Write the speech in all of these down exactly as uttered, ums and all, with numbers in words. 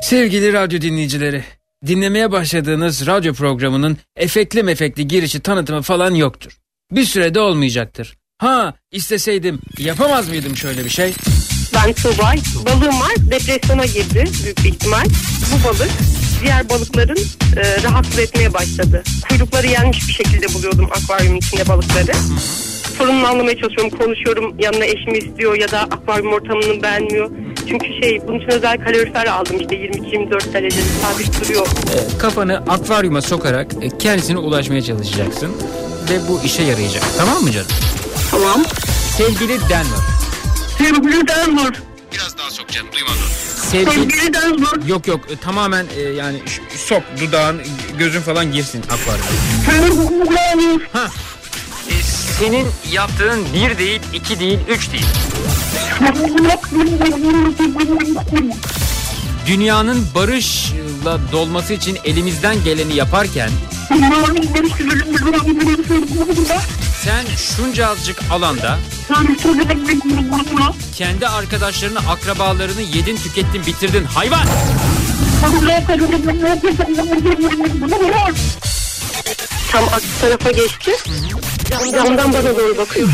Sevgili radyo dinleyicileri, dinlemeye başladığınız radyo programının efektli mefekli girişi tanıtımı falan yoktur. Bir sürede olmayacaktır. Ha, isteseydim yapamaz mıydım şöyle bir şey? Ben Tuğbay. Balığım var, depresyona girdi büyük bir ihtimal. Bu balık diğer balıkların e, rahatsız etmeye başladı. Kuyrukları yenmiş bir şekilde buluyordum akvaryumun içinde balıkları. Sorununu anlamaya çalışıyorum, konuşuyorum, yanına eşimi istiyor ya da akvaryum ortamını beğenmiyor. Çünkü şey, bunun için özel kalorifer aldım, işte yirmi iki yirmi dört derecede sabit duruyor. E, kafanı akvaryuma sokarak e, kendisine ulaşmaya çalışacaksın ve bu işe yarayacak. Tamam mı canım? Tamam. Sevgili Denver. Sevgili Denver. Biraz daha sok canım, duymadım. Sevgili, Sevgili Denver. Yok yok, e, tamamen e, yani ş- sok, dudağın, gözün falan girsin akvaryuma. Ha. E, senin yaptığın bir değil, iki değil, üç değil. Dünyanın barışla dolması için elimizden geleni yaparken sen şunca azıcık alanda kendi arkadaşlarını, akrabalarını yedin, tükettin, bitirdin hayvan. Tam aksi tarafa geçti. Camdan bana doğru bakıyor.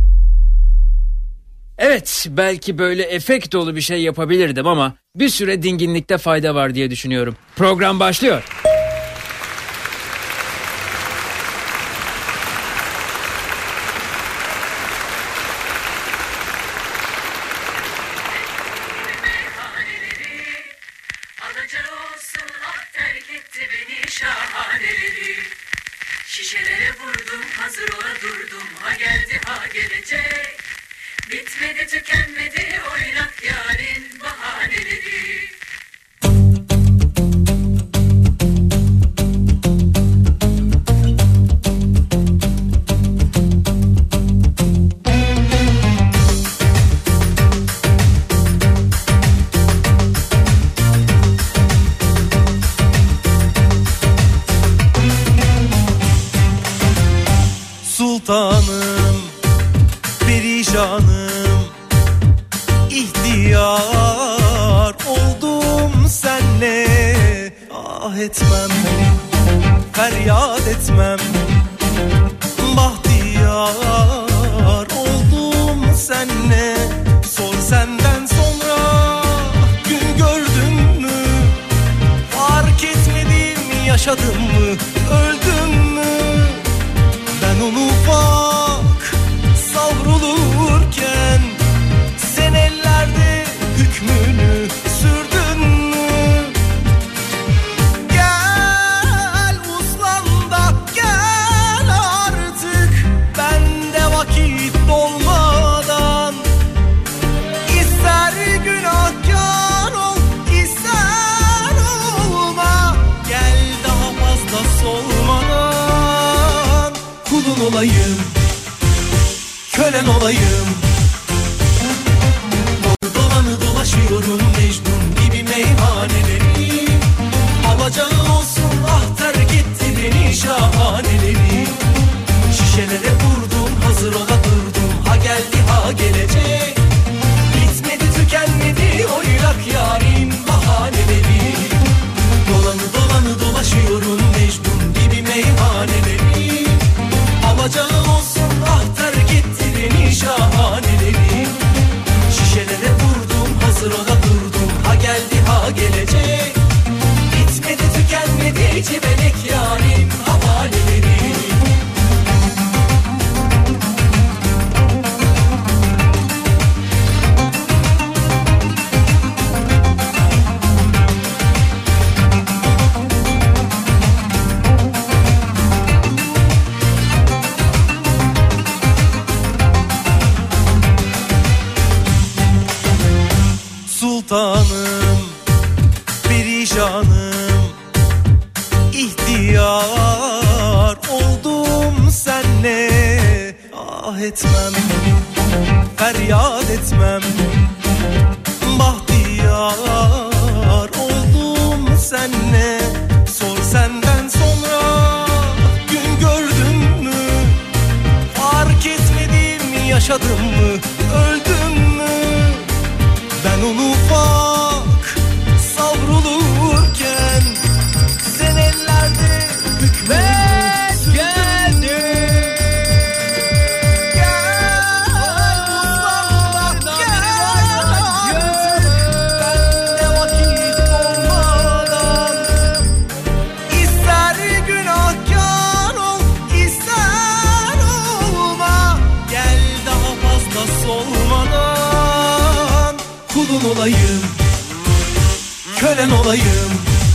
Evet, belki böyle efekt dolu bir şey yapabilirdim ama bir süre dinginlikte fayda var diye düşünüyorum. Program başlıyor. Şişelere vurdum, hazır ola durdum, ha geldi ha gelecek. Bitmedi tükenmedi oynak yarın bahaneleri. Sultanım, perişanım, ihtiyar oldum senle. Ah etmem, feryat etmem, bahtiyar oldum senle. Sor senden sonra gün gördün mü? Fark etmedim, yaşadım mı, öldüm mü? Ben onu bak savrulurken sen ellerde hükmünü sürdün mü? Gel uslan da gel artık, bende vakit dolmadan. İster günahkar ol, ister olma, gel daha fazla solmadan. Kulun olayım, kölen olayım. Dolanı dolaşıyorum Mecnun gibi meyhaneleri. Alacağı olsun ah terk etti beni şahaneleri. Şişelere vurdum, hazır ola durdum, ha geldi ha gelecek. Bitmedi tükenmedi oynak yarim bahaneleri. Dolanı dolanı dolaşıyorum Mecnun gibi meyhaneleri. Alacağı olsun ah terk etti beni şahaneleri. Şişelere vurdum, hazır ola durdum, ha geldi ha gelecek. Bitmedi tükenmedi civelek yarim havaneleri. Sultanım, perişanım, ihtiyar oldum senle. Ah etmem, feryat etmem, bahtiyar oldum senle. Sor senden sonra gün gördün mü? Fark etmedim, yaşadım mı, öldüm mü? Ben onu bak savrulur kölen olayım.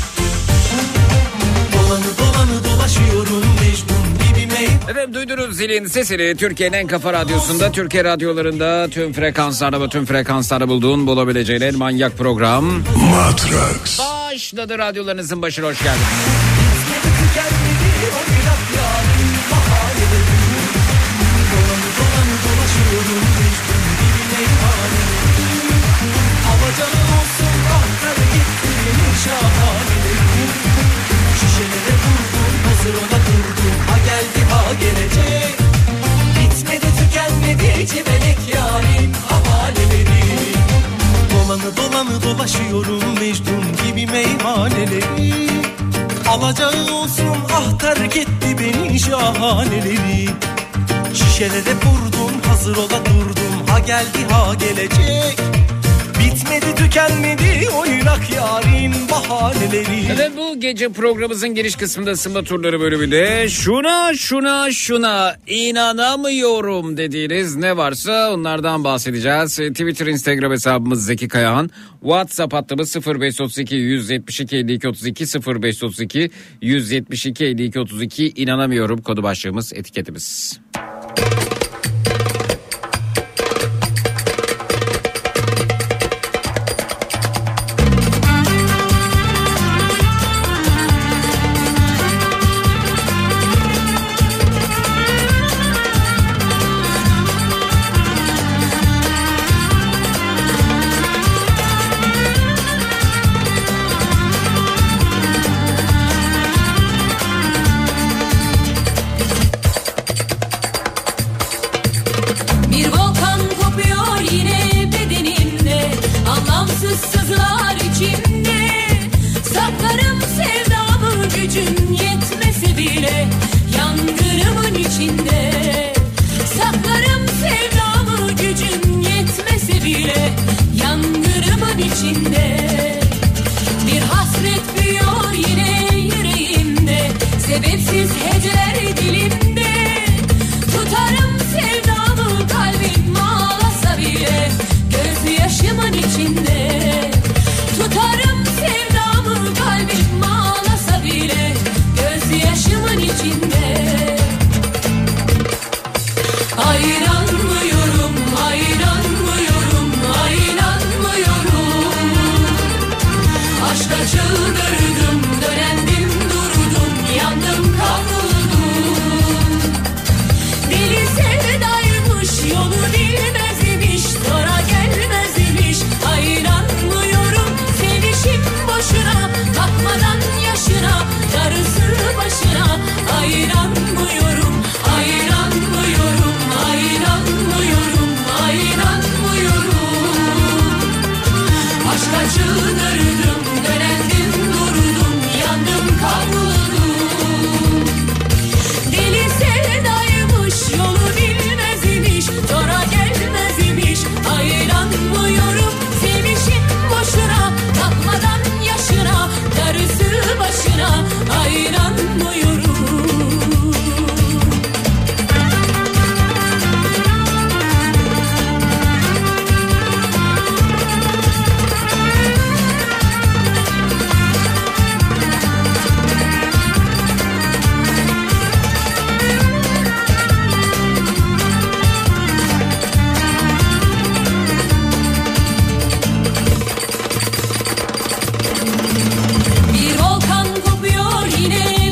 Dolanı dolanı dolaşıyorum Mecnun gibi meydan. Efendim duydunuz zilin sesini Türkiye'nin en kafa radyosunda, Türkiye radyolarında tüm frekanslarda ve tüm frekanslarda bulduğun bulabileceğin en manyak program Matrax başladı. Radyolarınızın başına hoş geldiniz. Şişelere vurdum, hazır ona durdum. Ha geldi ha gelecek. Bitmedi tükenmedi civelek yarim havaleleri. Dolanı dolanı dolaşıyorum Mecnun gibi meyhaneleri. Alacağı olsun ah terk etti beni şahaneleri. Şişelere vurdum, hazır ola durdum. Ha geldi ha gelecek. Bitmedi tükenmedi oynak yarim bahaneleri. Evet, bu gece programımızın giriş kısmında ısınma turları bölümünde şuna şuna şuna inanamıyorum dediğiniz ne varsa onlardan bahsedeceğiz. Twitter, Instagram hesabımız Zeki Kayahan. WhatsApp hattımız sıfır beş otuz iki yüz yetmiş iki elli iki otuz iki sıfır beş otuz iki yüz yetmiş iki elli iki otuz iki inanamıyorum kodu başlığımız, etiketimiz. Bir volkan kopuyor yine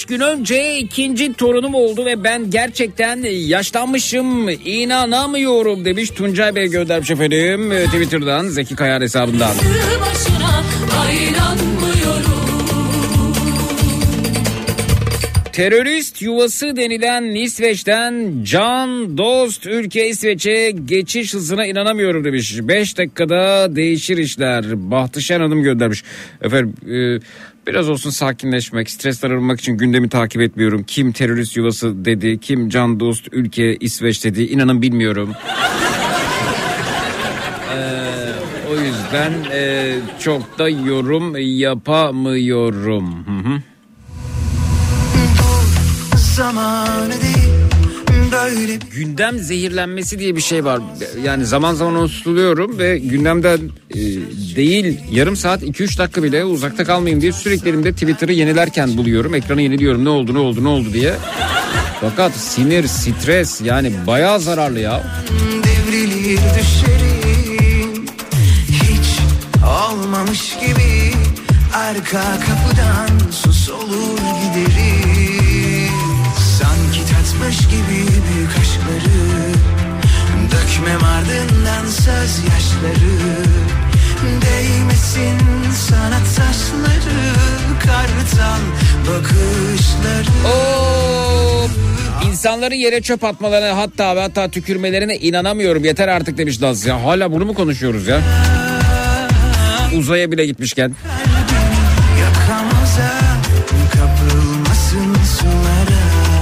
gün önce ikinci torunum oldu ve ben gerçekten yaşlanmışım, inanamıyorum demiş Tuncay Bey göndermiş efendim Twitter'dan, Zeki Kayar hesabından. Başına inanmıyorum. Terörist yuvası denilen İsveç'ten can dost ülke İsveç'e geçiş hızına inanamıyorum demiş. beş dakikada değişir işler. Bahtışen Hanım göndermiş. Efendim e, biraz olsun sakinleşmek, stresten arınmak için gündemi takip etmiyorum. Kim terörist yuvası dedi, kim can dost ülke İsveç dedi, inanın bilmiyorum. e, o yüzden e, çok da yorum yapamıyorum. Hı hı. Böyle... Gündem zehirlenmesi diye bir şey var. Yani zaman zaman unutuluyorum ve gündemden e, değil yarım saat iki üç dakika bile uzakta kalmayayım diye sürekli elimde Twitter'ı yenilerken buluyorum. Ekranı yeniliyorum, ne oldu ne oldu ne oldu diye. Fakat sinir, stres yani bayağı zararlı ya. Devrilir düşerim, hiç olmamış gibi arka kapıdan sus olur giderim. Tatmış gibi büyük aşkları, dökmem ardından söz yaşları. Değmesin sana taşları, kartal bakışları. Oo, insanların yere çöp atmalarına, hatta hatta tükürmelerine inanamıyorum. Yeter artık demiş Laz ya. Hala bunu mu konuşuyoruz ya? Uzaya bile gitmişken. Yakamoza kapılmasın sulara.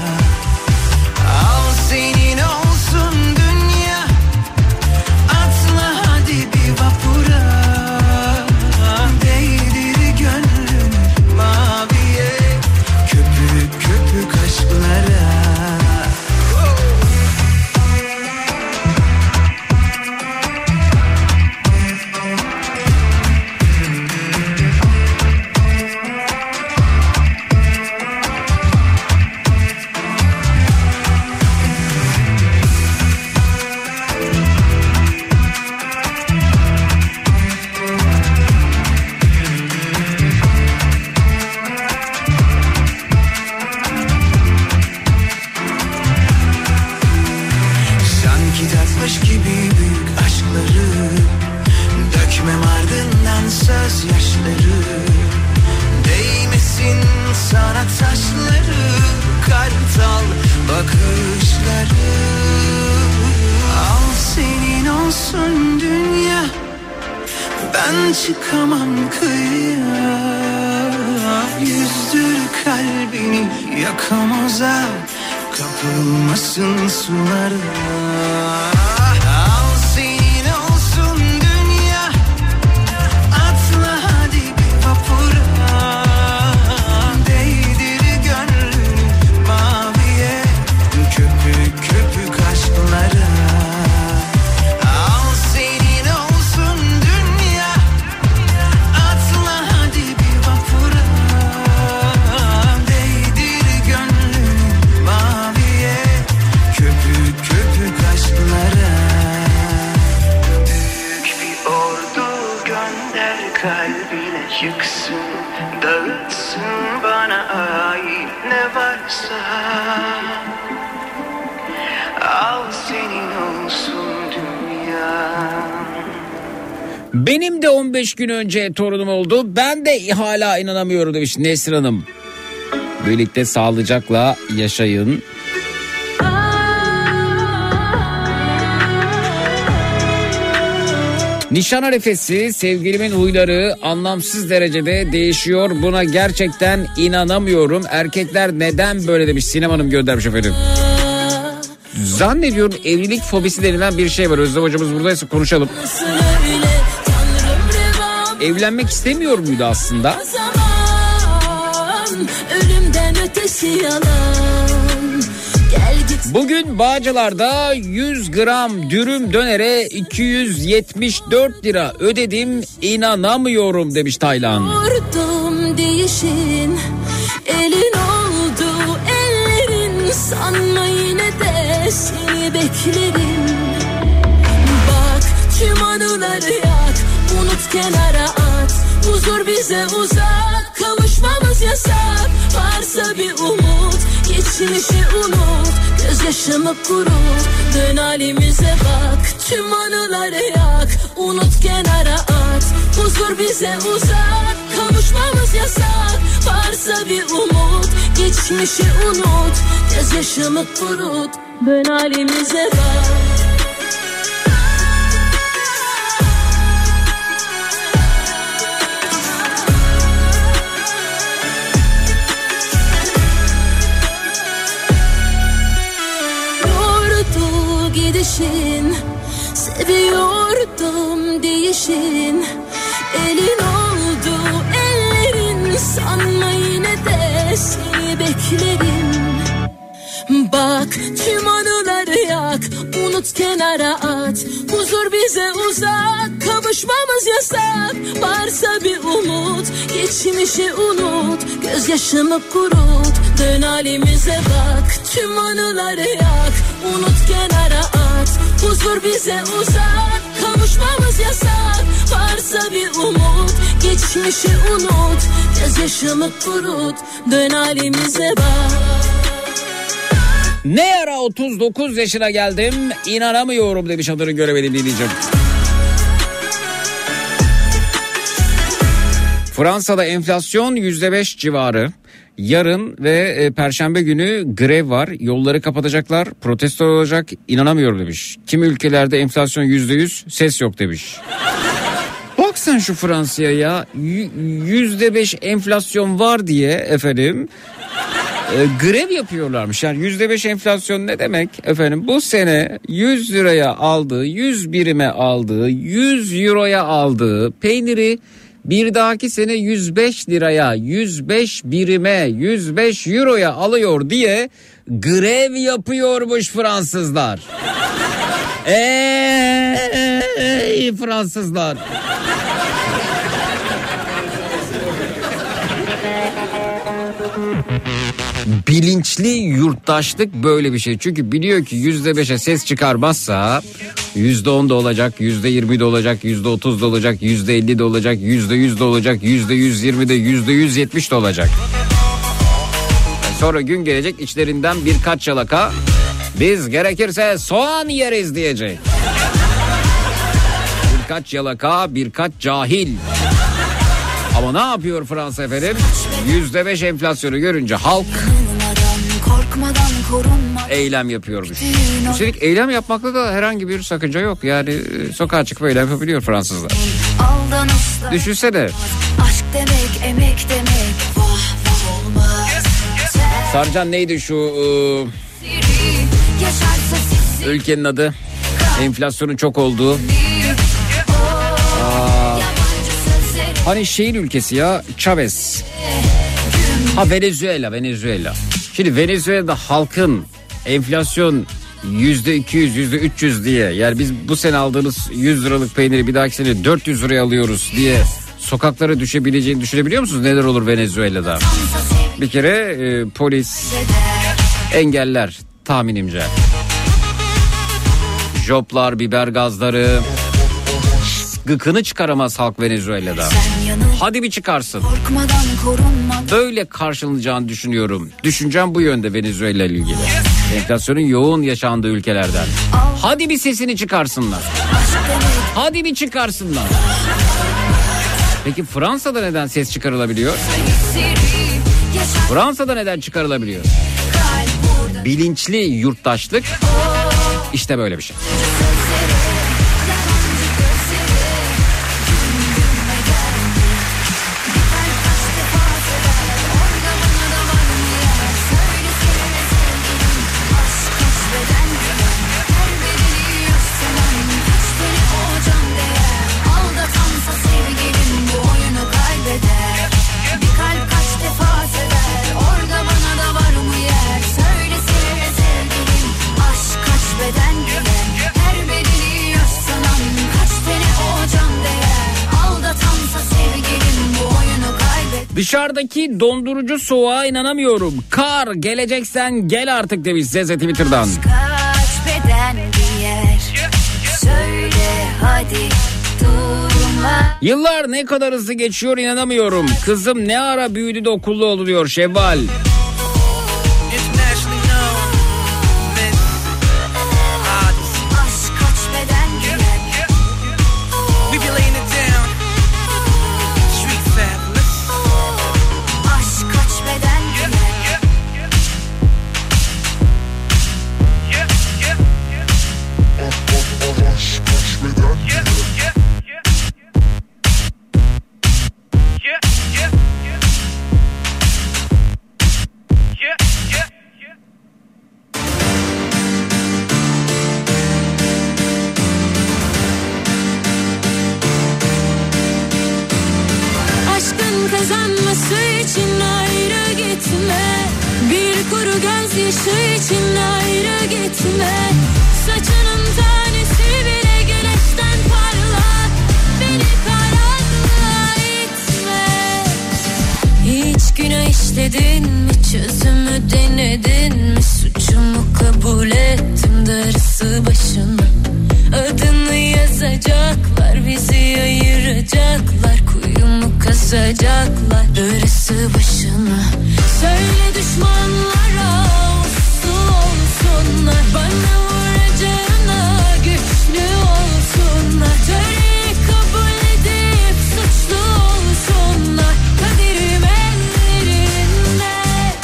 Çıkamam kıyıya, yüzdür kalbini yakamoza, kapılmasın sulara. Al senin olsun dünya, atla hadi bir vapura, değdir gönlünü maviye, köpük köpük aşklara. Yıksın, dağıtsın bana ait ne varsa. Al senin olsun dünya. Benim de on beş gün önce torunum oldu. Ben de hala inanamıyorum demiş Nesrin Hanım. Birlikte sağlıcakla yaşayın. Nişan arifesi, sevgilimin huyları anlamsız derecede değişiyor. Buna gerçekten inanamıyorum. Erkekler neden böyle demiş Sinem Hanım göndermiş efendim. Zannediyorum evlilik fobisi denilen bir şey var. Özlem hocamız buradaysa konuşalım. Evlenmek istemiyor muydu aslında? Ölümden ötesi yalan. Bugün Bağcılar'da yüz gram dürüm dönere iki yüz yetmiş dört lira ödedim, inanamıyorum demiş Taylan. Vurdum değişin, elin oldu ellerin, sanma yine de seni beklerim. Bak tüm anıları yak, unut kenara at, huzur bize uzak, kavuşmamız Konuşmamız yasak. Varsa bir umut, geçmişi unut, gözyaşımı kurut. Dön halimize bak, tüm anıları yak, unut kenara at, huzur bize uzak. Kavuşmamız yasak. Varsa bir umut, geçmişi unut, gözyaşımı kurut. Dön halimize bak. Gidişin, seviyordum değişin. Elin oldu ellerin, sanma yine de seni beklerim. Bak tüm anıları yak, unut kenara at, huzur bize uzak. Kavuşmamız yasak. Varsa bir umut, geçmişi unut, gözyaşımı kurut. Dön halimize bak, tüm anıları yak, unut kenara at, huzur bize uzak. Kavuşmamız yasak. Varsa bir umut, geçmişi unut, gözyaşımı kurut. Dön halimize bak. Ne ara otuz dokuz yaşına geldim, inanamıyorum demiş adını göremedim dinleyeceğim. Fransa'da enflasyon yüzde beş civarı. Yarın ve e, Perşembe günü grev var. Yolları kapatacaklar. Protesto olacak. İnanamıyorum demiş. Kimi ülkelerde enflasyon yüzde yüz, ses yok demiş. Bak sen şu Fransa'ya ya. Yüzde beş enflasyon var diye efendim e, grev yapıyorlarmış. Yani yüzde beş enflasyon ne demek efendim? Bu sene yüz liraya aldığı, yüz birime aldığı, yüz euroya aldığı peyniri bir dahaki sene yüz beş liraya, yüz beş birime, yüz beş euroya alıyor diye grev yapıyormuş Fransızlar. Ey Fransızlar. Bilinçli yurttaşlık böyle bir şey. Çünkü biliyor ki yüzde beşe ses çıkarmazsa yüzde on da olacak, yüzde yirmi de olacak, yüzde otuz da olacak, yüzde elli de olacak, yüzde yüz de olacak, yüzde yüz yirmi de, yüzde yüz yetmiş de olacak. Sonra gün gelecek içlerinden birkaç yalaka biz gerekirse soğan yeriz diyecek. Birkaç yalaka, birkaç cahil. Ama ne yapıyor Fransa efendim? yüzde beş enflasyonu görünce halk eylem yapıyormuş. Üstelik eylem yapmakta da herhangi bir sakınca yok. Yani sokağa çıkıp eylem yapabiliyor Fransızlar. Düşünsene. Aşk demek, emek demek. Vah vah olmaz. Sarcan neydi şu ıı, ülkenin adı? Enflasyonun çok olduğu. Aa, hani şeyin ülkesi ya, Chavez. Ha Venezuela, Venezuela. Şimdi Venezuela'da halkın enflasyon yüzde iki yüz, yüzde üç yüz diye, yani biz bu sene aldığımız yüz liralık peyniri bir dahaki sene dört yüz liraya alıyoruz diye sokaklara düşebileceğini düşünebiliyor musunuz? Neler olur Venezuela'da? Bir kere e, polis engeller tahminimce. Joplar, biber gazları, gıkını çıkaramaz halk Venezuela'da. Hadi bir çıkarsın. Böyle karşılanacağını düşünüyorum. Düşüncem bu yönde Venezuela ile ilgili. Enflasyonun yoğun yaşandığı ülkelerden. Hadi bir sesini çıkarsınlar. Hadi bir çıkarsınlar. Peki Fransa'da neden ses çıkarılabiliyor? Fransa'da neden çıkarılabiliyor? Bilinçli yurttaşlık işte böyle bir şey. Dışarıdaki dondurucu soğuğa inanamıyorum. Kar geleceksen gel artık demiş Zeze Twitter'dan. Kaç beden giyer, söyle hadi durma Yıllar ne kadar hızlı geçiyor inanamıyorum. Kızım ne ara büyüdü de okullu oldu diyor Şevval. Kazanması için ayrı gitme, bir kuru gözyaşı için ayrı gitme. Saçının tanesi bile güneşten parlak, beni karanlığa itme. Hiç günah işledin mi, çözümü denedin mi? Suçumu kabul ettim, darısı başına. Adını yazacaklar, bizi ayıracaklar, kuyumu kazacaklar, darısı başına. Söyle düşmanlara uslu olsunlar, bana vuracağına güçlü olsunlar. Töreyi kabul edip suçlu olsunlar, kaderim ellerinde.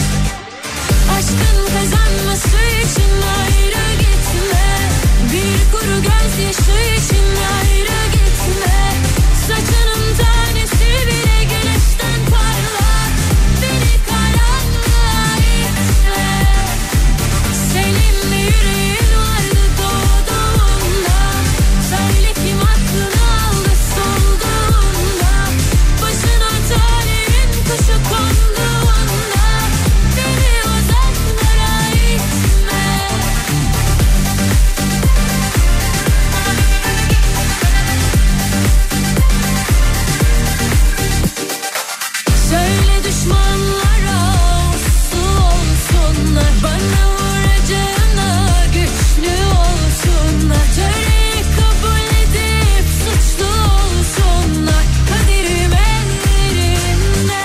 Aşkın kazanması için ayrı gitme, bir kuru gözyaşı için ayrı gitme. Saçının tanesi bile güneşten parlak, beni karanlığa itme. Senin mi yüreğin vardı doğduğunda? Söyle kim aklını aldı solduğunda? Başına talehin kuşu konduğunda, beni uzaklara itme. Söyle düşmanlara uslu olsunlar, bana vuracağına güçlü olsunlar. Töreyi kabul edip suçlu olsunlar, kaderim ellerinde.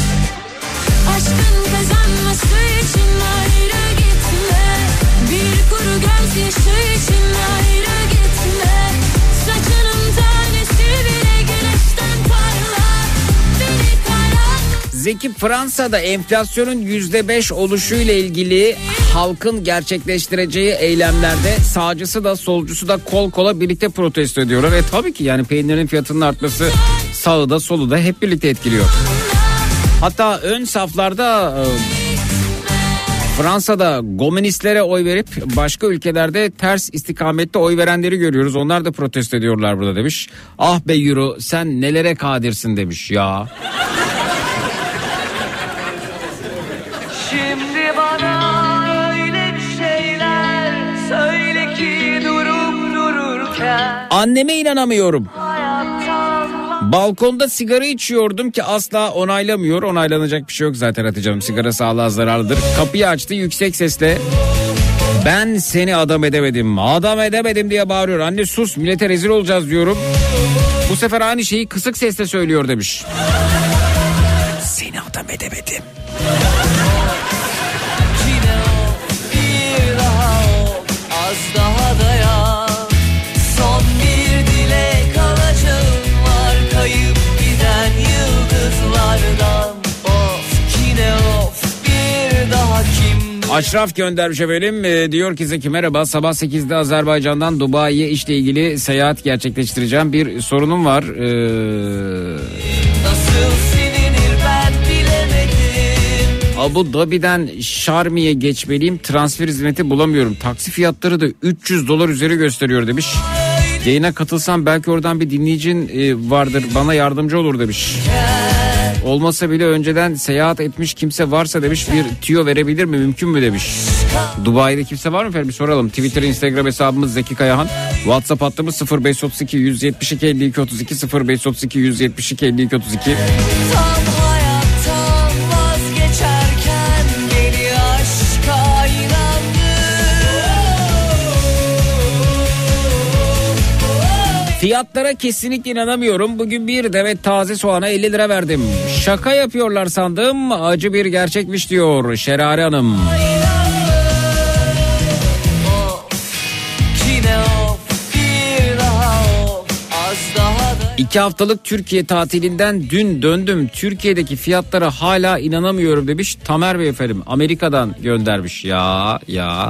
Aşkın kazanması için ayrı gitme, bir kuru gözyaşı için ayrı gitme. Saçının tanesi bile güneşten parlak, beni karanlık. Zeki Fransa'da enflasyonun yüzde beş oluşuyla ilgili halkın gerçekleştireceği eylemlerde sağcısı da solcusu da kol kola birlikte protesto ediyorlar. Ve tabii ki yani peynirin fiyatının artması sağı da solu da hep birlikte etkiliyor. Hatta ön saflarda e, Fransa'da komünistlere oy verip başka ülkelerde ters istikamette oy verenleri görüyoruz. Onlar da protesto ediyorlar burada demiş. Ah be euro sen nelere kadirsin demiş ya. Şimdi bana öyle bir şeyler söyle ki durup dururken Anneme inanamıyorum. hayattan Balkonda sigara içiyordum ki asla onaylamıyor. Onaylanacak bir şey yok zaten Hatice Hanım. Sigara sağlığa zararlıdır. Kapıyı açtı yüksek sesle. Ben seni adam edemedim, adam edemedim diye bağırıyor. Anne sus, millete rezil olacağız diyorum. Bu sefer aynı şeyi kısık sesle söylüyor demiş. Seni adam edemedim. yine o, bir daha o, az daha dayan. Son bir dilek alacağım var, kayıp giden yıldızlardan. Of yine of, bir daha kim? Aşraf göndermiş efendim. E, diyor ki Zeki merhaba, sabah sekizde Azerbaycan'dan Dubai'ye işle ilgili seyahat gerçekleştireceğim. Bir sorunum var. Ee, Nasıl silinir ben bilemedim. Abu Dhabi'den Şarmi'ye geçmeliyim. Transfer hizmeti bulamıyorum. Taksi fiyatları da üç yüz dolar üzeri gösteriyor demiş. Yayına katılsam belki oradan bir dinleyicin e, vardır, bana yardımcı olur demiş. Olmasa bile önceden seyahat etmiş kimse varsa demiş, bir tüyo verebilir mi, mümkün mü demiş. Dubai'de kimse var mı efendim, bir soralım. Twitter, Instagram hesabımız Zeki Kayahan. WhatsApp hattımız sıfır beş otuz iki yüz yetmiş iki elli iki otuz iki sıfır beş otuz iki yüz yetmiş iki elli iki otuz iki. Tam hayattan vazgeçerken geri aşka inandım. Fiyatlara kesinlikle inanamıyorum. Bugün bir demet taze soğana elli lira verdim. Şaka yapıyorlar sandım. Acı bir gerçekmiş diyor Şerare Hanım. İki haftalık Türkiye tatilinden dün döndüm. Türkiye'deki fiyatlara hala inanamıyorum demiş Tamer Bey efendim. Amerika'dan göndermiş ya ya.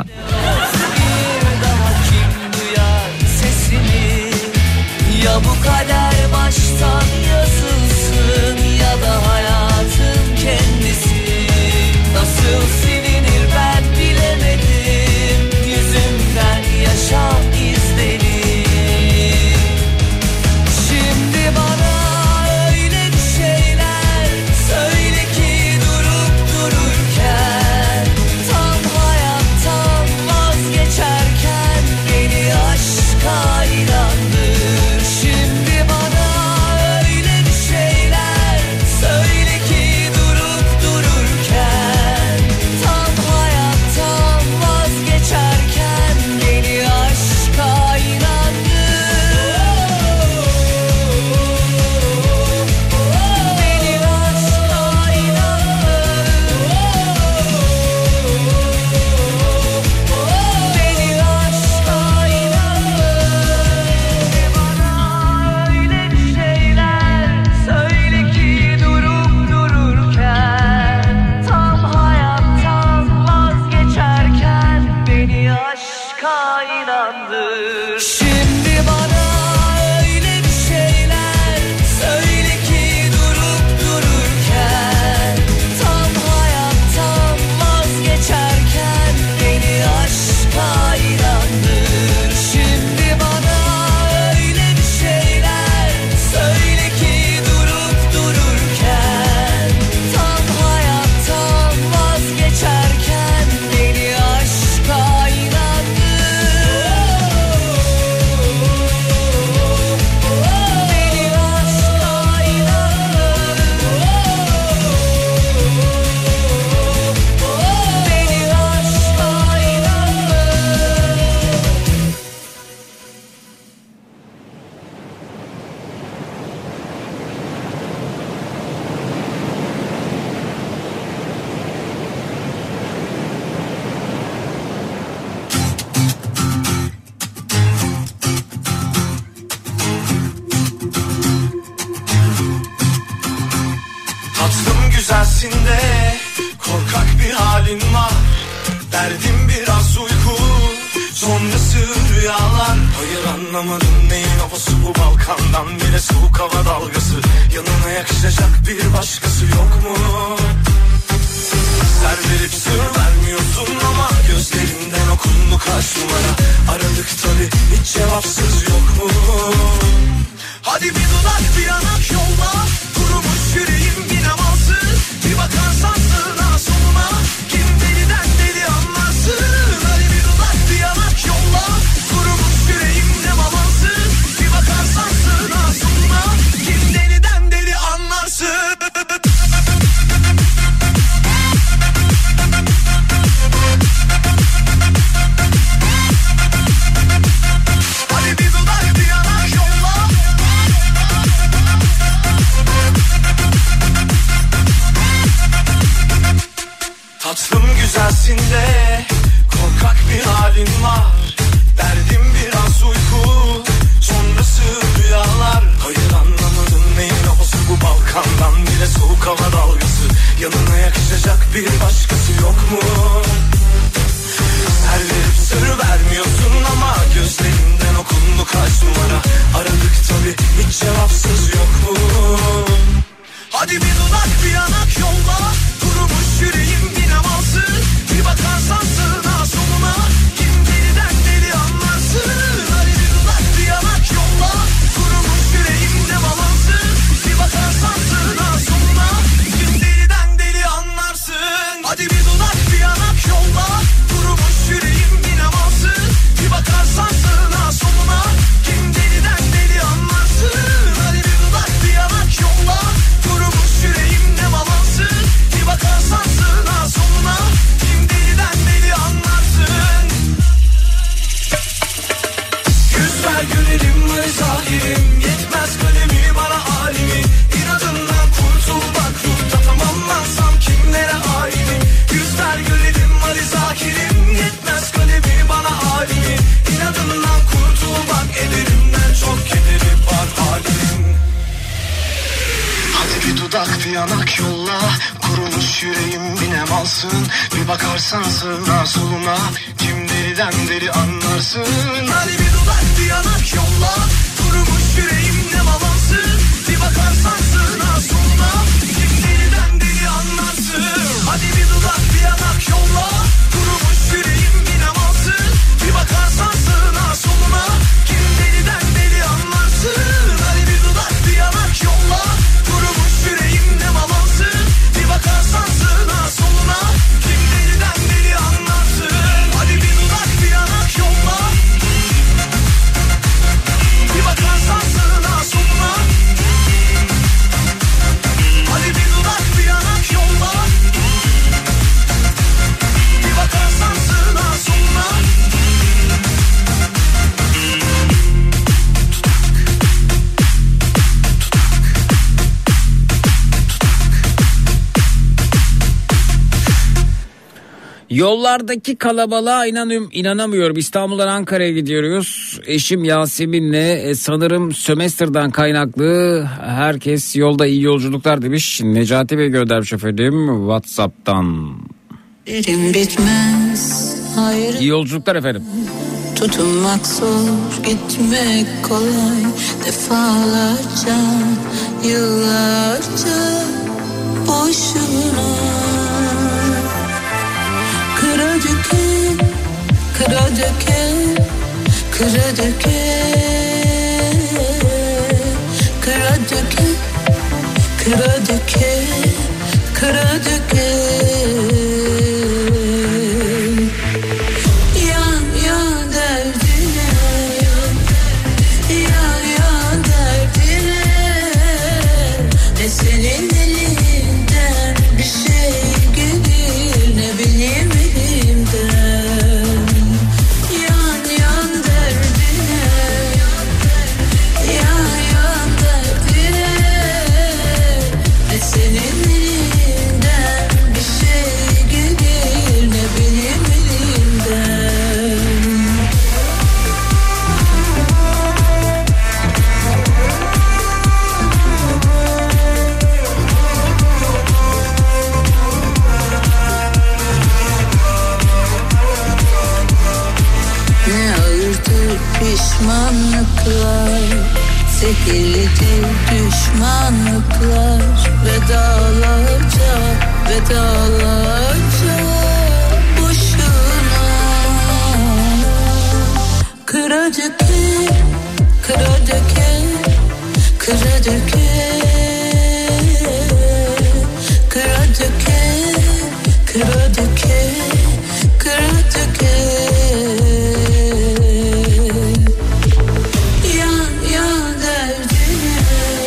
Ya bu kader baştan yazılsın ya da hayatın kendisi. Nasıl silinir ben bilemedim. Yüzümden yaşam izleri. Şimdi bana öyle bir şeyler söyle ki durup dururken, tam hayattan vazgeçerken beni aşka inandır. Hadi bir dudak bir yana Bir dudak bir yanak yolla, kurumuş yüreğim bir nem alsın. Bir bakarsan sağına soluna, kim deliden deli anlarsın. Hadi bir dudak bir yanak yolla, kurumuş yüreğim nem alsın. Bir bakarsan sağına soluna, kim deliden deli anlarsın. Hadi bir dudak bir yanak yolla, kurumuş yüreğim bir nem alsın. Bir bakarsan sağına soluna, kim deliden deli anlarsın. Hadi bir dudak bir yanak yolla, kurumuş yüreğim nem alsın. Bir bakarsan sağına soluna, kim deliden deli anlarsın. Hadi bir dudak bir yanak yolla, bir bakarsan sağına soluna. Hadi bir dudak bir yanak yolla, bir bakarsan sağına soluna. Yollardaki kalabalığa inanıyorum, inanamıyorum. İstanbul'dan Ankara'ya gidiyoruz. Eşim Yasemin'le e, sanırım sömestrden kaynaklı herkes yolda iyi yolculuklar demiş. Necati Bey göndermiş efendim WhatsApp'tan. Derim bitmez, hayır. İyi yolculuklar efendim. Tutunmak zor, gitmek kolay. Defalarca, yıllarca boşuna. Kıra döke, kıra döke, kıra döke, kıra döke, kıra döke, kıra döke. Yan yan derdine, yan yan derdine. Ne senin elinden bir şey gelir, ne benim elimden. Yan yan derdine, yan yan derdine. Ne senin elinden bir şey gelir, ne benim elimden. Ne ağırdır pişmanlıklar, zehirlidir düşmanlıklar. Vedalarca, vedalarca boşuna. Kıra döke, kıra döke, kıra döke, kıra döke, kıra döke, kıra döke. Yan yan derdine,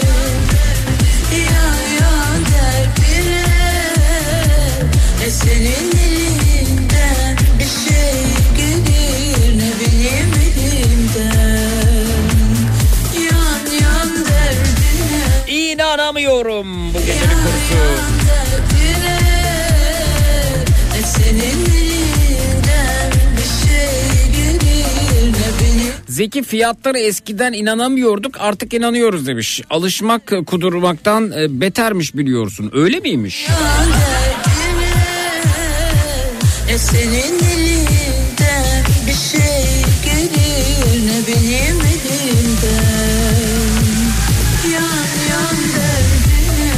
yan yan derdine. Ne senin elinden bir şey gelir, ne benim elimden. Yan yan derdine, İnanamıyorum bu gecenin yan konusu. yan derdine. Ne senin elinden bir şey gelir, ne benim. Zeki fiyatları eskiden inanamıyorduk artık inanıyoruz demiş. Alışmak kudurmaktan e, betermiş biliyorsun. Öyle miymiş? Ne senin elinden bir şey gelir, ne benim elimden. Yan yan derdine,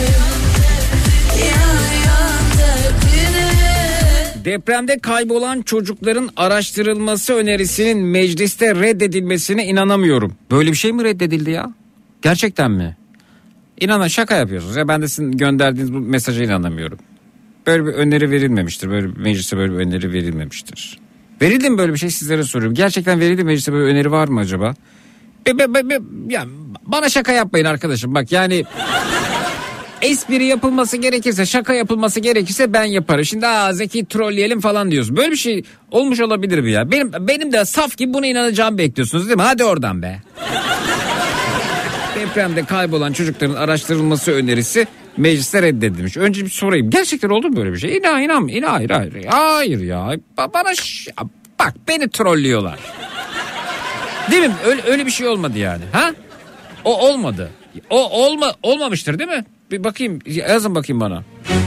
yan yan derdine. Depremde kaybolan çocukların araştırılması önerisinin mecliste reddedilmesine inanamıyorum. Böyle bir şey mi reddedildi ya? Gerçekten mi? İnanın şaka yapıyorsunuz ya, ben de sizin gönderdiğiniz bu mesaja inanamıyorum. Böyle bir öneri verilmemiştir. Böyle bir meclise böyle bir öneri verilmemiştir. Verildi mi böyle bir şey, sizlere soruyorum. Gerçekten verildi mi mecliste, böyle öneri var mı acaba? Be, be, be, be, ya bana şaka yapmayın arkadaşım, bak yani espri yapılması gerekirse, şaka yapılması gerekirse ben yaparım. Şimdi aa Zeki trolleyelim falan diyorsun. Böyle bir şey olmuş olabilir mi ya? Benim benim de saf gibi buna inanacağımı bekliyorsunuz değil mi? Hadi oradan be. Depremde kaybolan çocukların araştırılması önerisi mecliste reddedilmiş. Önce bir sorayım. Gerçekten oldu mu böyle bir şey? İnan inan inan hayır hayır. Hayır ya. Bana ş- bak beni trollüyorlar. Değil mi? Öyle öyle bir şey olmadı yani. Ha? O olmadı. O olma olmamıştır değil mi? Bir bakayım, yazın bakayım bana.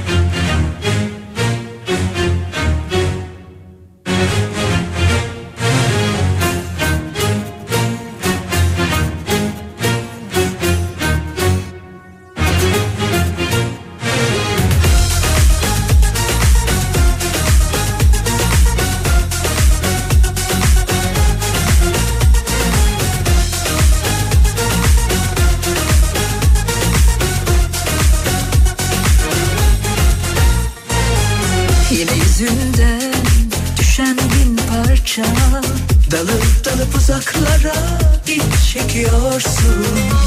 Dalıp dalıp uzaklara iç çekiyorsun.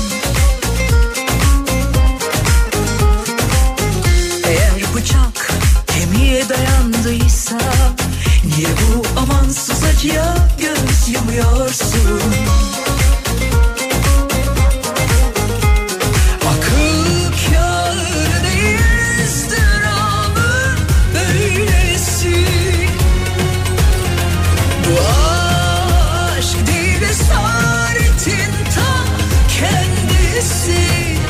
Eğer bıçak kemiğe dayandıysa niye bu amansız acıya göz yumuyorsun? Akıl kâr değil ızdırabı böylesi. Bu aşk değil esaretin ta kendisi.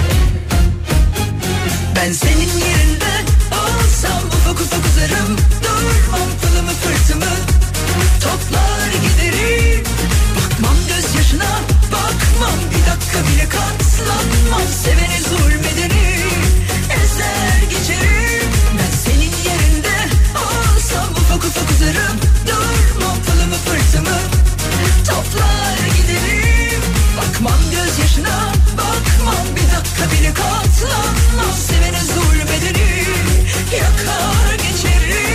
Ben senin yerinde olsam ufak ufak uzarım. Durmam pılımı fırtımı toplar giderim. Bakmam gözyaşına, bakmam bir dakika bile katlanmam. Sevene zulmedeni ezer geçerim. Ben senin yerinde olsam ufak ufak uzarım. Durmam pılımı fırtımı toplar giderim. Bakmam gözyaşına, bakmam bir dakika bile katlanmam. Sevene zulmedeni yakar geçerim.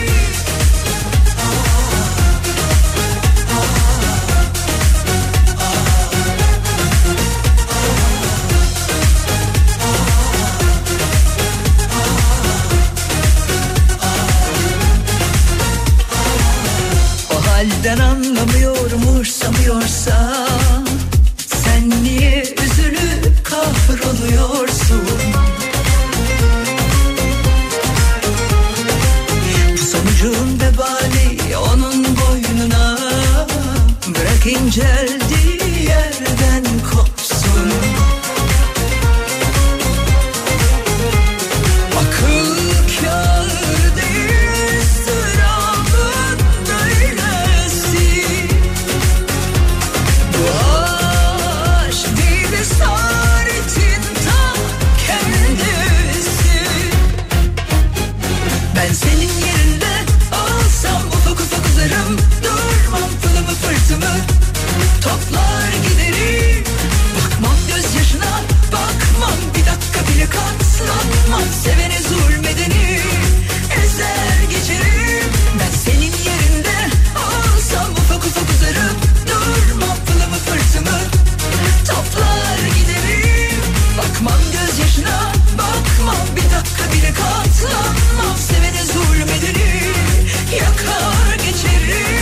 O halden anlamıyorum umursamıyorsa sen niye üzülüp kahroluyorsun? Bu sonucun vebali onun boynuna. Bırak inceldiği yerden kopsun. Akıl kâr değil ızdırabın böylesi. Bu aşk değil esaretin ta kendisi. Ben senin yerinde olsam ufak ufak uzarım. Durmam pılımı fırtımı toplar giderim. Bakmam gözyaşına, bakmam bir dakika bile katlanmam. Sevene zulmedeni ezer geçerim. Ben senin yerinde olsam ufak ufak uzarım. Durmam pılımı fırtımı toplar giderim. Bakmam gözyaşına, bakmam bir dakika bile katlanmam. Sevene zulmedeni yakar geçerim.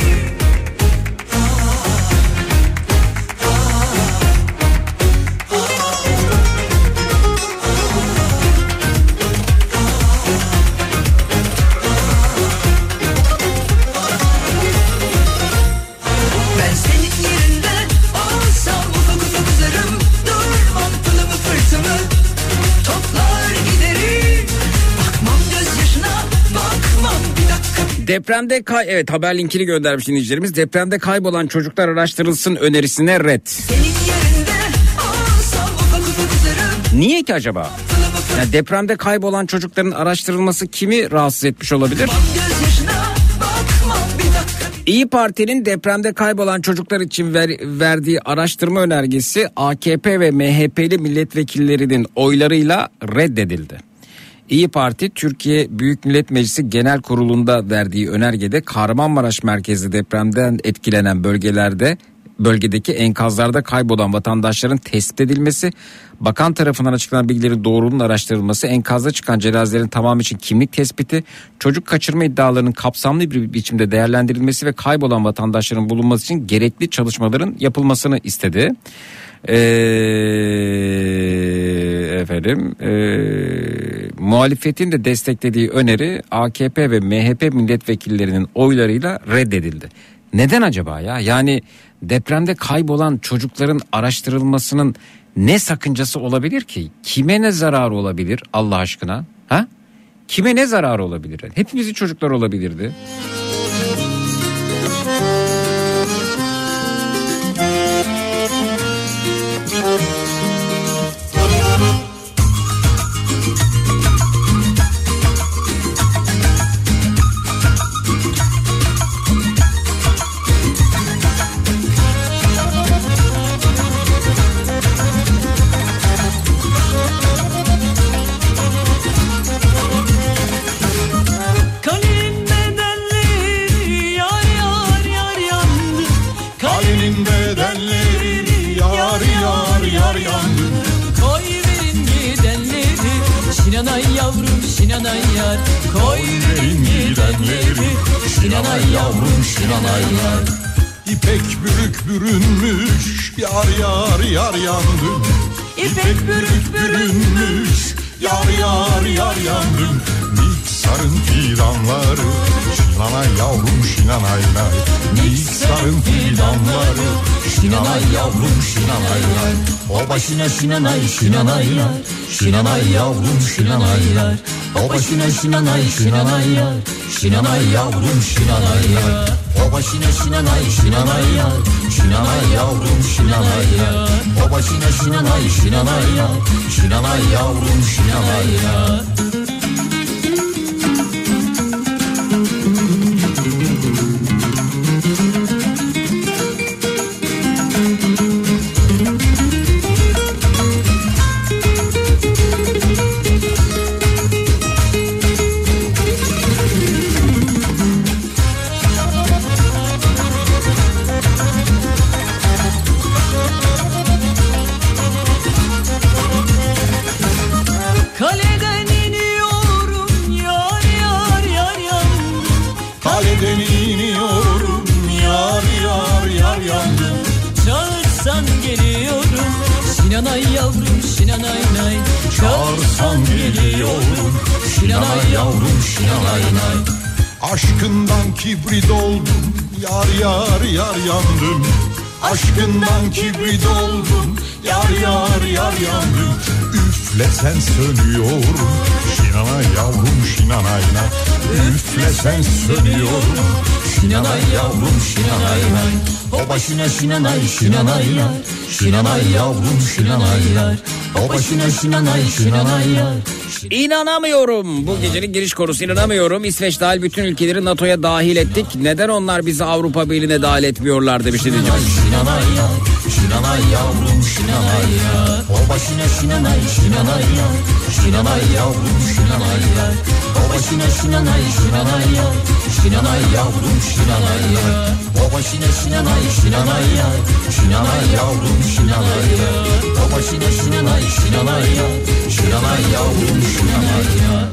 Ben senin yerinde olsam ufak ufak uzarım. Durmam pılımı fırtımı toplar giderim. Bakmam gözyaşına, bakmam bir dakika. Depremde kay evet haber linkini göndermiş dinleyicilerimiz. Depremde kaybolan çocuklar araştırılsın önerisine red. Senin yerinde olsam ufak ufak uzarım. Niye ki acaba? Yani depremde kaybolan çocukların araştırılması kimi rahatsız etmiş olabilir? Gözyaşına, bakmam bir dakika. İyi Parti'nin depremde kaybolan çocuklar için ver, verdiği araştırma önergesi A K P ve M H P'li milletvekillerinin oylarıyla reddedildi. İyi Parti Türkiye Büyük Millet Meclisi Genel Kurulu'nda verdiği önergede Kahramanmaraş merkezli depremden etkilenen bölgelerde bölgedeki enkazlarda kaybolan vatandaşların tespit edilmesi, bakan tarafından açıklanan bilgilerin doğruluğunun araştırılması, enkazda çıkan cenazelerin tamamı için kimlik tespiti, çocuk kaçırma iddialarının kapsamlı bir biçimde değerlendirilmesi ve kaybolan vatandaşların bulunması için gerekli çalışmaların yapılmasını istedi. Ee, efendim e, muhalefetin de desteklediği öneri A K P ve M H P milletvekillerinin oylarıyla reddedildi. Neden acaba ya? Yani depremde kaybolan çocukların araştırılmasının ne sakıncası olabilir ki? Kime ne zararı olabilir Allah aşkına? Ha? Kime ne zararı olabilir? Hepimizin çocuklar olabilirdi. Şinanay yavrum şinanay yar, koy verin gidenleri. Şinanay yavrum şinanay yar. İpek bürük bürünmüş, yar yar yar yandım. İpek bürük bürünmüş, yar yar yar yandım. Niksar'ın fidanları, şinanay yavrum şinanay nay. Niksar'ın fidanları, şinanay yavrum şinanay yar. O başına şinanay şinanay yar, şinanay yavrum şinanay yar. O başına şinanay şinanay yar, şinanay yavrum şinanay yar. O başına şinanay şinanay yar, şinanay yavrum şinanay yar. O başına şinanay şinanay yar, şinanay yavrum şinanay yar. Şinanay yavrum şinanay nay, çağırsan geliyorum. Şinanay yavrum şinanay nay. Aşkından kibrit oldum, yar yar yar yandım. Aşkından kibrit oldum, yar yar yar yandım. Üflesen sönüyorum, şinanay yavrum şinanay nay. Üflesen sönüyorum, şinanay yavrum şinanay nay. O başına şinanay şinanay yar, şinanay yavrum şinanay yar. O başına şinanay şinanay yar. İnanamıyorum. Bu gecenin giriş konusu inanamıyorum. İsveç dahil bütün ülkeleri NATO'ya dahil ettik. Neden onlar bizi Avrupa Birliği'ne dahil etmiyorlar demişti diyeceğim. Şinanay yar, şinanay yavrum şinanay yar. O başına şinanay şinanay yar, şinanay yavrum şinanay yar. O başına şinanay şinanay yar, şinanay yavrum şinanay yar. O başına şinanay şinanay yar, şinanay yavrum şinanay yar. O başına şinanay şinanay yar, şinanay yavrum şinanay yar.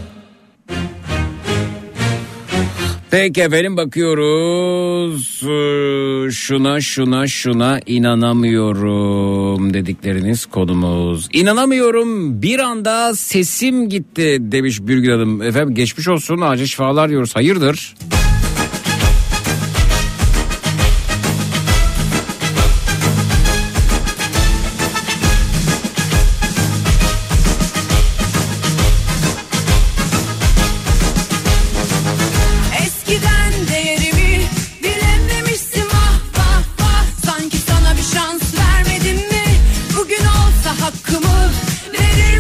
Peki efendim bakıyoruz. Şuna şuna şuna inanamıyorum dedikleriniz konumuz. İnanamıyorum, bir anda sesim gitti demiş Birgül Hanım. Efendim geçmiş olsun, acil şifalar diyoruz. Hayırdır?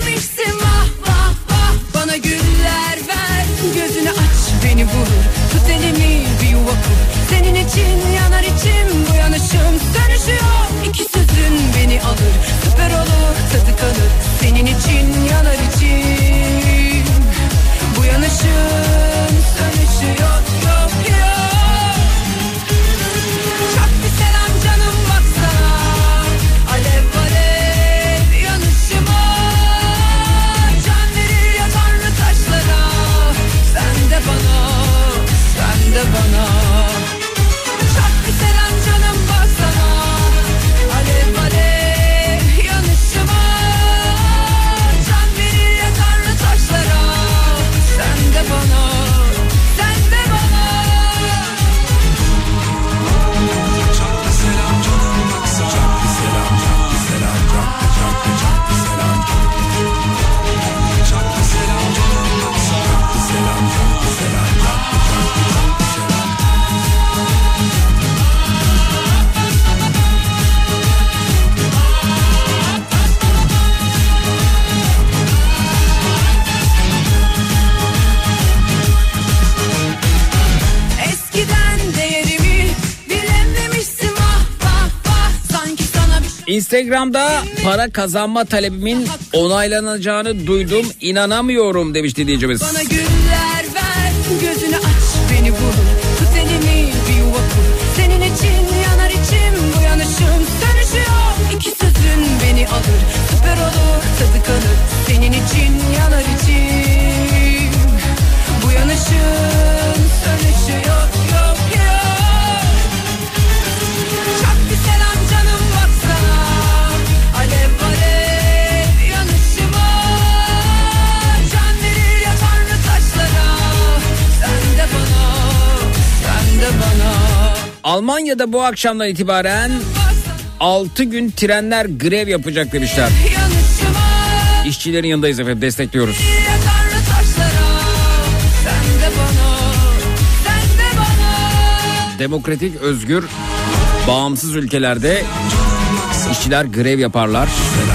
Tut Instagram'da para kazanma talebimin onaylanacağını duydum, inanamıyorum demiş dinleyicimiz. Bana güller ver, gözünü aç beni vur. Tut elimi bir yuva kur. Senin için yanar içim, bu yanışım sönüşüyor. İki sözün beni alır, süper olur, tadı kalır. Senin için yanar içim, bu yanışım sönüşüyor. Yok yok. Çok güzel canım baksana, alev alev yanışıma. Can verir ya Tanrı taşlara, sen de bana, sen de bana. Almanya'da bu akşamdan itibaren altı gün trenler grev yapacak demişler. İşçilerin yanındayız efendim, destekliyoruz. Demokratik, özgür, bağımsız ülkelerde işçiler grev yaparlar.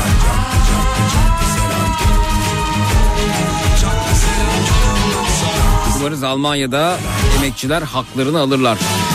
Umarız Almanya'da emekçiler haklarını alırlar.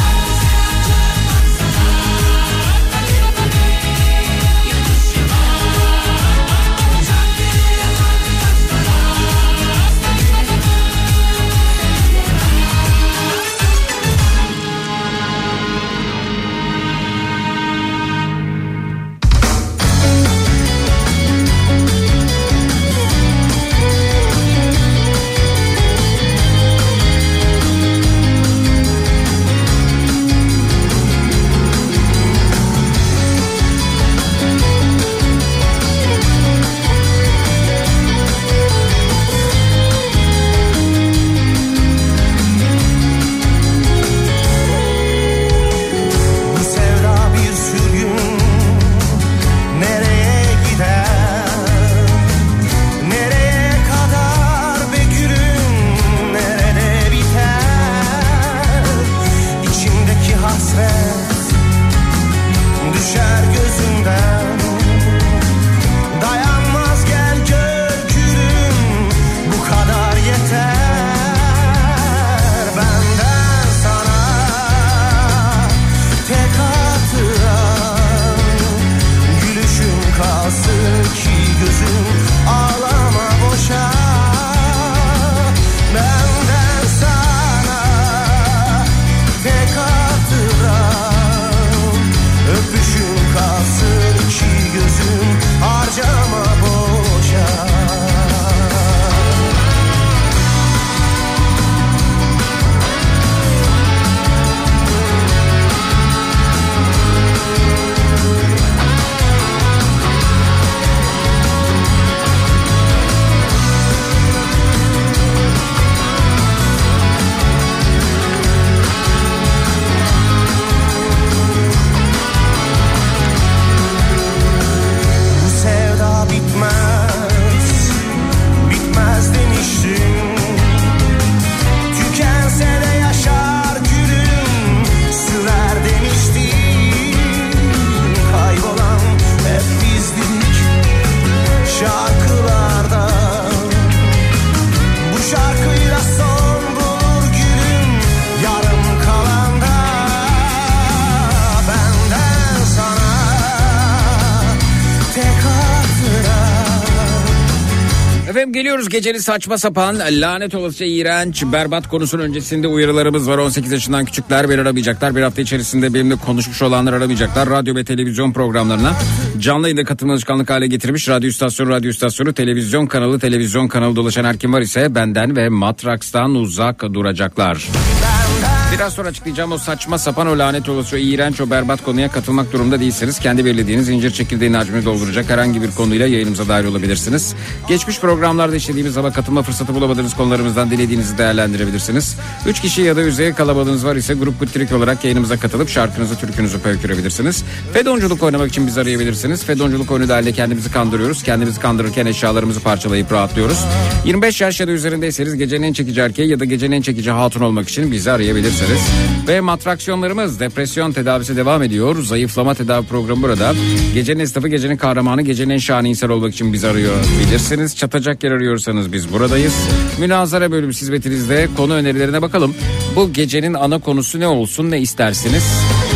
Geliyoruz gecenin saçma sapan, lanet olası, iğrenç, berbat konusunun öncesinde uyarılarımız var. on sekiz yaşından küçükler beni aramayacaklar. Bir hafta içerisinde benimle konuşmuş olanlar aramayacaklar. Radyo ve televizyon programlarına canlı yayında katılma alışkanlık hale getirmiş. Radyo istasyonu, radyo istasyonu, televizyon kanalı, televizyon kanalı dolaşan her kim var ise benden ve Matraks'tan uzak duracaklar. Biraz sonra açıklayacağım o saçma sapan, o lanet olası, o iğrenç, o berbat konuya katılmak durumunda değilseniz kendi belirlediğiniz incir çekirdeğini hacmini dolduracak herhangi bir konuyla yayınımıza dahil olabilirsiniz. Geçmiş programlarda işlediğimiz ama katılma fırsatı bulamadığınız konularımızdan dilediğinizi değerlendirebilirsiniz. Üç kişi ya da üzeri kalabalığınız var ise grup Guttirik olarak yayınımıza katılıp şarkınızı, türkünüzü pöykürebilirsiniz. Fedonculuk oynamak için bizi arayabilirsiniz. Fedonculuk oyunu dahilinde kendimizi kandırıyoruz. Kendimizi kandırırken eşyalarımızı parçalayıp rahatlıyoruz. yirmi beş yaş ya da üzerindeyseniz gecenin en çekici erkeği ya da gecenin en çekici hatun olmak için bizi arayabilirsiniz. Ve matraksiyonlarımız, depresyon tedavisi devam ediyor. Zayıflama tedavi programı burada. Gecenin esnafı, gecenin kahramanı, gecenin en şahane insan olmak için bizi arıyor bilirsiniz. Çatacak yer arıyorsanız biz buradayız. Münazara bölümü hizmetinizde, konu önerilerine bakalım. Bu gecenin ana konusu ne olsun, ne istersiniz?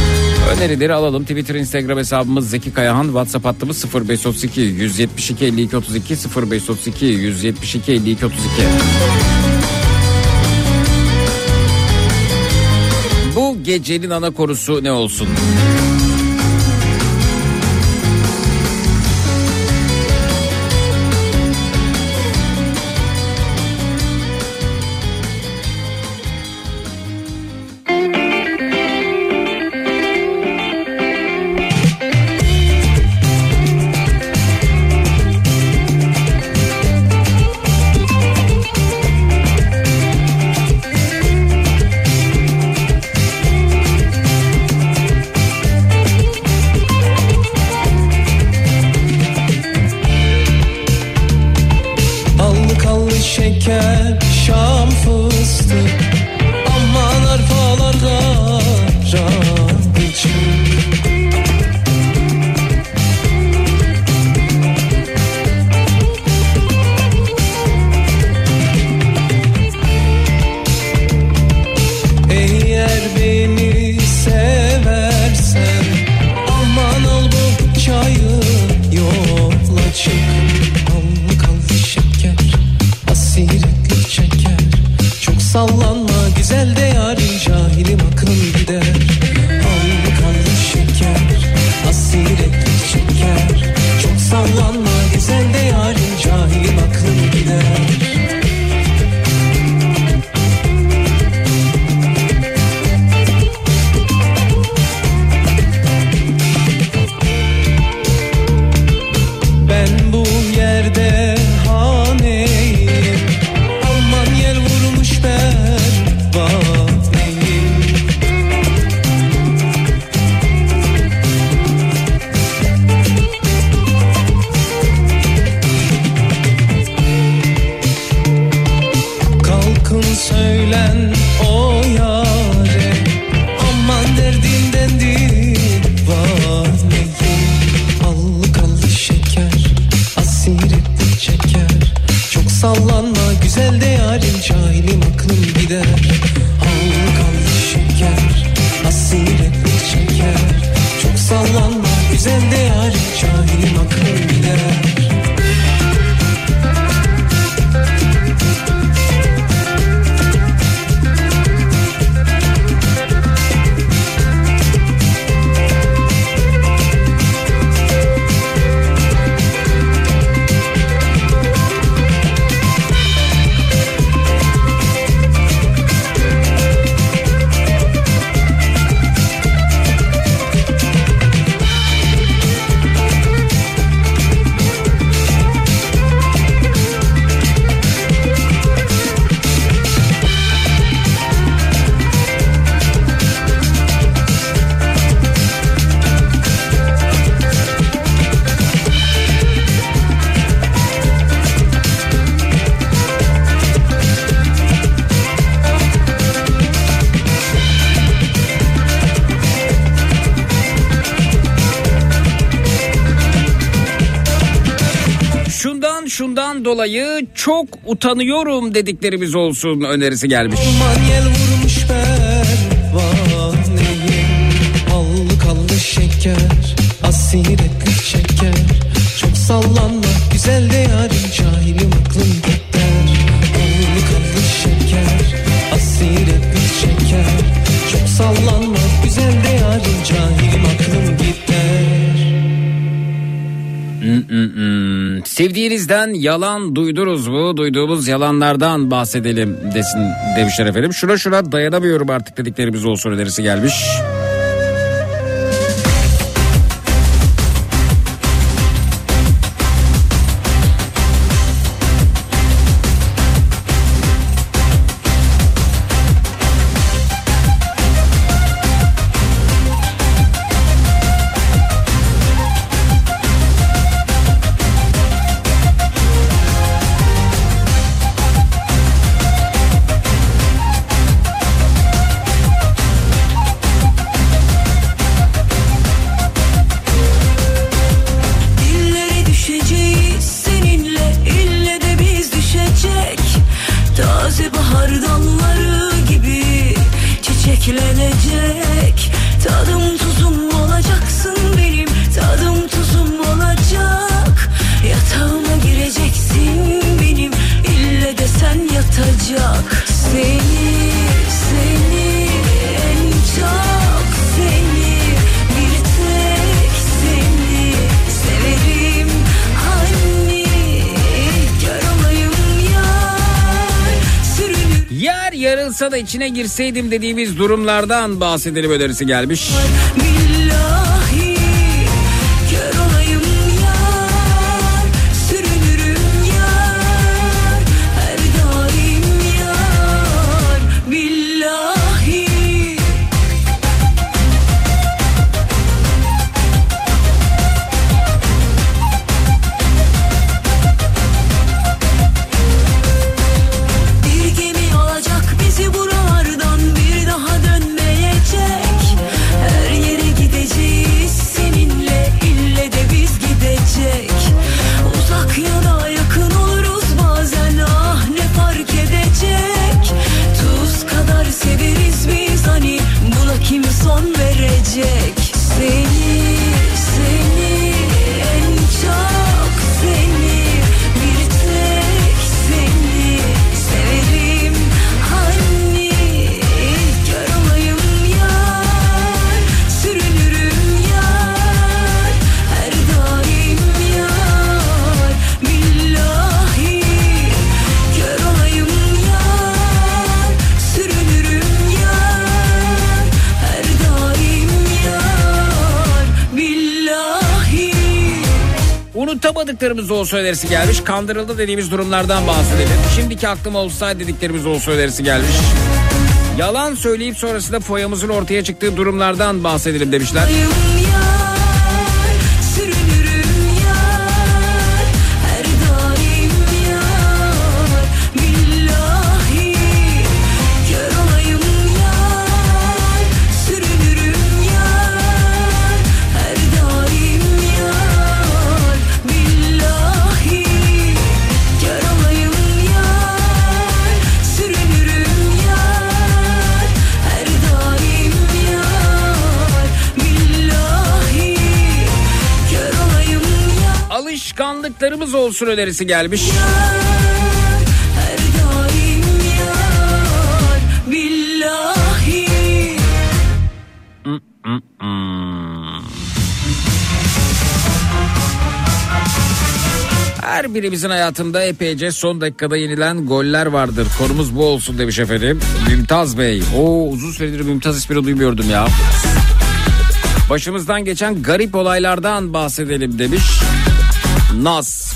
Önerileri alalım. Twitter, Instagram hesabımız Zeki Kayahan. WhatsApp hattımız sıfır beş otuz iki yüz yetmiş iki elli iki otuz iki sıfır beş otuz iki yüz yetmiş iki elli iki otuz iki. Bu gecenin ana konusu ne olsun? Şundan dolayı çok utanıyorum dediklerimiz olsun önerisi gelmiş. Manyel vurmuş pervaneyim, allı kallı şeker, asiretli şeker. Çok sallanma güzel de yarim, cahilim aklım gider. Allı kallı şeker, asiretli şeker. Çok sallanma güzel de yarim, cahilim aklım gider. Mm-mm. Sevdiğinizden yalan duydunuz mu? Duyduğumuz yalanlardan bahsedelim desin demişler efendim. Şuna şuna dayanamıyorum artık dediklerimiz olsun önerisi gelmiş. Tadım tuzum yarılsa da içine girseydim dediğimiz durumlardan bahsedelim önerisi gelmiş. Billahi kör olayım yar, sürünürüm yar, her daim yar. Billahi bir gemi alacak bizi buralardan, bir daha dönmeyecek. Her yere gideceğiz seninle, ille de biz gidecek. Uzak ya da yakın oluruz bazen, ah ne fark edecek. Tuz kadar severiz biz hani, buna kim son verecek? Seni, seni, en çok seni, bir tek seni severim hani. Kör olayım yar, sürünürüm yar, her daim yar. Billahi kör olayım yar, sürünürüm yar, her daim yar. Billahi. Unutamadıklarımız olsa önerisi gelmiş. Kandırıldı dediğimiz durumlardan bahsedelim. Şimdiki aklım olsaydı dediklerimiz olsa önerisi gelmiş. Yalan söyleyip sonrasında foyamızın ortaya çıktığı durumlardan bahsedelim demişler. Olayım yar, sürünürüm yar, her daim yar. Billahi kör olayım yar, sürünürüm yar, her daim yar. Billahi kör olayım yar, sürünürüm yar, her daim yar. Billahi kör olayım yar, Alışkanlıklarımız olsun önerisi gelmiş. her daim yar. Billahi. Her birimizin hayatında epeyce son dakikada yenilen goller vardır. Konumuz bu olsun demiş efendim. Mümtaz Bey. Oo, uzun süredir Mümtaz ismini duymuyordum ya. Başımızdan geçen garip olaylardan bahsedelim demiş. Naz.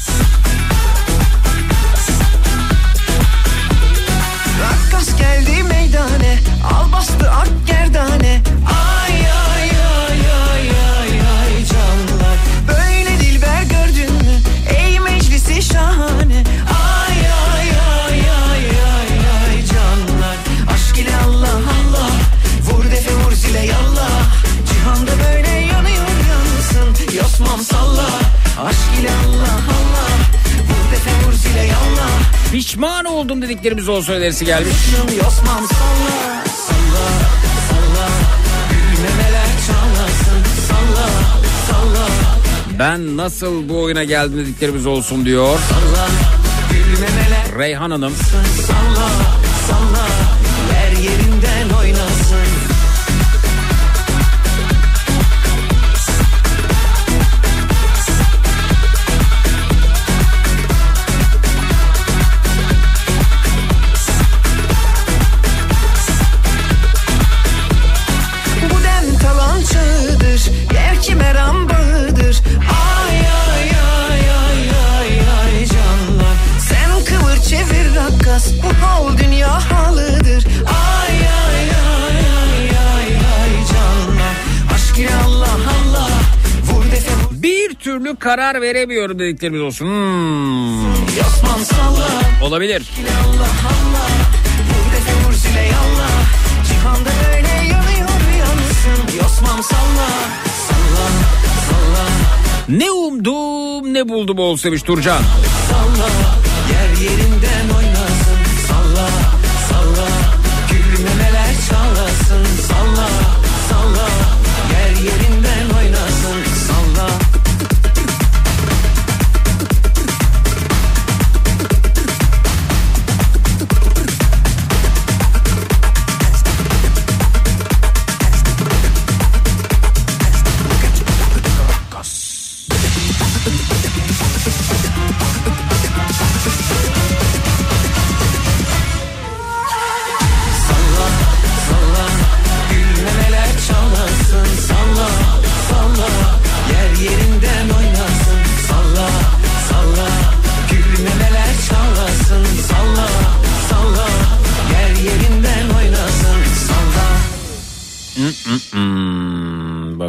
Rakkas geldi meydane, al bastı ak gerdane. Ay ay ay ay ay ay canlar, böyle dilber gördün mü? Ey meclisi şahane. Ay ay ay ay ay ay canlar, aşk ile Allah Allah, vur defe vur zile yallah. Cihanda böyle yanıyor yansın, yosmam salla. Aşk ile Allah Allah, vur defe vur zile yallah. Pişman oldum dediklerimiz olsa önerisi gelmiş. Yosmam salla, salla, salla. Gülmemeler çalasın, salla, salla. Ben nasıl bu oyuna geldim dediklerimiz olsun diyor. Salla, gülmemeler Reyhan Hanım. salla, salla. Her yerinden oynasın. Bu dem talan çağıdır, yer ki meram bağıdır. Ay ay ay ay ay ay canlar, sen kıvır çevir rakkas, bu hal dünya halıdır. Ay ay ay ay ay ay canlar, aşk ile Allah Allah, vur defe vur. Bir türlü karar veremiyorum dediklerimiz olsun. Hmm. Yosmam salla, Olabilir. ile Allah Allah, vur defe vur zile yallah. Cihanda böyle yanıyor yansın, yosmam salla, salla, salla. Ne umdum ne buldum olsa demiş Turcan. Salla, yer yerinden oynasın. Salla, salla, gülmemeler çalasın. Salla, salla, yer yerinden oynasın. Salla.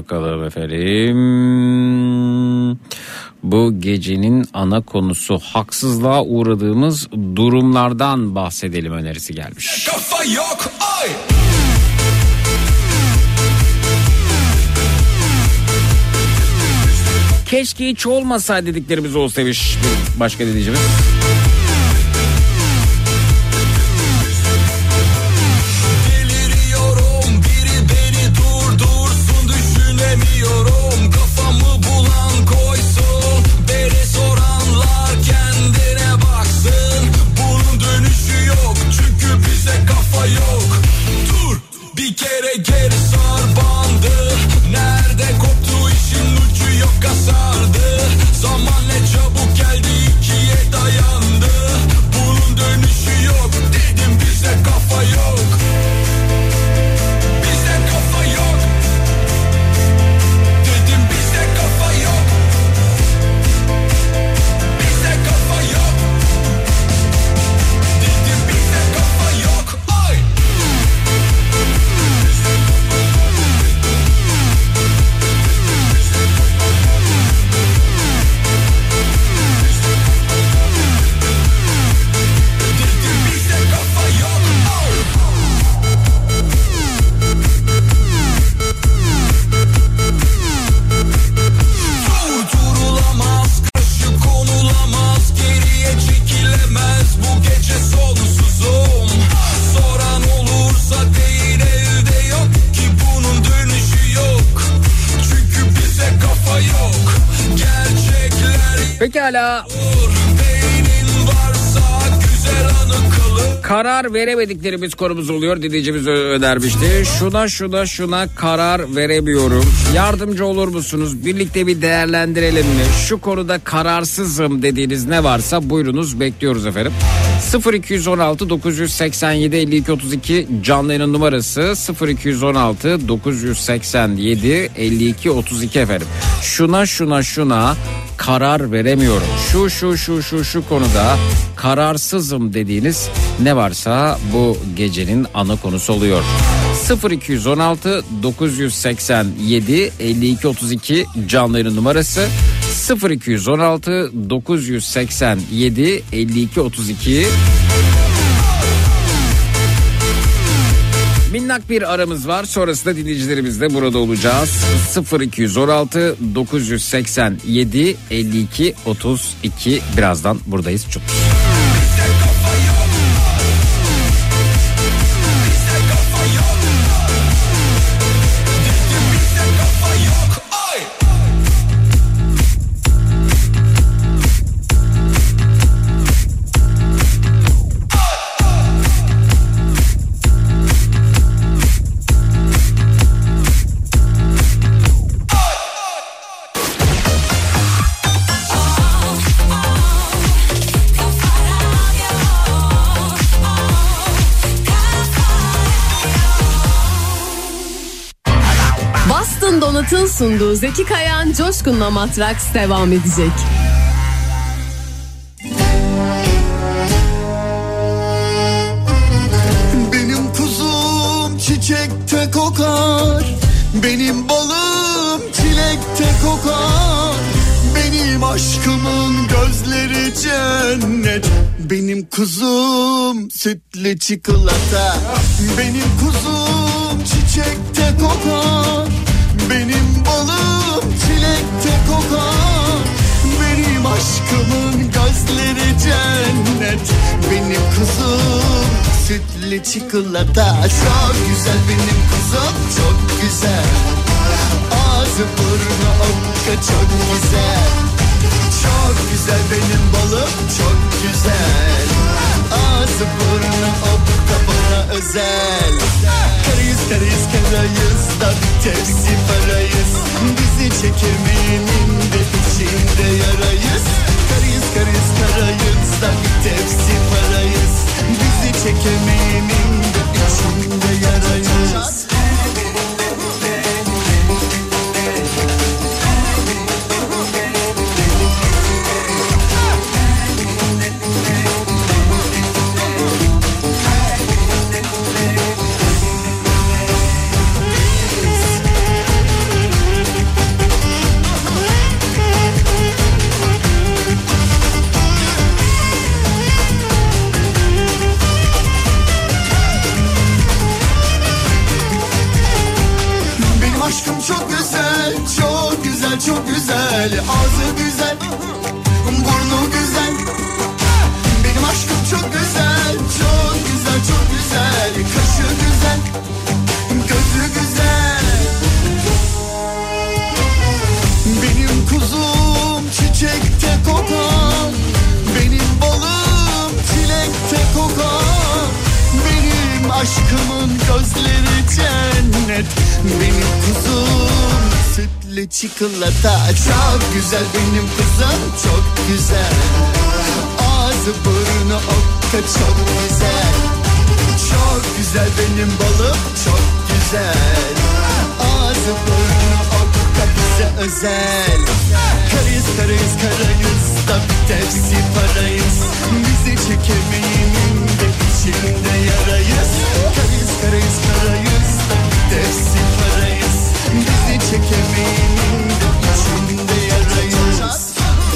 bakalım efendim. Bu gecenin ana konusu haksızlığa uğradığımız durumlardan bahsedelim önerisi gelmiş. Kafa yok ay. Keşke hiç olmasaydı dediklerimiz olsa demiş bir başka dinleyicimiz. Pekala. Karar veremediklerimiz konumuz oluyor. Dinleyicimiz önermişti. Şuna şuna şuna karar veremiyorum. Yardımcı olur musunuz? Birlikte bir değerlendirelim mi? Şu konuda kararsızım dediğiniz ne varsa buyurunuz, bekliyoruz efendim. sıfır iki on altı dokuz seksen yedi elli iki otuz iki canlı yayın numarası sıfır iki on altı dokuz seksen yedi elli iki otuz iki efendim. Şuna şuna şuna karar veremiyorum. Şu şu şu şu şu konuda kararsızım dediğiniz ne varsa bu gecenin ana konusu oluyor. sıfır iki on altı dokuz seksen yedi elli iki otuz iki canlı yayın numarası sıfır iki on altı dokuz seksen yedi elli iki otuz iki. Minnak bir aramız var. Sonrasında dinleyicilerimizle burada olacağız. sıfır iki on altı dokuz seksen yedi elli iki otuz iki. Birazdan buradayız. Çok. Donat'ın sunduğu Zeki Kayan Coşkun'la Matraks devam edecek. Benim kuzum çiçekte kokar, benim balım çilekte kokar, benim aşkımın gözleri cennet, benim kuzum sütlü çikolata, benim kuzum çiçekte kokar, benim balım çilekte kokar, benim aşkımın gözleri cennet, benim kuzum sütlü çikolata. Çok güzel benim kuzum, çok güzel, ağzı burnu okka çok güzel, çok güzel benim balım çok güzel, ağzı burnu okka bana özel. Karayız karayız karayız da bir tepsi parayız, bizi çekemeyenin de içinde yarayız. Karayız karayız karayız da bir tepsi parayız, bizi çekemeyenin de içinde yarayız. güzel çok güzel. Ağzı güzel, burnu güzel. Benim aşkım çok güzel, çok güzel çok güzel. Kaşı güzel, gözü güzel. Benim kuzum çiçekte kokar, benim balım çilekte kokar. Benim aşkımın gözleri cennet, benim kuzum sütlü çikolata. Çok güzel benim kızım, çok güzel. Ağzı burnu okka çok güzel. Çok güzel benim balım, çok güzel. Ağzı burnu okka bize özel. Karayız karayız karayız da bir tepsi parayız. Bizi çekemeyenin de içinde yarayız. Karayız karayız karayız da bir tepsi parayız. Bizi çekemeyenin de içinde yarayız.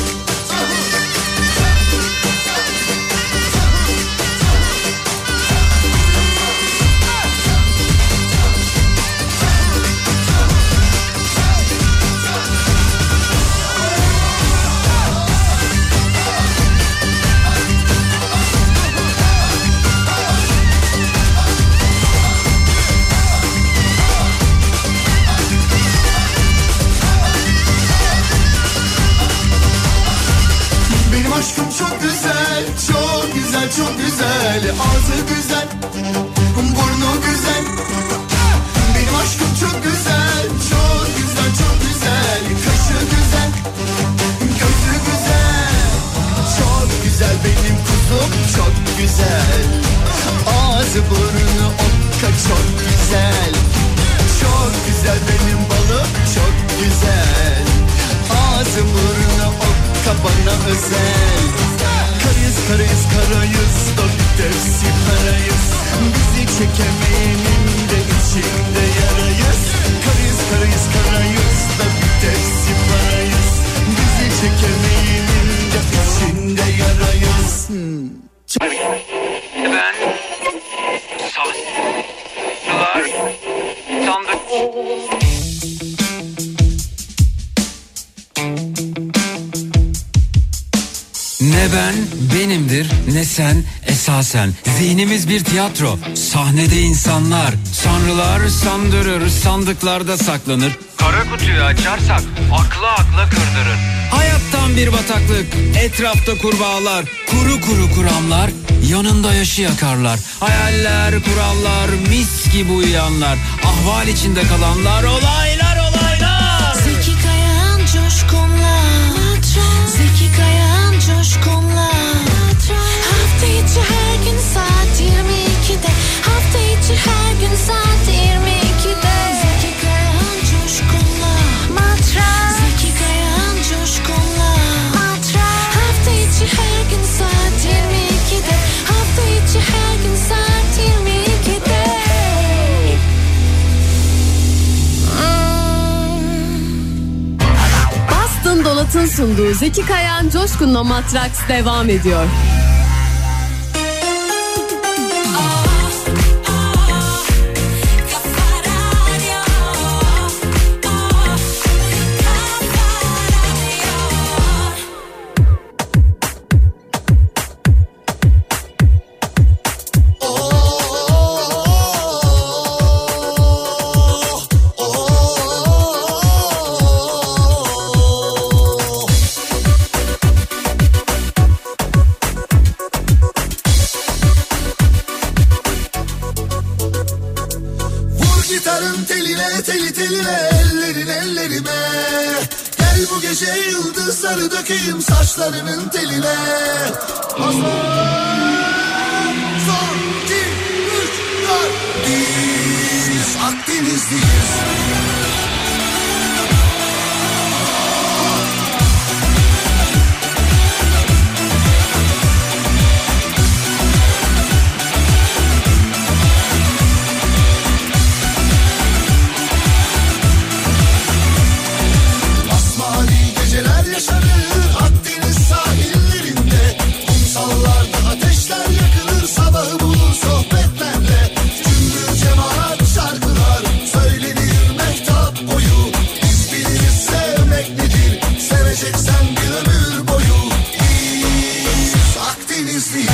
Aşkım çok güzel, çok güzel, çok güzel. Ağzı güzel, burnu güzel. Benim aşkım çok güzel, çok güzel, çok güzel. Kaşı güzel, gözü güzel. Çok güzel benim kuzum, çok güzel. Ağzı burnu okka çok güzel. Çok güzel benim balım, çok güzel. Ağzı burnu okka bana özel. Karayız karayız karayız da bir tepsi parayız. Bizi çekemeyenin de içinde yarayız. Karayız karayız karayız da bir tepsi parayız. Bizi çekemeyenin de içinde yarayız. Hmm. Ben sahneler sandık. Ne ben benimdir ne sen esasen. Zihnimiz bir tiyatro, sahnede insanlar. Sanrılar sandırır, sandıklarda saklanır. Kara kutuyu açarsak akla akla kırdırır. Hayattan bir bataklık, etrafta kurbağalar. Kuru kuru kuramlar, yanında yaşı yakarlar. Hayaller, kurallar, mis gibi uyuyanlar. Ahval içinde kalanlar, olaylar olaylar. Zeki Kayan Coşkun'la Zeki Kayan Coşkun'la hafta içi her gün saat yirmi ikide. Hafta içi her gün saat yirmi ikide. Zeki Kayan Coşkun'la Matras. Zeki Kayan Coşkun'la Matras. Hafta içi her gün saat yirmi ikide. Hafta içi her gün saat yirmi ikide. Boston Dolat'ın sunduğu Zeki Kayan Coşkun'la Matraks devam ediyor. Gitarın teline teli teline ellerin ellerime. Gel bu gece yıldızları dökeyim saçlarının teline. Hazır. Son iki üç dört. Biz Akdenizliyiz. Yaşanır Akdeniz sahillerinde, kumsallarda ateşler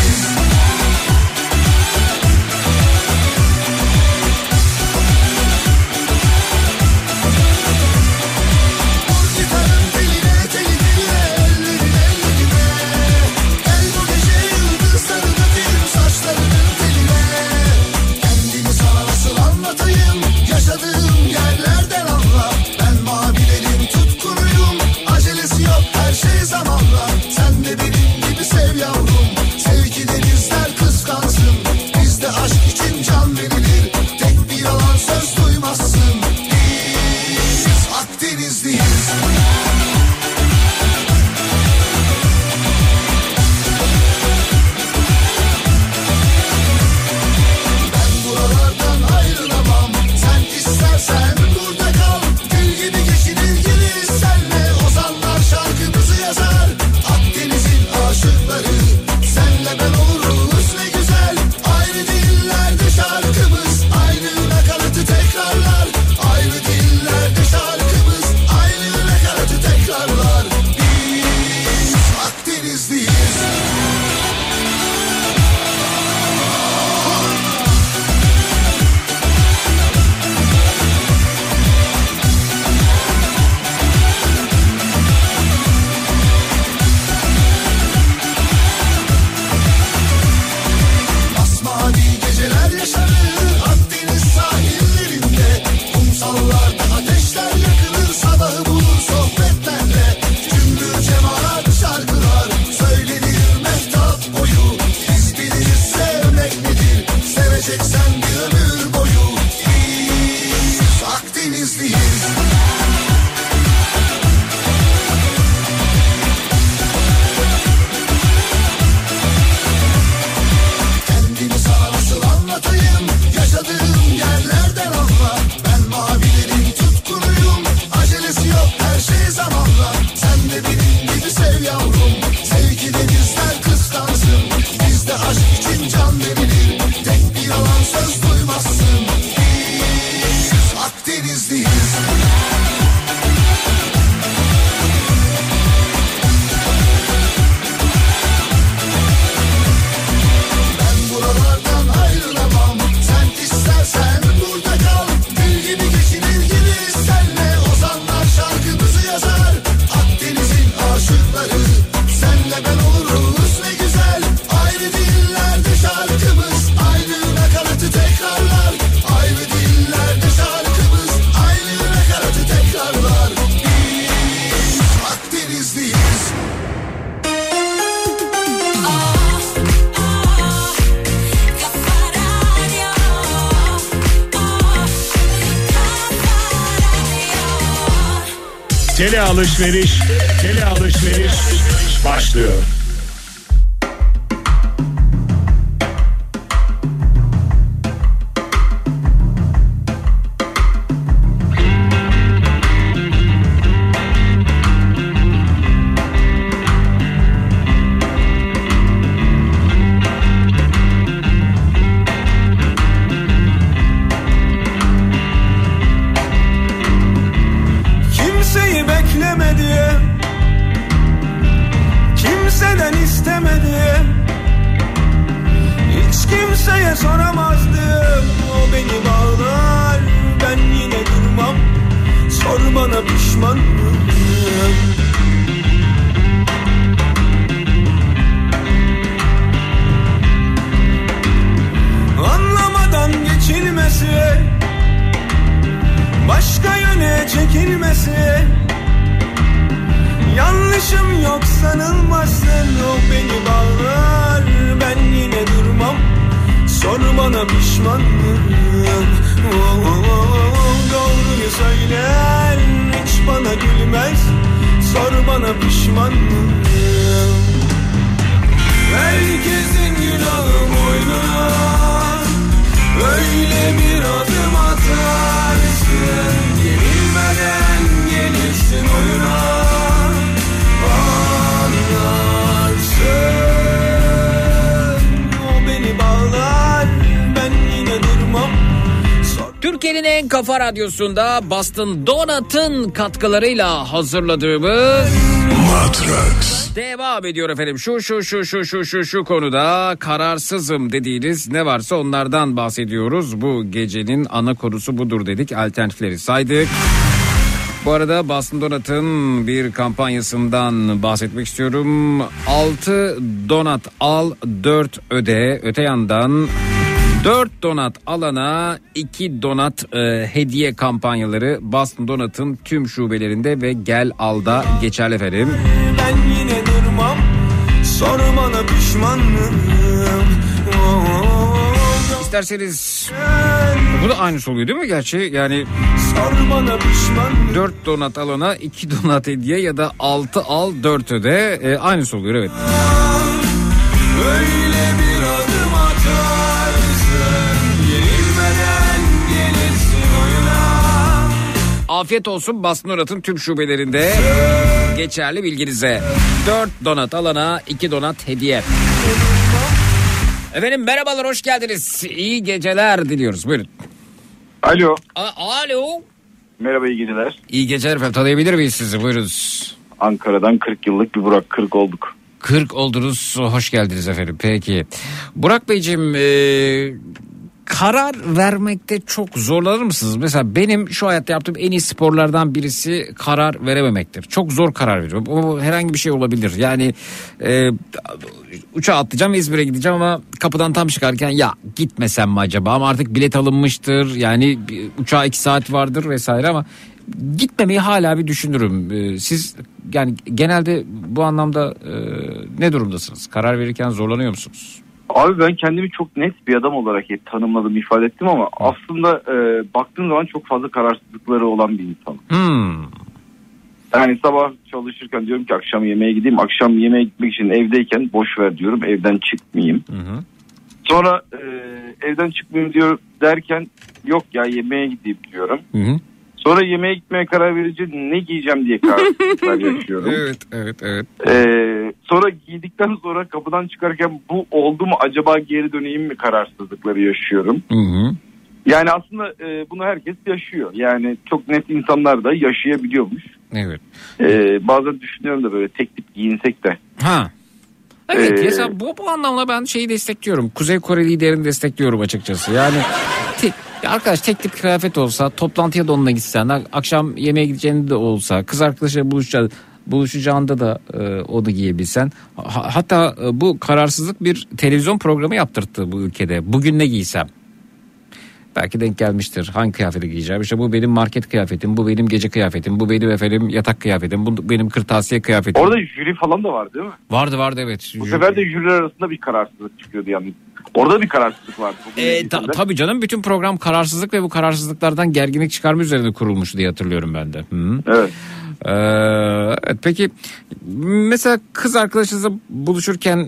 Tele alışveriş, tele alışveriş başlıyor. Türkiye'nin en kafa radyosunda Boston Donut'ın katkılarıyla hazırladığımız Matrax devam ediyor efendim. Şu şu şu şu şu şu şu konuda kararsızım dediğiniz ne varsa onlardan bahsediyoruz. Bu gecenin ana konusu budur dedik. Alternatifleri saydık. Bu arada Boston Donut'ın bir kampanyasından bahsetmek istiyorum. altı donut al, dört öde. Öte yandan dört donut alana iki donut e, hediye kampanyaları Boston Donut'ın tüm şubelerinde ve Gel Al'da geçerli efendim. Ben yine durmam, sor bana pişmanım. İsterseniz bu da aynısı oluyor değil mi gerçi? Yani sor bana pişmanım. dört donut alana iki donut hediye ya da altı al dört öde e, aynısı oluyor evet. Öyle bir adım atarsın, yenilmeden gelirsin oyuna. Afiyet olsun Boston Donut'ın tüm şubelerinde geçerli bilginize. dört donut alana iki donut hediye. Efendim merhabalar, hoş geldiniz. İyi geceler diliyoruz. Buyurun. Alo. A- Alo. Merhaba, iyi geceler. İyi geceler efendim. Tanıyabilir miyiz sizi? Buyurunuz. Ankara'dan kırk yıllık bir Burak, kırk olduk. kırk oldunuz. Hoş geldiniz efendim. Peki. Burak Beyciğim, ee, karar vermekte çok zorlanır mısınız? Mesela benim şu hayatta yaptığım en iyi sporlardan birisi karar verememektir. Çok zor karar veriyorum. O herhangi bir şey olabilir. Yani e, uçağa atlayacağım, İzmir'e gideceğim ama kapıdan tam çıkarken ya gitmesem mi acaba? Ama artık bilet alınmıştır. Yani uçağa iki saat vardır vesaire ama gitmemeyi hala bir düşünürüm. E, siz yani genelde bu anlamda e, ne durumdasınız? Karar verirken zorlanıyor musunuz? Abi ben kendimi çok net bir adam olarak hep tanımladım, ifade ettim ama aslında e, baktığım zaman çok fazla kararsızlıkları olan bir insanım. Hmm. Yani sabah çalışırken diyorum ki akşam yemeğe gideyim. Akşam yemeğe gitmek için evdeyken boş ver diyorum, evden çıkmayayım. Hı hı. Sonra e, evden çıkmayayım diyor derken yok ya yemeğe gideyim diyorum. Hı hı. Sonra yemeğe gitmeye karar verince ne giyeceğim diye kararsızlıklar yaşıyorum. Evet, evet, evet. Ee, sonra giydikten sonra kapıdan çıkarken bu oldu mu acaba geri döneyim mi kararsızlıkları yaşıyorum. Hı hı. Yani aslında e, bunu herkes yaşıyor. Yani çok net insanlar da yaşayabiliyormuş. Evet. Ee, bazen düşünüyorum da böyle tek tip giyinsek de. Ha. Evet, Ee, mesela bu, bu anlamda ben şeyi destekliyorum. Kuzey Kore liderini destekliyorum açıkçası. Yani tek, ya arkadaş tek tip kıyafet olsa, toplantıya da onunla gitsen, akşam yemeğe gideceğinde de olsa, kız arkadaşıyla buluşacağı, buluşacağında da e, onu giyebilsen. Ha, hatta e, bu kararsızlık bir televizyon programı yaptırttı bu ülkede. Bugün ne giysem? Belki denk gelmiştir. Hangi kıyafeti giyeceğim? İşte bu benim market kıyafetim, bu benim gece kıyafetim, bu benim efendim yatak kıyafetim, bu benim kırtasiye kıyafetim. Orada jüri falan da var değil mi? Vardı vardı evet. Bu sefer de jüriler arasında bir kararsızlık çıkıyordu yani. Orada bir kararsızlık vardı. E, ta, tabii canım, bütün program kararsızlık ve bu kararsızlıklardan gerginlik çıkarma üzerine kurulmuştu diye hatırlıyorum ben de. Hı. Evet. Ee, evet. Peki mesela kız arkadaşınızla buluşurken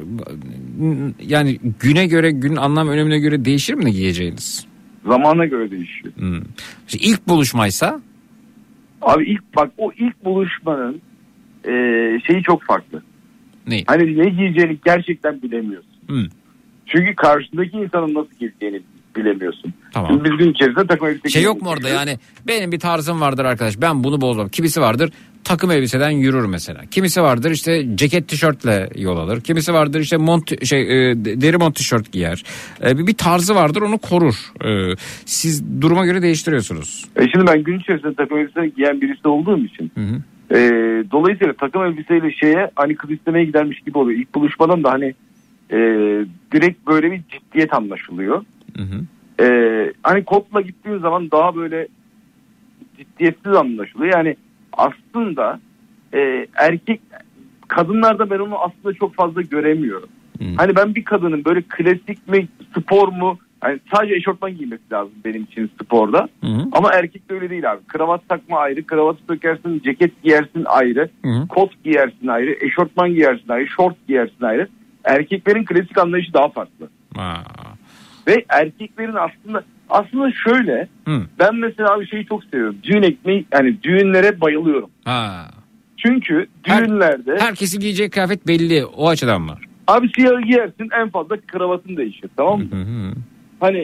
yani güne göre, gün anlam önemine göre değişir mi ne giyeceğiniz? Zamana göre değişiyor. Hmm. İşte ilk buluşmaysa? Abi ilk bak o ilk buluşmanın e, şeyi çok farklı. Ne? Hani ne giyeceğini gerçekten bilemiyorsun. Hmm. Çünkü karşındaki insanın nasıl giyeceğini bilemiyorsun. Tamam. Şimdi biz gün içerisinde takım elbise Şey yok mu orada yani benim bir tarzım vardır arkadaş, ben bunu bozmam. Kimisi vardır takım elbiseden yürür mesela. Kimisi vardır işte ceket tişörtle yol alır. Kimisi vardır işte mont şey e, deri mont tişört giyer. E, bir, bir tarzı vardır, onu korur. E, siz duruma göre değiştiriyorsunuz. E şimdi ben gün içerisinde takım elbise giyen birisi olduğum için. Hı hı. E, dolayısıyla takım elbiseyle şeye hani kız istemeye gidermiş gibi oluyor. İlk buluşmadan da hani e, direkt böyle bir ciddiyet anlaşılıyor. Hı hı. Ee, hani kotla gittiğin zaman daha böyle ciddiyetsiz anlaşılıyor. Yani aslında e, erkek kadınlarda ben onu aslında çok fazla göremiyorum. Hı. Hani ben bir kadının böyle klasik mi, spor mu, hani sadece eşofman giymesi lazım benim için sporda. Hı hı. Ama erkek de öyle değil abi. Kravat takma ayrı, kravatı sökersin, ceket giyersin ayrı, Hı hı. kot giyersin ayrı, eşofman giyersin ayrı, şort giyersin ayrı. Erkeklerin klasik anlayışı daha farklı. Aa. Ve erkeklerin aslında aslında şöyle, Hı. ben mesela bir şeyi çok seviyorum. Düğün ekmeği, yani düğünlere bayılıyorum. Ha. Çünkü düğünlerde... Her, herkesin giyeceği kıyafet belli, o açıdan var. Abi siyah giyersin, en fazla kravatın değişir, tamam mı? Hı hı. Hani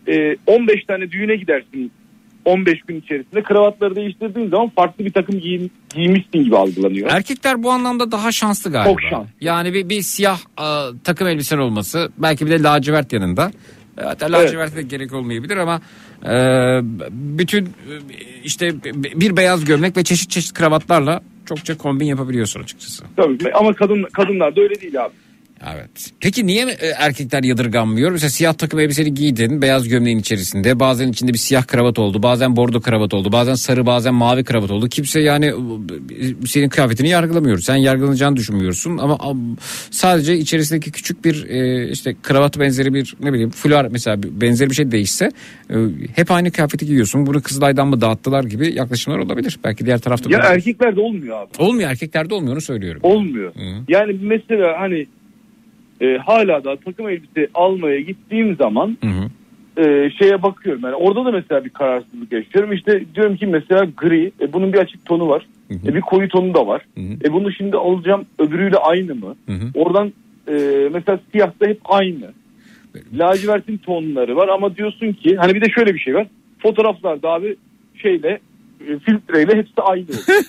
e, on beş tane düğüne gidersin on beş gün içerisinde, kravatları değiştirdiğin zaman farklı bir takım giyin, giymişsin gibi algılanıyor. Erkekler bu anlamda daha şanslı galiba. Çok şanslı. Yani bir, bir siyah a, takım elbisen olması, belki bir de lacivert yanında. Hatta lacivert de gerek olmayabilir ama e, bütün e, işte bir beyaz gömlek ve çeşit çeşit kravatlarla çokça kombin yapabiliyorsun açıkçası. Tabii ama kadın kadınlar da öyle değil abi. Evet. Peki niye erkekler yadırganmıyor? Mesela siyah takım elbiseni giydin, beyaz gömleğin içerisinde. Bazen içinde bir siyah kravat oldu, bazen bordo kravat oldu, bazen sarı, bazen mavi kravat oldu. Kimse yani senin kıyafetini yargılamıyor. Sen yargılanacağını düşünmüyorsun ama sadece içerisindeki küçük bir işte kravat benzeri bir, ne bileyim, fular mesela benzeri bir şey değişse hep aynı kıyafeti giyiyorsun. Bunu Kızılay'dan mı dağıttılar gibi yaklaşımlar olabilir. Belki diğer tarafta. Ya erkeklerde olmuyor abi. Olmuyor, erkeklerde olmuyor, onu söylüyorum. Olmuyor. Hı-hı. Yani mesela hani E, hala da takım elbise almaya gittiğim zaman e, şeye bakıyorum. Yani orada da mesela bir kararsızlık yaşıyorum. İşte diyorum ki mesela gri. E, bunun bir açık tonu var. E, bir koyu tonu da var. E, bunu şimdi alacağım, öbürüyle aynı mı? Oradan e, mesela siyah da hep aynı. Lacivertin tonları var ama diyorsun ki hani bir de şöyle bir şey var. Fotoğraflarda abi şeyle filtreyle hepsi aynı.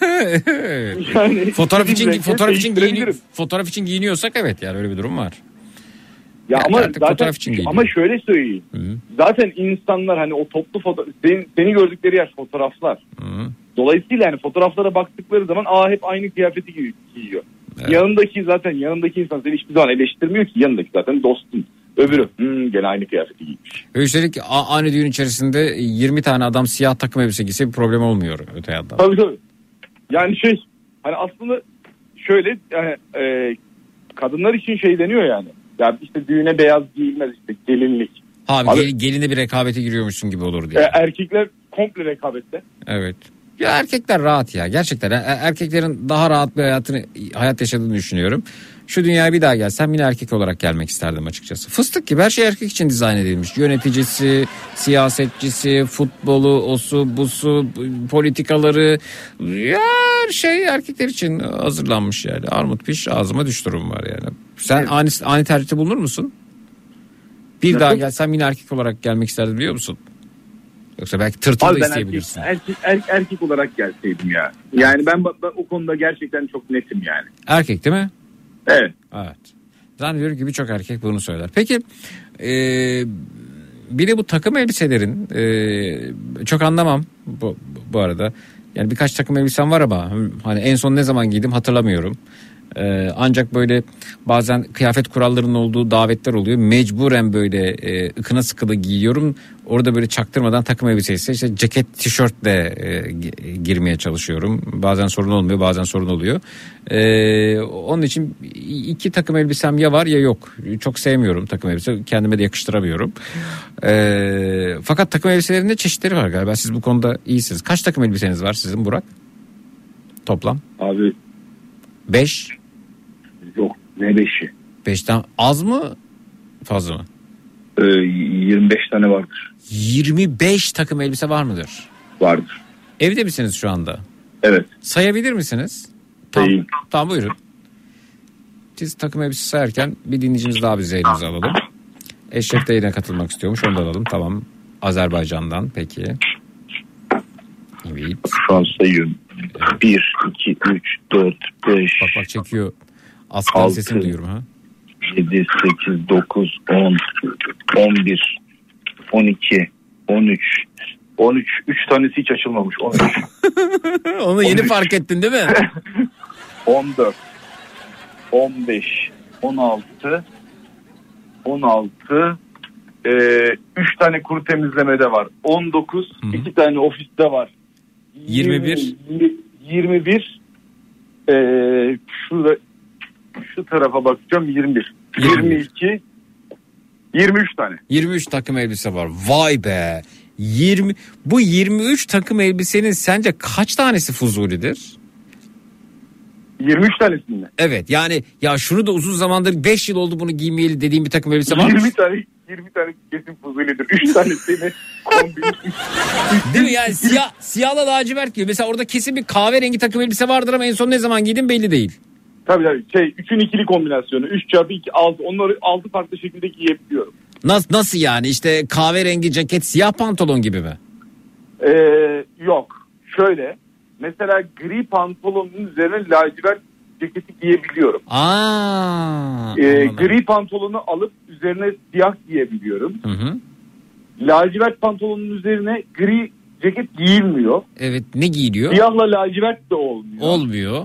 Yani fotoğraf için fotoğraf için giyini, fotoğraf için giyiniyorsak evet, yani öyle bir durum var. Ya yani ama zaten ama şöyle söyleyeyim. Hı-hı. Zaten insanlar hani o toplu foto seni, seni gördükleri yer fotoğraflar. Hı-hı. Dolayısıyla yani fotoğraflara baktıkları zaman aa hep aynı kıyafeti giyiyor. Evet. Yanındaki zaten yanındaki insan seni hiçbir zaman eleştirmiyor ki, yanındaki zaten dostun. Öbürü hmm, gene aynı kıyafeti giymiş. Üstelik aynı düğün içerisinde yirmi tane adam siyah takım elbise giyse bir problem olmuyor öte yandan. Tabii tabii. Yani şey hani aslında şöyle yani, e, kadınlar için şey deniyor yani. Ya işte düğüne beyaz giyilmez, işte gelinlik. Abi, Abi gel, geline bir rekabete giriyormuşsun gibi olur diye. E, erkekler komple rekabette. Evet. Ya erkekler rahat ya gerçekten. Erkeklerin daha rahat bir hayatını hayat yaşadığını düşünüyorum. Şu dünyaya bir daha gelsem yine erkek olarak gelmek isterdim açıkçası. Fıstık gibi her şey erkek için dizayn edilmiş. Yöneticisi, siyasetçisi, futbolu, osu, busu, politikaları, ya her şey erkekler için hazırlanmış yani. Armut piş ağzıma düş durum var yani. Sen evet. ani, ani tercihte bulunur musun? Bir Nasıl? Daha gelsem yine erkek olarak gelmek isterdim biliyor musun? Yoksa belki tırtıl da isteyebilirsin. Erkek, erkek, erkek olarak gelseydim ya. Yani ben, ben o konuda gerçekten çok netim yani. Erkek değil mi? Evet. Evet. Zannediyorum ki birçok erkek bunu söyler. Peki e, bir de bu takım elbiselerin e, çok anlamam bu, bu arada. Yani birkaç takım elbisem var ama hani en son ne zaman giydim hatırlamıyorum. Ee, ancak böyle bazen kıyafet kurallarının olduğu davetler oluyor. Mecburen böyle e, ıkına sıkılı giyiyorum. Orada böyle çaktırmadan takım elbiseyse işte ceket, tişörtle e, girmeye çalışıyorum. Bazen sorun olmuyor, bazen sorun oluyor. Ee, onun için iki takım elbisem ya var ya yok. Çok sevmiyorum takım elbise. Kendime de yakıştıramıyorum. Ee, fakat takım elbiselerinde çeşitleri var galiba. Siz bu konuda iyisiniz. Kaç takım elbiseniz var sizin Burak? Toplam. Abi Beş. Yok, ne beşi? Beşten az mı fazla mı? Ee, yirmi beş tane vardır. yirmi beş takım elbise var mıdır? Vardır. Evde misiniz şu anda? Evet. Sayabilir misiniz? Tamam, tamam buyurun. Siz takım elbise sayarken bir dinleyicimiz daha bize elimize alalım. Eşref de yine katılmak istiyormuş, onu da alalım. Tamam, Azerbaycan'dan peki. Evet. Şu an sayıyorum. bir, iki, üç, dört, beş. Bak bak çekiyor. Aslan sesini duyuyorum ha. yedi, sekiz, dokuz, on, on bir, on iki, on üç. on üç. üç tanesi hiç açılmamış. on üç. Onu yeni on üç. Fark ettin değil mi? on dört. on beş. on altı. on altı. Ee, üç tane kuru temizlemede var. on dokuz. Hı-hı. iki tane ofiste var. yirmi bir. yirmi bir. Ee, şurada şu tarafa bakacağım. yirmi bir. yirmi iki. yirmi üç tane. yirmi üç takım elbise var. Vay be. yirmi Bu yirmi üç takım elbisenin sence kaç tanesi fuzulidir? yirmi üç tanesi mi? Evet. Yani ya şunu da uzun zamandır beş yıl oldu bunu giymeyeli dediğim bir takım elbise var mı? yirmi tane yirmi tane kesin fuzulidir. üç tanesini kombin. Değil mi? Yani siyah siyahla lacivert giyiyor. Mesela orada kesin bir kahverengi takım elbise vardır ama en son ne zaman giydin belli değil. Tabii tabii. Şey üçün ikili kombinasyonu. üç çarpı iki altı. Onları altı farklı şekilde giyebiliyorum. Nasıl, nasıl yani işte kahverengi ceket siyah pantolon gibi mi? Ee, yok. Şöyle. Mesela gri pantolonun üzerine lacivert ceketi giyebiliyorum. Aa, Ee, gri pantolonu alıp üzerine siyah giyebiliyorum. Hı hı. Lacivert pantolonun üzerine gri ceket giyilmiyor. Evet, ne giyiliyor? Siyahla lacivert de olmuyor. Olmuyor.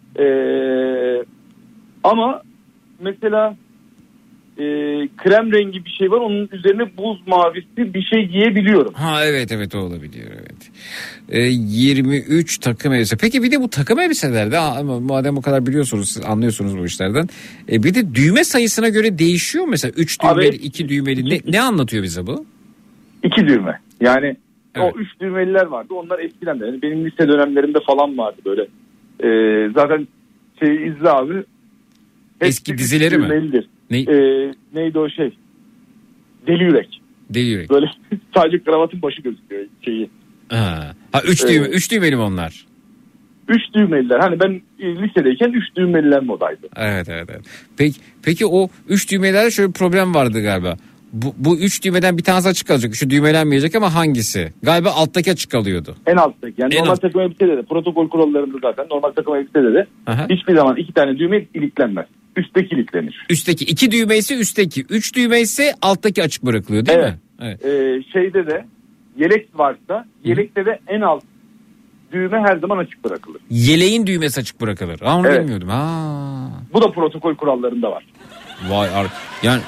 Ee, ama mesela e, krem rengi bir şey var, onun üzerine buz mavisi bir şey giyebiliyorum. Ha evet evet o olabiliyor evet. Ee, yirmi üç takım elbise. Peki bir de bu takım elbiselerde ama madem o kadar biliyorsunuz, siz anlıyorsunuz bu işlerden. E, bir de düğme sayısına göre değişiyor mu? Mesela üç düğmeli, Abi, iki düğmeli ne, ne anlatıyor bize bu? İki düğme. Yani evet. O üç düğmeliler vardı. Onlar eskiden de. Yani benim lise dönemlerimde falan vardı böyle. Ee, zaten şey izle abi. Eski dizileri mi? Ne? Ee, neydi o şey? Deli Yürek. Deli Yürek. Böyle sadece kravatın başı gözüküyor şeyi. Ha, ha üç düğme, ee, üç düğmeli mi onlar? Üç düğmeliler. Hani ben lisedeyken üç düğmeliler modaydı. Evet evet evet. Peki, peki o üç düğmelerde şöyle bir problem vardı galiba. Bu, bu üç düğmeden bir tanesi açık kalacak. Şu düğmelenmeyecek ama hangisi? Galiba alttaki açık kalıyordu. En alttaki. Yani en normal alt... takım elbisede de protokol kurallarında zaten normal takım elbisede de Aha. hiçbir zaman iki tane düğme iliklenmez. Üstteki iliklenir. Üstteki iki düğme ise üstteki. Üç düğme ise alttaki açık bırakılıyor değil evet. mi? Evet. Ee, şeyde de yelek varsa yelekte de en alt düğme her zaman açık bırakılır. Yeleğin düğmesi açık bırakılır. Aa, onu evet. bilmiyordum. Ha. Bu da protokol kurallarında var. Vay ar- yani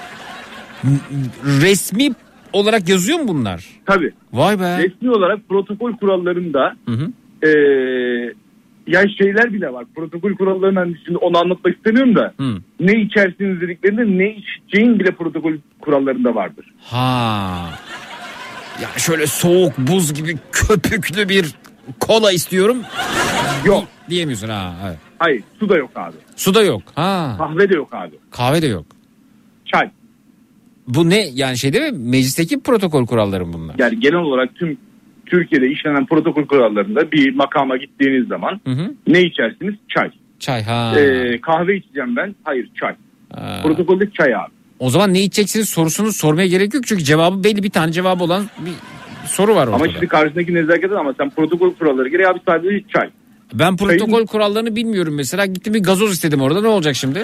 resmi olarak yazıyor mu bunlar? Tabii. Vay be. Resmi olarak protokol kurallarında hı hı. E, yani şeyler bile var. Protokol kurallarından şimdi onu anlatmak istemiyorum da hı. ne içersiniz dediklerinde ne içeceğin bile protokol kurallarında vardır. Ha. Ya şöyle soğuk buz gibi köpüklü bir kola istiyorum. Yok. Diyemiyorsun ha. Evet. Hayır, su da yok abi. Su da yok. Ha. Kahve de yok abi. Kahve de yok. Çay. Bu ne yani şey değil mi? Meclisteki protokol kuralları mı bunlar? Yani genel olarak tüm Türkiye'de işlenen protokol kurallarında bir makama gittiğiniz zaman hı hı. ne içersiniz? Çay. Çay ha. Ee, kahve içeceğim ben. Hayır, çay. Ha. Protokolde çay abi. O zaman ne içeceksiniz sorusunu sormaya gerek yok. Çünkü cevabı belli, bir tane cevabı olan bir soru var ortada. Ama şimdi karşısındaki nezaket ama sen protokol kuralları gereği abi sadece çay. Ben protokol Çayın... kurallarını bilmiyorum mesela. Gittim bir gazoz istedim orada, ne olacak şimdi?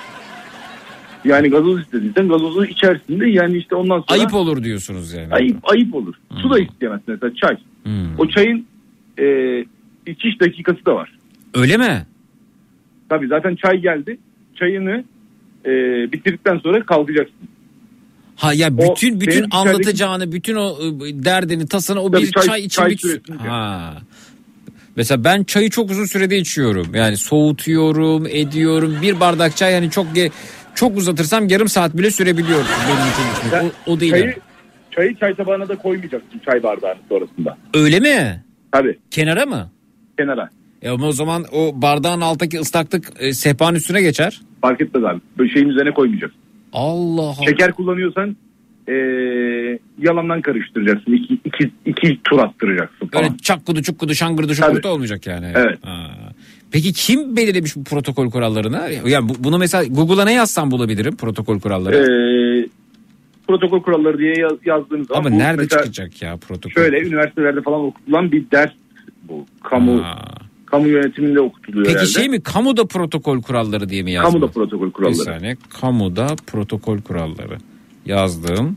Yani gazoz istediysen gazozu içersin de yani işte ondan sonra... Ayıp olur diyorsunuz yani. Ayıp, ayıp olur. Hmm. Su da isteyemezsin mesela, çay. Hmm. O çayın e, içiş dakikası da var. Öyle mi? Tabii zaten çay geldi. Çayını e, bitirdikten sonra kalkacaksın. Ha ya bütün o, bütün anlatacağını, içerideki... bütün o derdini, tasını o Tabii bir çay, çay için çay bir... Ha. Mesela ben çayı çok uzun sürede içiyorum. Yani soğutuyorum, ediyorum. Bir bardak çay yani çok çok uzatırsam yarım saat bile sürebiliyor benim için içmek. O, o değil. Çayı, yani. çayı çay tabağına da koymayacaksın, çay bardağının sonrasında. Öyle mi? Tabii. Kenara mı? Kenara. E ama o zaman o bardağın alttaki ıslaklık e, sehpanın üstüne geçer. Fark etmez abi. Böyle şeyin üzerine koymayacaksın. Allah Allah. Şeker kullanıyorsan e, yalandan karıştıracaksın. İki, iki, iki tur attıracaksın falan. Öyle çakkudu çukkudu şangırdı şungurdu olmayacak yani. Evet. Ha. Peki kim belirlemiş bu protokol kurallarını? Yani bu, bunu mesela Google'a ne yazsam bulabilirim protokol kuralları? Ee, protokol kuralları diye yaz, yazdığınız zaman. Ama nerede çıkacak ya protokol? Şöyle üniversitelerde falan okutulan bir ders bu. Kamu ha. kamu yönetiminde okutuluyor Peki herhalde. şey mi, kamuda protokol kuralları diye mi yazdım? Kamuda protokol kuralları. Bir saniye, kamuda protokol kuralları yazdım.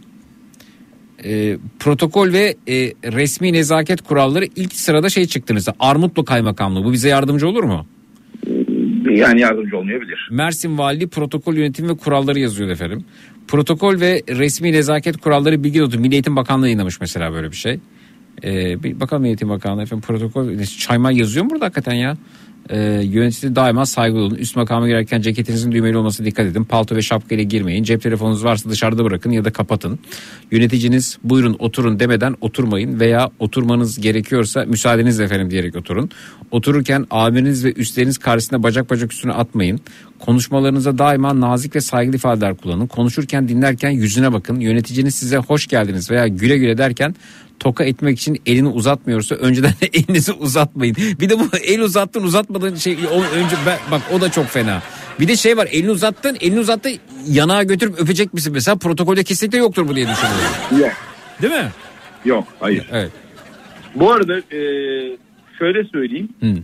E, protokol ve e, resmi nezaket kuralları ilk sırada şey çıktığınızda Armutlu Kaymakamlığı, bu bize yardımcı olur mu? Yani yardımcı olmayabilir. Mersin Valiliği protokol yönetimi ve kuralları yazıyor efendim. Protokol ve resmi nezaket kuralları bilgi notu. Milli Eğitim Bakanlığı yayınlamış mesela böyle bir şey. Ee, bir bakalım Milli Eğitim Bakanlığı efendim, protokol çaymay yazıyor mu burada hakikaten ya? Ee, yönetici daima saygılı olun. Üst makama girerken ceketinizin düğmeli olmasına dikkat edin. Palto ve şapka ile girmeyin. Cep telefonunuz varsa dışarıda bırakın ya da kapatın. Yöneticiniz buyurun oturun demeden oturmayın veya oturmanız gerekiyorsa müsaadenizle efendim diyerek oturun. Otururken amiriniz ve üstleriniz karşısında bacak bacak üstüne atmayın. Konuşmalarınıza daima nazik ve saygılı ifadeler kullanın. Konuşurken, dinlerken yüzüne bakın. Yöneticiniz size hoş geldiniz veya güle güle derken toka etmek için elini uzatmıyorsa önceden de elinizi uzatmayın. Bir de bu el uzattın uzatmadığın şey o önce ben, bak o da çok fena. Bir de şey var, elini uzattın, elini uzattı, yanağa götürüp öpecek misin mesela? Protokolde kesinlikle yoktur bu diye düşünüyorum. Yok. Değil mi? Yok, hayır. Evet. Bu arada e, şöyle söyleyeyim. Hı.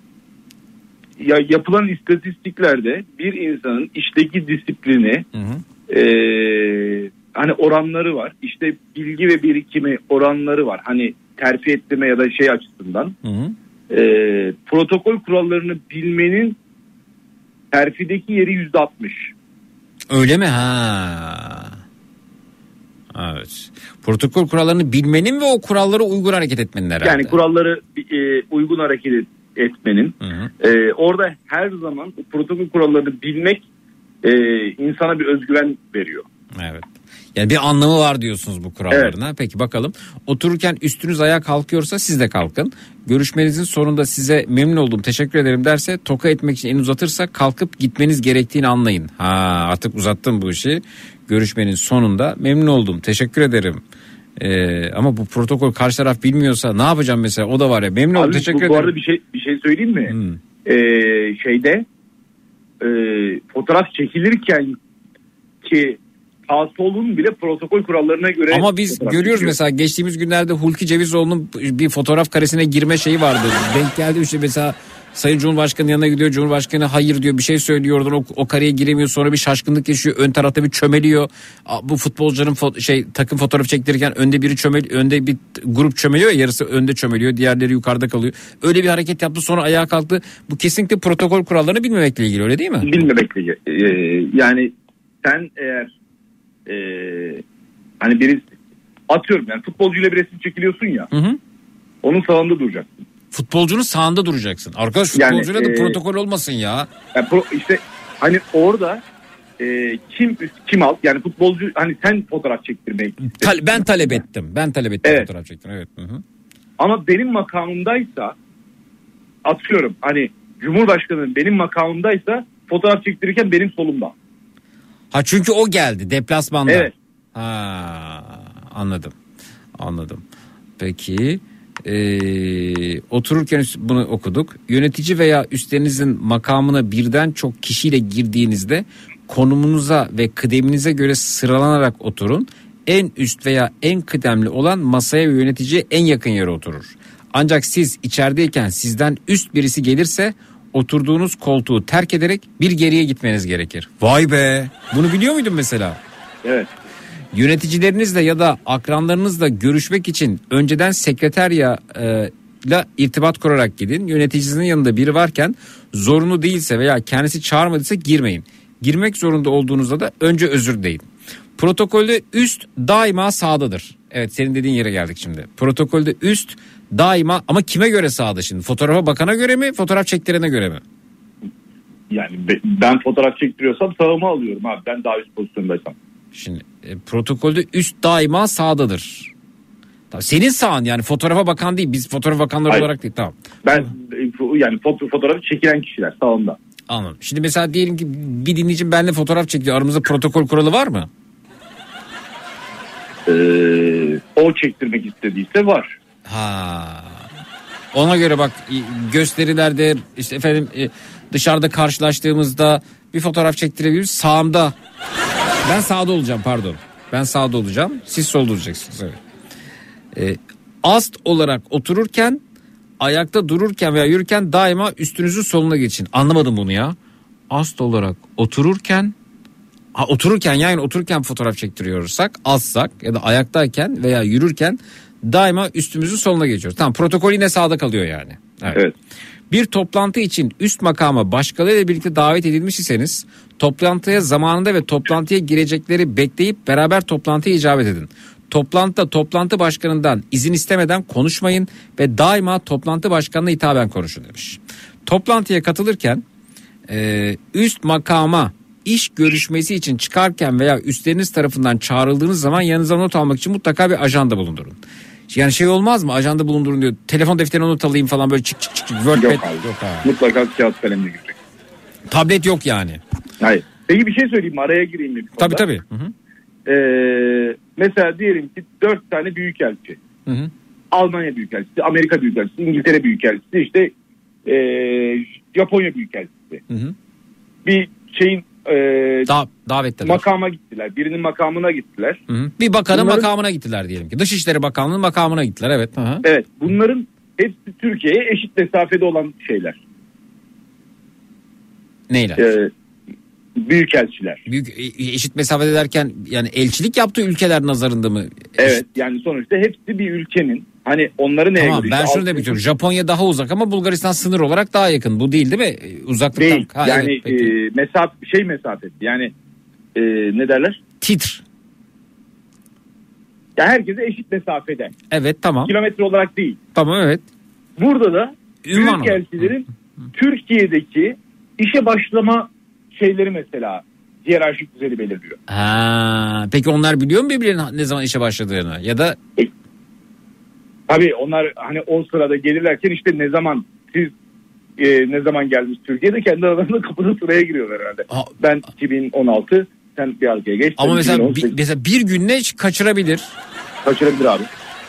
Ya yapılan istatistiklerde bir insanın işteki disiplini, hı hı. E, hani oranları var. İşte bilgi ve birikimi oranları var. Hani terfi ettirme ya da şey açısından. Hı hı. E, protokol kurallarını bilmenin terfideki yeri yüzde altmış. Öyle mi? Ha. Evet. Protokol kurallarını bilmenin ve o kurallara uygun hareket etmenin herhalde. Yani kuralları e, uygun hareket et, etmenin. Hı hı. E, orada her zaman protokol kurallarını bilmek e, insana bir özgüven veriyor. Evet. Yani bir anlamı var diyorsunuz bu kurallarına. Evet. Peki bakalım. Otururken üstünüz ayağa kalkıyorsa siz de kalkın. Görüşmenizin sonunda size memnun oldum, teşekkür ederim derse, toka etmek için elini uzatırsa kalkıp gitmeniz gerektiğini anlayın. Ha, artık uzattım bu işi. Görüşmenin sonunda memnun oldum, teşekkür ederim. Ee, ama bu protokol karşı taraf bilmiyorsa ne yapacağım mesela? O da var ya, memnun oldum, teşekkür bu, ederim. Bu arada bir şey bir şey söyleyeyim mi? Hmm. Ee, şeyde e, fotoğraf çekilirken ki sağ solun bile protokol kurallarına göre. Ama biz görüyoruz çekiyor. Mesela geçtiğimiz günlerde Hulki Cevizoğlu'nun bir fotoğraf karesine girme şeyi vardı. Denk geldi işte mesela Sayın Cumhurbaşkanı'nın yanına gidiyor. Cumhurbaşkanı hayır diyor, bir şey söylüyor oradan, o, o kareye giremiyor, sonra bir şaşkınlık yaşıyor. Ön tarafta bir çömeliyor. Bu futbolcuların fo- şey takım fotoğrafı çektirirken önde biri çömel, önde bir grup çömeliyor ya, yarısı önde çömeliyor, diğerleri yukarıda kalıyor. Öyle bir hareket yaptı, sonra ayağa kalktı. Bu kesinlikle protokol kurallarını bilmemekle ilgili, öyle değil mi? Bilmemekle ilgili. Ee, yani sen eğer Ee, hani birisi atıyorum yani futbolcuyla bir resim çekiliyorsun ya, hı hı. onun sağında duracaksın. Futbolcunun sağında duracaksın. Arkadaş futbolcuyla yani, da e, protokol olmasın ya. Yani pro, işte hani orada e, kim üst kim alt, yani futbolcu hani sen fotoğraf çektirmeyi Tal, ben talep ettim. Ben talep ettim evet. fotoğraf çektim. Evet. Hı hı. Ama benim makamımdaysa, atıyorum hani Cumhurbaşkanı'nın benim makamımdaysa fotoğraf çektirirken benim solumda. Ha çünkü o geldi deplasmanda. Evet. Ha, anladım. Anladım. Peki ee, otururken bunu okuduk. Yönetici veya üstlerinizin makamına birden çok kişiyle girdiğinizde konumunuza ve kıdeminize göre sıralanarak oturun. En üst veya en kıdemli olan masaya ve yöneticiye en yakın yere oturur. Ancak siz içerideyken sizden üst birisi gelirse oturduğunuz koltuğu terk ederek bir geriye gitmeniz gerekir. Vay be! Bunu biliyor muydun mesela? Evet. Yöneticilerinizle ya da akranlarınızla görüşmek için önceden sekreterya ile irtibat kurarak gidin. Yöneticinizin yanında biri varken zorunlu değilse veya kendisi çağırmadıysa girmeyin. Girmek zorunda olduğunuzda da önce özür dileyin. Protokolde üst daima sağdadır. Evet, senin dediğin yere geldik şimdi. Protokolde üst daima, ama kime göre sağda şimdi? Fotoğrafa bakana göre mi, fotoğraf çektirene göre mi? Yani ben fotoğraf çektiriyorsam sağıma alıyorum abi, ben daha üst pozisyondaysam. Şimdi e, protokolde üst daima sağdadır. Tamam, senin sağın yani, fotoğrafa bakan değil, biz fotoğraf bakanları Hayır. olarak değil, tamam. Ben yani foto, fotoğrafı çekilen kişiler sağımda. Anladım. Şimdi mesela diyelim ki bir dinleyicim benimle fotoğraf çekiyor, aramızda protokol kuralı var mı? Ee, o çektirmek istediyse var. Ha. Ona göre bak, gösterilerde işte efendim dışarıda karşılaştığımızda bir fotoğraf çektirebiliriz. Sağımda. Ben sağda olacağım, pardon. Ben sağda olacağım. Siz solda olacaksınız. Evet. Ee, ast olarak otururken, ayakta dururken veya yürürken daima üstünüzün soluna geçin. Anlamadım bunu ya. Ast olarak otururken, ha, otururken yani otururken fotoğraf çektiriyorsak, astsak ya da ayaktayken veya yürürken daima üstümüzün soluna geçiyoruz. Tamam, protokol yine sağda kalıyor yani. Evet. Evet. Bir toplantı için üst makama başkalarıyla birlikte davet edilmiş iseniz toplantıya zamanında ve toplantıya girecekleri bekleyip beraber toplantıya icabet edin. Toplantıda toplantı başkanından izin istemeden konuşmayın ve daima toplantı başkanına hitaben konuşun demiş. Toplantıya katılırken e, üst makama iş görüşmesi için çıkarken veya üstleriniz tarafından çağrıldığınız zaman yanınıza not almak için mutlaka bir ajanda bulundurun. Yani şey olmaz mı, ajanda bulundurun diyor, telefon defterine not alayım falan, böyle çık çık çık Word yok, pad. abi. Yok abi. Mutlaka kağıt kalemle girecek. Tablet yok yani. Hayır. Peki bir şey söyleyeyim mi? Araya gireyim mi? Tabii tabii. Hı hı. Ee, mesela diyelim ki dört tane büyükelçi. Hı hı. Almanya büyükelçisi, Amerika büyükelçisi, İngiltere büyükelçisi, işte ee, Japonya büyükelçisi. Hı hı. Bir şeyin e, Da, davetteler. makama gittiler. Birinin makamına gittiler. Hı hı. Bir bakanın Bunların- makamına gittiler diyelim ki. Dışişleri Bakanlığı'nın makamına gittiler, evet. Hı hı. Evet, bunların hepsi Türkiye'ye eşit mesafede olan şeyler. Neyler? Ee, büyükelçiler. Büyük e- eşit mesafede derken yani elçilik yaptığı ülkeler nazarında mı? Evet, yani sonuçta hepsi bir ülkenin. Hani onları neye Tamam, göre? ben işte şunu alt- demek istiyorum. Japonya daha uzak ama Bulgaristan sınır olarak daha yakın. Bu değil değil mi? E, Uzaklıktan. Değil. Ha, yani evet, peki. e, mesaf şey mesafesi. Yani e, ne derler? Titr. Ya herkese eşit mesafede. Evet, tamam. Kilometre olarak değil. Tamam, evet. Burada da Ünvan büyükelçilerin Türkiye'deki işe başlama şeyleri mesela hiyerarşik düzeni belirliyor. Ha, peki onlar biliyor mu birbirlerinin ne zaman işe başladığını? Ya da Tabii onlar hani o sırada gelirlerken işte ne zaman siz e, ne zaman geldiniz Türkiye'de kendi aralarında kapıda sıraya giriyorlar herhalde. Ha. Ben iki bin on altı, sen bir arkaya geç. ama sen mesela iki bin on bir, sekiz. mesela bir günde kaçırabilir. Kaçırabilir abi.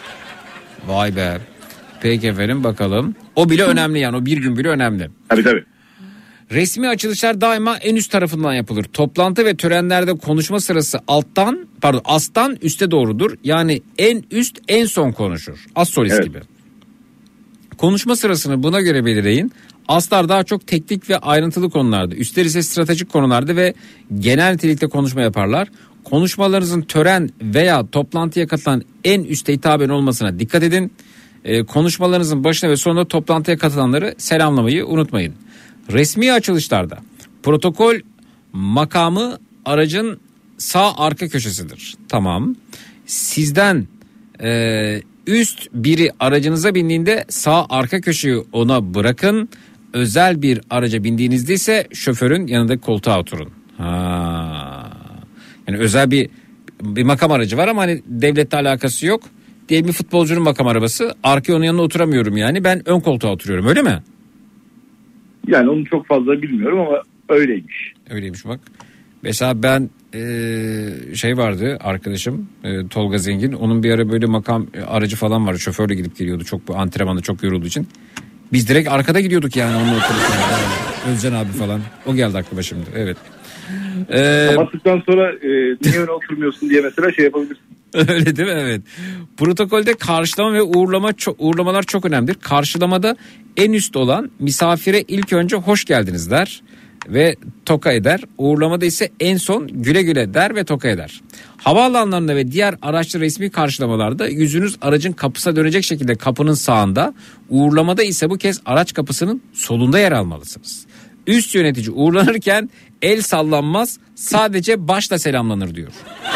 Vay be. Peki efendim, bakalım. O bile önemli yani, o bir gün bile önemli. Tabii tabii. Resmi açılışlar daima en üst tarafından yapılır. Toplantı ve törenlerde konuşma sırası alttan, pardon, astan üste doğrudur. Yani en üst en son konuşur. As solist Evet. gibi. Konuşma sırasını buna göre belirleyin. Aslar daha çok teknik ve ayrıntılı konularda, üstler ise stratejik konularda ve genel nitelikte konuşma yaparlar. Konuşmalarınızın tören veya toplantıya katılan en üste hitaben olmasına dikkat edin. Ee, konuşmalarınızın başına ve sonunda toplantıya katılanları selamlamayı unutmayın. Resmi açılışlarda protokol makamı aracın sağ arka köşesidir. Tamam. Sizden e, üst biri aracınıza bindiğinde sağ arka köşeyi ona bırakın. Özel bir araca bindiğinizde ise şoförün yanındaki koltuğa oturun. Ha. Yani özel bir bir makam aracı var ama hani devletle alakası yok. Diyelim bir futbolcunun makam arabası. Arkaya onun yanına oturamıyorum yani. Ben ön koltuğa oturuyorum, öyle mi? Yani onu çok fazla bilmiyorum ama öyleymiş. Öyleymiş bak. Mesela ben e, şey vardı arkadaşım e, Tolga Zengin. Onun bir ara böyle makam e, aracı falan vardı. Şoförle gidip geliyordu. Çok bu antrenmanda çok yorulduğu için. Biz direkt arkada gidiyorduk yani onunla otururken. Özcan abi falan. O geldi aklıma şimdi. Evet. Ee, Kapattıktan sonra e, niye öyle oturmuyorsun diye mesela şey yapabilirsin. Öyle değil mi? Evet. Protokolde karşılama ve uğurlama çok, uğurlamalar çok önemlidir. Karşılamada en üst olan misafire ilk önce hoş geldiniz der ve toka eder. Uğurlamada ise en son güle güle der ve toka eder. Havaalanlarında ve diğer araçlı resmi karşılamalarda yüzünüz aracın kapısına dönecek şekilde kapının sağında, uğurlamada ise bu kez araç kapısının solunda yer almalısınız. Üst yönetici uğurlanırken el sallanmaz, sadece başla selamlanır diyor.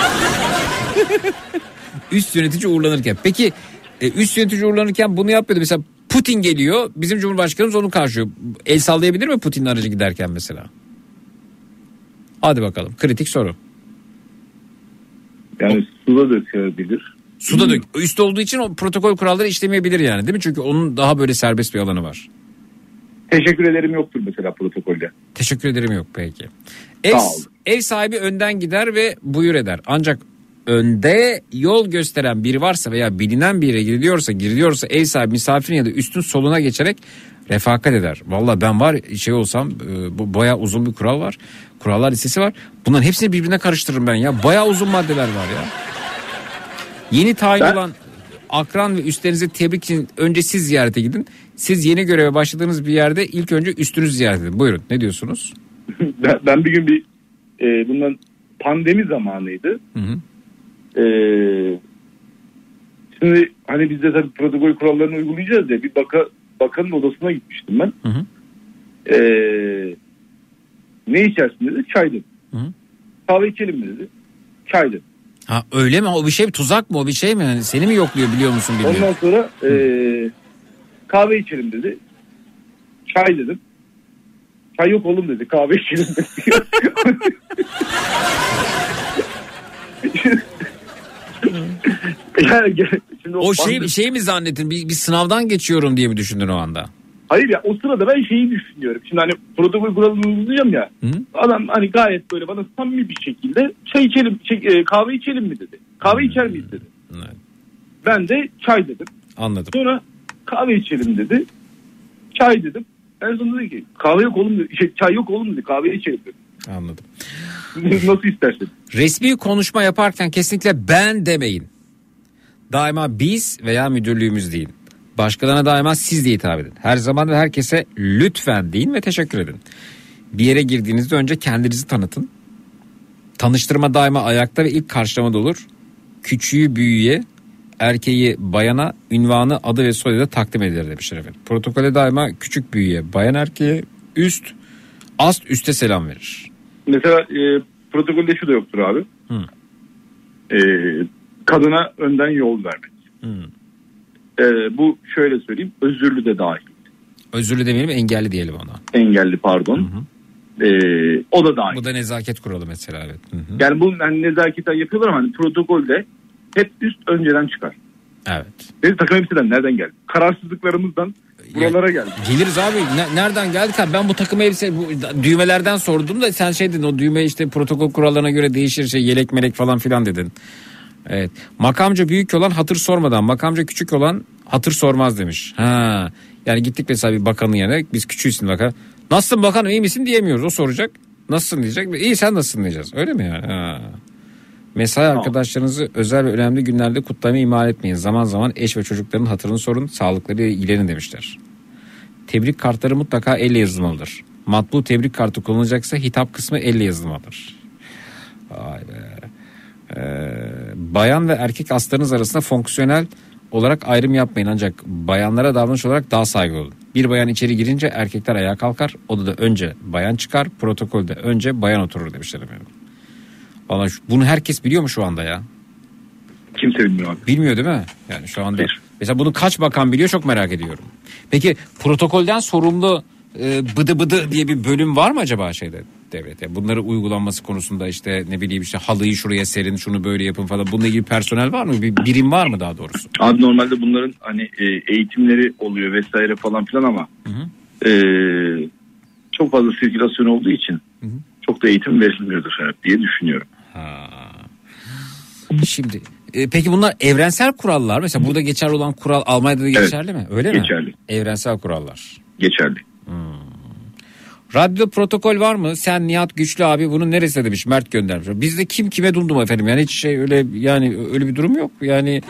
Üst yönetici uğurlanırken. Peki üst yönetici uğurlanırken bunu yapıyordu. Mesela Putin geliyor, bizim Cumhurbaşkanımız onu karşılıyor. El sallayabilir mi Putin'in aracı giderken mesela? Hadi bakalım, kritik soru. Yani suda dökebilir. Suda dök. Üst olduğu için o protokol kuralları işlemeyebilir yani, değil mi? Çünkü onun daha böyle serbest bir alanı var. Teşekkür ederim yoktur mesela protokolde. Teşekkür ederim yok peki. Ev, ev sahibi önden gider ve buyur eder. Ancak önde yol gösteren biri varsa veya bilinen bir yere giriliyorsa, giriliyorsa ev sahibi misafirin ya da üstün soluna geçerek refakat eder. Vallahi ben var şey olsam bu bayağı uzun bir kural var. Kurallar listesi var. Bunların hepsini birbirine karıştırırım ben ya. Bayağı uzun maddeler var ya. Yeni tayin Ben... olan akran ve üstlerinizi tebrik için önce siz ziyarete gidin. Siz yeni göreve başladığınız bir yerde ilk önce üstünüzü ziyaret edin. Buyurun, ne diyorsunuz? ben, ben bir gün bir e, bundan pandemi zamanıydı. Hı hı. E, şimdi hani biz de tabii protokol kurallarını uygulayacağız ya, bir baka, bakanın odasına gitmiştim ben. Hı hı. E, ne içersin dedi? Çay dedim. Hı hı. Kahve içelim mi dedi? Çay dedim. Ha öyle mi? O bir şey mi? Tuzak mı? O bir şey mi? Yani seni mi yokluyor, biliyor musun bilmiyorum. Ondan sonra e, kahve içelim dedi. Çay dedim. Çay yok oğlum dedi. Kahve içelim dedi. yani, şimdi o o şey, bandı... şey mi zannettin? Bir, bir sınavdan geçiyorum diye mi düşündün o anda? Hayır ya, o sırada ben şeyi düşünüyorum. Şimdi hani protokol kuralını uygulayacağım ya. Hı? Adam hani gayet böyle bana samimi bir şekilde çay içelim, şey, kahve içelim mi dedi. Kahve içer miyiz dedi. Evet. Ben de çay dedim. Anladım. Sonra kahve içelim dedi. Çay dedim. En sonunda dedi ki kahve yok oğlum dedi. Şey, çay yok oğlum dedi. Kahve içelim dedi. Anladım. Nasıl istersen. Resmi konuşma yaparken kesinlikle ben demeyin. Daima biz veya müdürlüğümüz deyin. Başkalarına daima siz diye hitap edin. Her zaman ve herkese lütfen deyin ve teşekkür edin. Bir yere girdiğinizde önce kendinizi tanıtın. Tanıştırma daima ayakta ve ilk karşılamada olur. Küçüğü büyüğe, erkeği bayana, ünvanı, adı ve soyadı takdim edilir demişler efendim. Protokole daima küçük büyüğe, bayan erkeğe, üst, ast üste selam verir. Mesela e, protokolde şu da yoktur abi. Hı. E, kadına önden yol vermek. Hı. E, bu şöyle söyleyeyim, özürlü de dahil. Özürlü demeyelim, engelli diyelim ona. Engelli pardon. Hı hı. Ee, o da dahil. Bu da nezaket kuralı mesela, evet. Hı hı. Yani bu yani nezaketen yapıyorlar ama hani protokolde hep üst önceden çıkar. Evet. Biz takım elbiseden nereden geldi? Kararsızlıklarımızdan buralara geldi. Geliriz abi. Ne, nereden geldik abi? Ben bu takım elbise bu düğmelerden sordum da sen şey dedin, o düğme işte protokol kurallarına göre değişir, şey yelek melek falan filan dedin. Evet. Makamca büyük olan hatır sormadan, makamca küçük olan hatır sormaz demiş. Ha. Yani gittik mesela bir bakanın yanına, biz küçüğüsün bakan. Nasılsın bakanım, iyi misin diyemiyoruz. O soracak. Nasılsın diyecek. İyi, sen nasılsın diyeceğiz. Öyle mi yani? Ha. Mesai arkadaşlarınızı özel ve önemli günlerde kutlamayı ihmal etmeyin. Zaman zaman eş ve çocukların hatırını sorun. Sağlıkları ilgilenin demişler. Tebrik kartları mutlaka elle yazılmalıdır. Matbu tebrik kartı kullanılacaksa hitap kısmı elle yazılmalıdır. Vay be. Ee, bayan ve erkek aslarınız arasında fonksiyonel olarak ayrım yapmayın, ancak bayanlara davranış olarak daha saygılı olun. Bir bayan içeri girince erkekler ayağa kalkar. Odada önce bayan çıkar. Protokolde önce bayan oturur demişler efendim. Vallahi şu, bunu herkes biliyor mu şu anda ya? Kimse bilmiyor abi. Bilmiyor değil mi? Yani şu anda. Bir. Mesela bunu kaç bakan biliyor, çok merak ediyorum. Peki protokolden sorumlu e, bıdı bıdı diye bir bölüm var mı acaba şeyde, devlette? Bunları uygulanması konusunda işte ne bileyim işte halıyı şuraya serin, şunu böyle yapın falan. Bununla ilgili personel var mı? Bir birim var mı daha doğrusu? Abi normalde bunların hani eğitimleri oluyor vesaire falan filan ama hı hı. E, çok fazla sirkülasyon olduğu için hı hı. çok da eğitim verilmiyordur diye düşünüyorum. Ha. Şimdi e, peki bunlar evrensel kurallar. Mesela burada geçerli olan kural Almanya'da da geçerli evet. mi? Öyle geçerli. mi? Geçerli. Evrensel kurallar. Geçerli. Hmm. Radyoda protokol var mı? Sen Nihat Güçlü abi bunun neresinde demiş, Mert göndermiş. Bizde kim kime dundum efendim. Yani hiç şey öyle yani öyle bir durum yok. Yani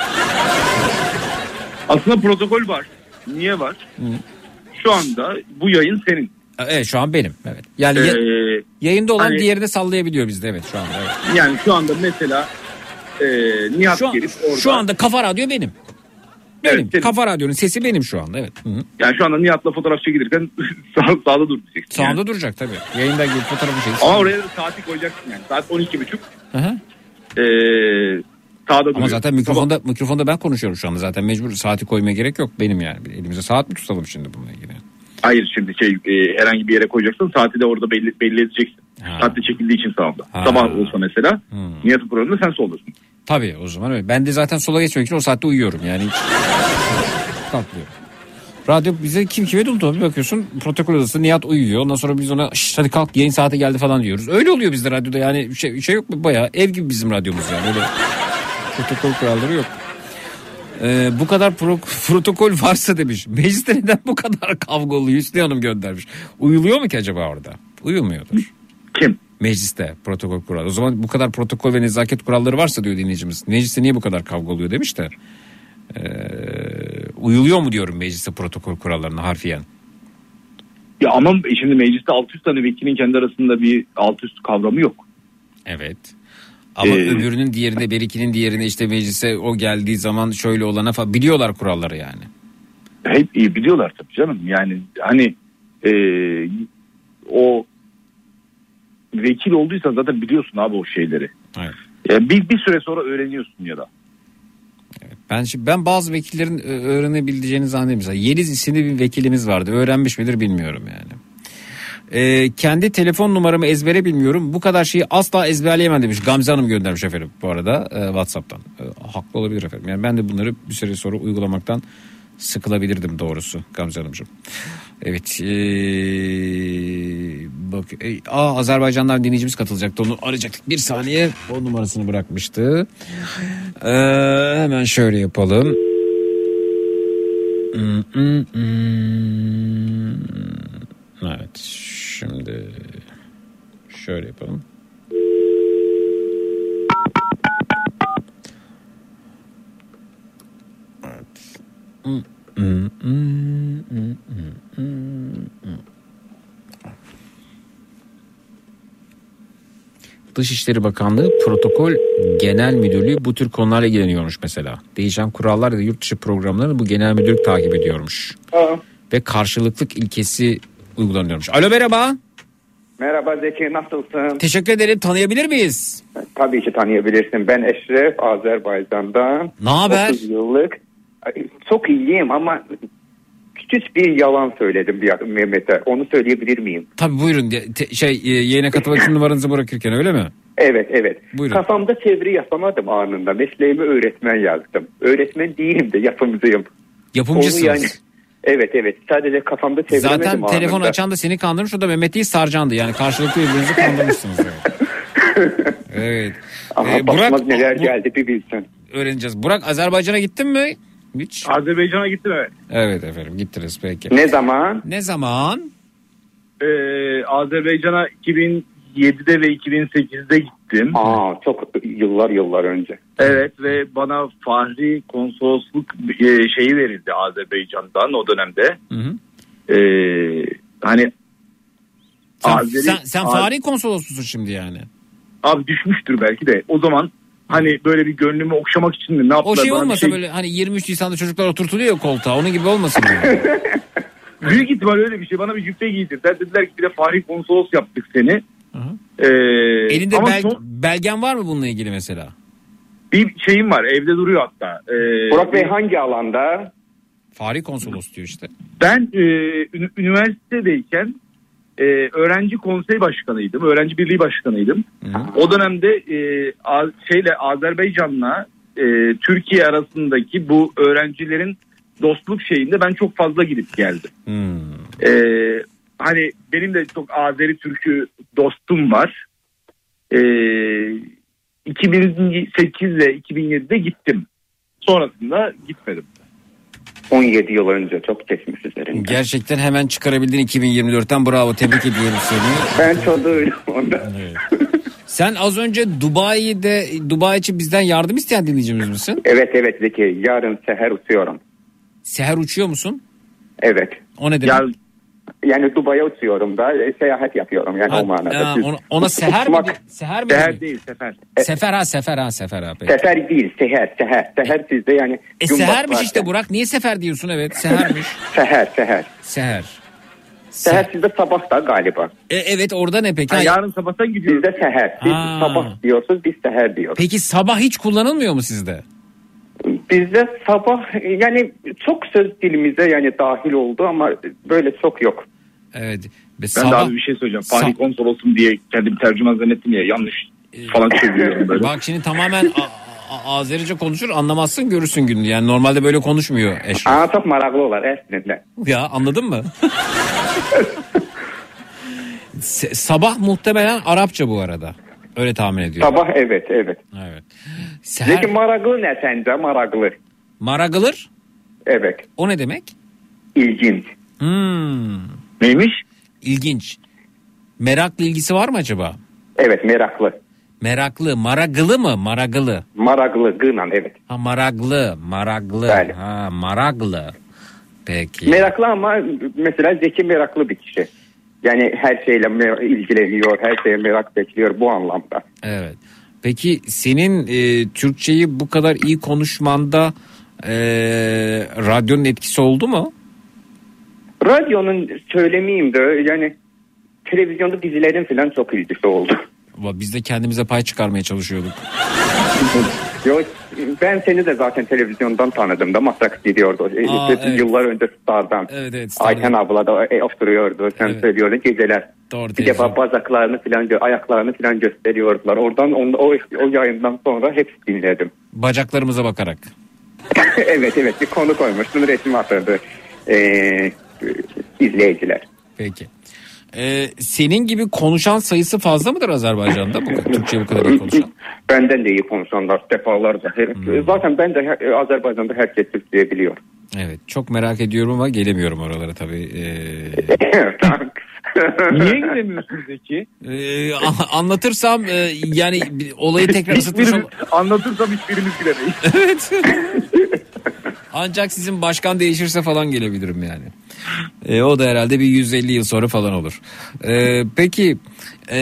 aslında protokol var. Niye var? Hı. Şu anda bu yayın senin. Evet, şu an benim. Evet. Yani ee, yayında olan hani, diğerini sallayabiliyor bizde, evet şu anda. Evet. Yani şu anda mesela e, Nihat şu an, gelip orada. Şu anda Kafa Radyo benim. Benim. Evet, Kafa Radyo'nun sesi benim şu anda, evet. Hı-hı. Yani şu anda Nihat'la fotoğraf çekilirken sağ, sağda duracaksın. Sağda yani. duracak tabii. Yayında gelip fotoğrafı çekilsin. Ama oraya da saati koyacaksın yani. Saat on iki buçuk. Hı hı. Ee, sağda duruyor. Ama zaten mikrofonda tamam. mikrofonda ben konuşuyorum şu anda. Zaten mecbur saati koymaya gerek yok benim yani. Elimize saat mi tutalım şimdi bununla ilgili? Hayır, şimdi şey e, herhangi bir yere koyacaksın, saati de orada belli, belli edeceksin. Saatte çekildiği için sağda. Ha. Sabah olsa mesela hmm. Nihat'ın programında sen soldasın. Tabii o zaman öyle. Ben de zaten sola geçmek için o saatte uyuyorum yani. Hiç kalkmıyorum. Radyo bize kim kime duldu, bir bakıyorsun protokol odası Nihat uyuyor. Ondan sonra biz ona hadi kalk yayın saati geldi falan diyoruz. Öyle oluyor bizde radyoda yani şey, şey yok mu, bayağı ev gibi bizim radyomuz yani. Öyle protokol kuralları yok. Ee, bu kadar pro, protokol varsa demiş. Mecliste neden bu kadar kavga oluyor? Hüsnü Hanım göndermiş. Uyuluyor mu ki acaba orada? Uyulmuyordur. Kim? Mecliste protokol kuralları. O zaman bu kadar protokol ve nezaket kuralları varsa diyor dinleyicimiz. Mecliste niye bu kadar kavga oluyor demiş de. Ee, uyuluyor mu diyorum mecliste protokol kurallarına harfiyen. Ya ama şimdi mecliste altı yüz tane vekilin kendi arasında bir alt üst kavramı yok. Evet. Ama ee, öbürünün diğerine, berikinin diğerine işte meclise o geldiği zaman şöyle olana falan biliyorlar kuralları yani. Hep iyi biliyorlar tabii canım. Yani hani e, o vekil olduysan zaten biliyorsun abi o şeyleri. Evet. Yani bir, bir süre sonra öğreniyorsun ya da. Evet, ben şimdi ben bazı vekillerin öğrenebileceğini zannediyorum. Mesela Yeliz isimli bir vekilimiz vardı. Öğrenmiş midir bilmiyorum yani. Ee, kendi telefon numaramı ezbere bilmiyorum. Bu kadar şeyi asla ezberleyemem demiş. Gamze Hanım göndermiş efendim bu arada e, WhatsApp'tan. E, haklı olabilir efendim. Yani ben de bunları bir süre sonra uygulamaktan sıkılabilirdim doğrusu Gamze Hanımcığım. Evet. Ee, bak, e, aa, Azerbaycan'dan dinleyicimiz katılacaktı. Onu arayacaktık. Bir saniye. O numarasını bırakmıştı. Ee, hemen şöyle yapalım. Hmm, hmm, hmm. Evet. Şimdi Şöyle yapalım. Evet. Dışişleri Bakanlığı Protokol Genel Müdürlüğü bu tür konularla ilgileniyormuş mesela. Değişen kurallar ya da yurt dışı programlarını bu genel müdürlük takip ediyormuş. Aa. Ve karşılıklık ilkesi uygulanıyormuş. Alo merhaba. Merhaba Zeki, nasılsın? Teşekkür ederim. Tanıyabilir miyiz? Tabii ki tanıyabilirsin. Ben Eşref, Azerbaycan'dan. Ne haber? otuz yıllık. Çok iyiyim ama küçük bir yalan söyledim bir Mehmet'e. Onu söyleyebilir miyim? Tabii buyurun. Te- şey yayına katılmak için numaranızı bırakırken öyle mi? Evet evet. Buyurun. Kafamda çeviri yapamadım anında. Mesleğimi öğretmen yazdım. Öğretmen değilim de yapımcıyım. Yapımcısınız. Onu yani, evet evet. Sadece kafamda çeviremedim Zaten anında. telefon açan da seni kandırmış, o da Mehmet değil Sarcan'dı. Yani karşılıklı birbirinizi kandırmışsınız. Evet. Evet. Aha, Ee, Burak, Burak neler bu, geldi bir bilsin. öğreneceğiz. Burak Azerbaycan'a gittin mi? Hiç. Azerbaycan'a gittim evet. Evet efendim gittiniz peki. Ne zaman? Ne zaman? Ee, Azerbaycan'a iki bin yedide ve iki bin sekizde gittim. Aa, çok yıllar yıllar önce. Evet ve bana Fahri Konsolosluk e, şeyi verildi Azerbaycan'dan o dönemde. Hı hı. Ee, hani Sen, Azeri, sen, sen Az- Fahri konsoloslusun şimdi yani. Abi düşmüştür belki de. O zaman hani böyle bir gönlümü okşamak için mi ne yaptılar? O şey bana bir olmasa böyle hani yirmi üç Nisan'da çocuklar oturtuluyor ya koltuğa, onun gibi olmasın yani. Büyük ihtimal öyle bir şey. Bana bir cübbe giydirdiler. Dediler ki bir de Fahri Konsolos yaptık seni. Ee, Elinde ama bel- son- belgen var mı bununla ilgili mesela? bir şeyim var. Evde duruyor hatta. Ee, Burak Bey hangi alanda? Fahri konsolos diyor işte. Ben e, ün- üniversitedeyken e, öğrenci konsey başkanıydım. Öğrenci birliği başkanıydım. O dönemde e, A- şeyle Azerbaycan'la e, Türkiye arasındaki bu öğrencilerin dostluk şeyinde ben çok fazla gidip geldim. Hmm. E, hani benim de çok Azeri Türk'ü dostum var. E, iki bin sekiz ile iki bin yedide gittim. Sonrasında gitmedim. on yedi yıl önce, çok geçmiş üzerinden. Gerçekten hemen çıkarabildin iki bin yirmi dörtten, bravo, tebrik ediyorum seni. Ben çocuğum onda. Sen az önce Dubai'de Dubai için bizden yardım isteyen dinleyicimiz misin? Evet evet Zeki, yarın seher uçuyorum. Seher uçuyor musun? Evet. O ne demek? Ya, yani Dubai'ye uçuyorum da e, seyahat yapıyorum yani Ha, o manada. ha, Siz- ona, ona seher mi? uçmak- de- Seher mi? Seher denir? değil sefer. Sefer ha sefer ha sefer ha. Peki. Sefer değil, seher, seher. Seher sizde yani. E gün sehermiş batlarken- işte Burak. Niye sefer diyorsun? Evet sehermiş. Seher, seher. Seher. Seher sizde sabah da galiba. E, evet orada ne peki? Ha, Ha, yarın sabahtan gidiyoruz. Bizde seher. Siz Ha. sabah diyorsunuz, biz seher diyoruz. Peki sabah hiç kullanılmıyor mu sizde? Bizde sabah yani çok söz dilimize yani dahil oldu ama böyle çok yok. Evet. Ve Ben sabah... daha bir şey söyleyeceğim. Fahri Sa- Konsolosum diye kendimi tercüman zannettim ya, yanlış falan çeviriyorum böyle. Bak şimdi tamamen A- A- Azerice konuşur, anlamazsın, görürsün gününü. Yani normalde böyle konuşmuyor Eşref. Aa, çok meraklı olar esnediler. Ya anladın mı? Se- sabah muhtemelen Arapça bu arada. Öyle tahmin ediyorum. Sabah evet evet. Evet. Peki Seher... maraglı ne sence, maraglı? Maragılır? Evet. O ne demek? İlginç. Hmm. Neymiş? İlginç. Meraklı ilgisi var mı acaba? Evet, meraklı. Meraklı, maragılı mı? Maragılı. Maraglı, gınan evet. Ha maraglı, maraglı. Öyle. Ha maraglı. Peki. Meraklı ama mesela Zeki meraklı bir kişi. Yani her şeyle mer- ilgileniyor, her şeye merak bekliyor bu anlamda. Evet. Peki senin e, Türkçeyi bu kadar iyi konuşmanda e, radyonun etkisi oldu mu? Radyonun söylemeyeyim de yani televizyonda dizilerin falan çok ilgisi oldu. Biz de kendimize pay çıkarmaya çalışıyorduk. Yok, ben seni de zaten televizyondan tanıdım da Matrax gidiyordu. Aa, İşte evet. Yıllar önce Star'dan. Evet evet. Star'dan. Ayten abla da e, oturuyordu. Sen Evet. söylüyordun geceler. Doğru Bir televizyon. defa bacaklarını falan, gö- ayaklarını falan gösteriyordular. Oradan on, o, o yayından sonra hepsi dinledim. Bacaklarımıza bakarak. evet evet bir konu koymuştun, resim atırdı ee, izleyiciler. Peki. Ee, senin gibi konuşan sayısı fazla mıdır Azerbaycan'da? Bu, Türkçe bu kadar iyi konuşan. Benden de iyi konuşanlar defalarca. Hmm. Zaten ben de her- Azerbaycan'da herkes Türkçe biliyor. Evet. Çok merak ediyorum ama gelemiyorum oralara tabii. Ee... Niye gidemiyorsun Zeki? Ee, a- anlatırsam e, yani olayı tekrar ısıtırsam. Anlatırsam hiçbirimiz gidemeyiz. Evet. Ancak sizin başkan değişirse falan gelebilirim yani. E, o da herhalde bir yüz elli yıl sonra falan olur. E, peki e,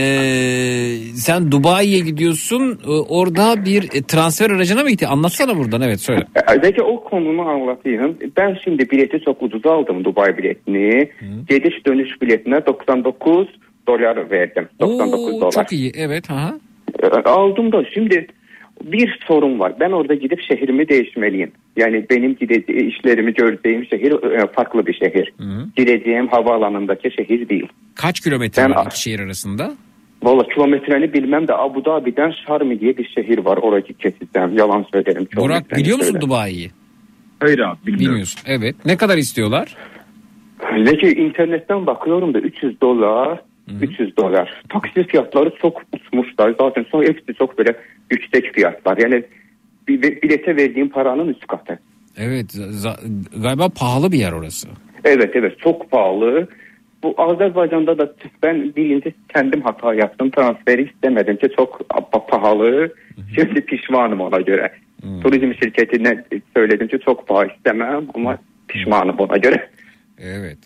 sen Dubai'ye gidiyorsun. E, orada bir e, transfer aracına mı gitti? Anlatsana buradan. Evet söyle. Zeki o konunu anlatayım. Ben şimdi bileti çok ucuza aldım, Dubai biletini. Hı. Gidiş dönüş biletine doksan dokuz dolar verdim. doksan dokuz Oo, dolar. Çok iyi. Evet. Aha. Aldım da şimdi bir sorun var. Ben orada gidip şehrimi değişmeliyim. Yani benim gide- işlerimi göreceğim şehir farklı bir şehir. Hı. Gideceğim havaalanındaki şehir değil. Kaç kilometre ben, var iki şehir arasında? Valla kilometreni bilmem de Abu Dhabi'den Şarmi diye bir şehir var. Orayı keseceğim. Yalan söylerim. Burak biliyor musun Dubai'yi? Hayır abi bilmiyorum. Bilmiyorsun. Evet. Ne kadar istiyorlar? Zeki internetten bakıyorum da üç yüz dolar. Hı-hı. üç yüz dolar. Taksi fiyatları çok uçmuşlar. Zaten son hepsi çok böyle yüksek fiyatlar. Yani bilete verdiğim paranın üst katı. Evet. Z- galiba pahalı bir yer orası. Evet evet çok pahalı. Bu Azerbaycan'da da ben bilince kendim hata yaptım. Transferi istemedim ki çok pahalı. Hı-hı. Şimdi pişmanım ona göre. Hı-hı. Turizm şirketine söyledim ki çok pahalı istemem ama pişmanım ona göre. Evet.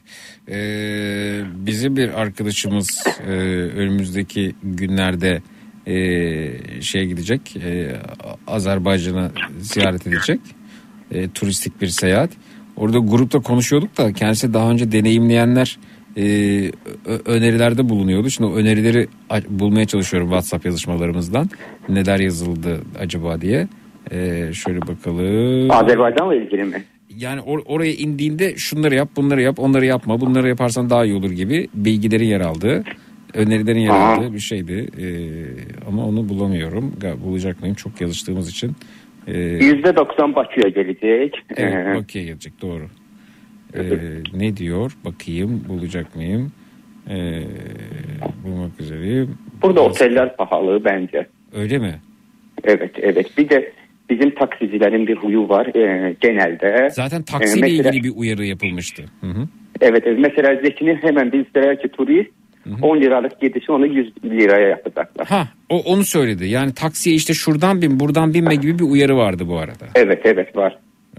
Ee, bizim bir arkadaşımız e, önümüzdeki günlerde e, şeye gidecek. E, Azerbaycan'a ziyaret edecek. E, turistik bir seyahat. Orada grupta konuşuyorduk da kendisi daha önce deneyimleyenler e, önerilerde bulunuyordu. Şimdi o önerileri bulmaya çalışıyorum WhatsApp yazışmalarımızdan. Neler yazıldı acaba diye. E, şöyle bakalım. Azerbaycan'la ilgili mi? Yani or- oraya indiğinde şunları yap, bunları yap, onları yapma, bunları yaparsan daha iyi olur gibi bilgilerin yer aldığı, önerilerin yer Aa. aldığı bir şeydi. Ee, ama onu bulamıyorum. Bulacak mıyım? Çok yazıştığımız için. Yüzde doksan Bakü'ye gelecek. Evet, ee... Bakü'ye gelecek, doğru. Ee, ne diyor? Bakayım, bulacak mıyım? Ee, bulmak üzereyim. Burada Nasıl? Oteller pahalı bence. Öyle mi? Evet, evet. Bir de bizim taksicilerin bir huyu var e, genelde. Zaten taksiyle e, mesela, ilgili bir uyarı yapılmıştı. Hı hı. Evet, evet. Mesela Zeki'nin hemen bilseler ki turist hı hı. on liralık gidişi onu yüz liraya yapacaklar. Ha, o onu söyledi. Yani taksiye işte şuradan bin, buradan binme gibi bir uyarı vardı bu arada. Evet, evet var.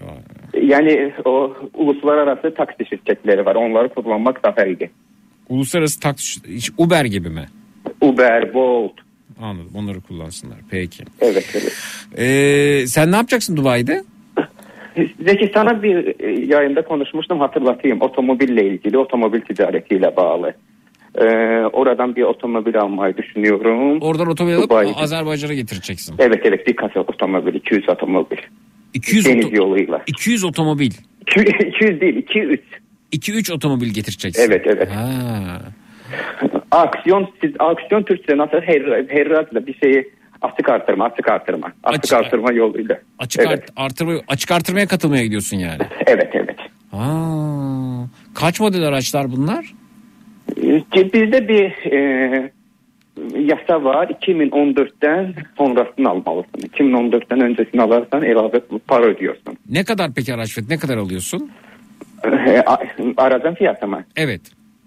Yani o uluslararası taksi şirketleri var. Onları kullanmak daha iyi. Uluslararası taksi, Uber gibi mi? Uber, Bolt. Anladım. Onları kullansınlar. Peki. Evet, evet. Ee, sen ne yapacaksın Dubai'de? Zeki sana bir yayında konuşmuştum, hatırlatayım. Otomobille ilgili, otomobil ticaretiyle bağlı. Ee, oradan bir otomobil almayı düşünüyorum. Oradan otomobil alıp Dubai'de Azerbaycan'a getireceksin. Evet, evet. Bir kasa otomobil, iki yüz otomobil. iki yüz Deniz oto- yoluyla. iki yüz otomobil. iki yüz değil, iki yüz. iki üç otomobil getireceksin. Evet, evet. Ha. Aksiyon, siz aksiyon Türkçe nasıl her herhalde bir şeyi açık artırma, açık artırma, açık, açık artırma yoluyla. Açık evet. art, artırma, açık artırmaya katılmaya gidiyorsun yani. Evet, evet. Ha. Kaç model araçlar bunlar? Bizde bir e, yasa var. iki bin on dörtten sonrasını almalısın. iki bin on dörtten öncesini alırsan ilave para ödüyorsun. Ne kadar peki araç fiyatı? Ne kadar alıyorsun? E, aracın fiyatı mı? Evet.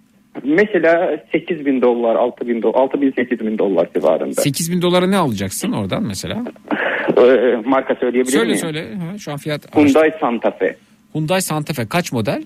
Mesela sekiz bin dolar, altı bin dolar, altı bin sekiz bin dolar civarında. sekiz bin dolara ne alacaksın oradan mesela? E, marka söyleyebilir söyle, miyim? Söyle söyle. Ha, şu an fiyat. Hyundai Santa Fe. Hyundai Santa Fe kaç model?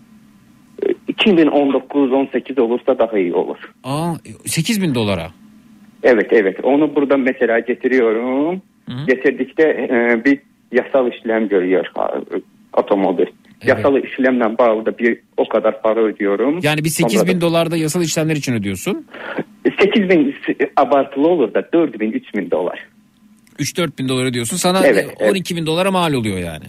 iki bin on dokuz on sekiz olursa daha iyi olur. Aa, sekiz bin dolara. Evet, evet. Onu buradan mesela getiriyorum. Hı-hı. Getirdikte e, bir yasal işlem görüyor otomobil. Evet. Yasal işlemle bağlı da bir o kadar para ödüyorum. Yani bir sekiz bin dolarda yasal işlemler için ödüyorsun. sekiz bin abartılı olur da dört bin üç bin dolar. üç dört bin dolar ödüyorsun. Sana evet, on iki evet. bin dolara mal oluyor yani.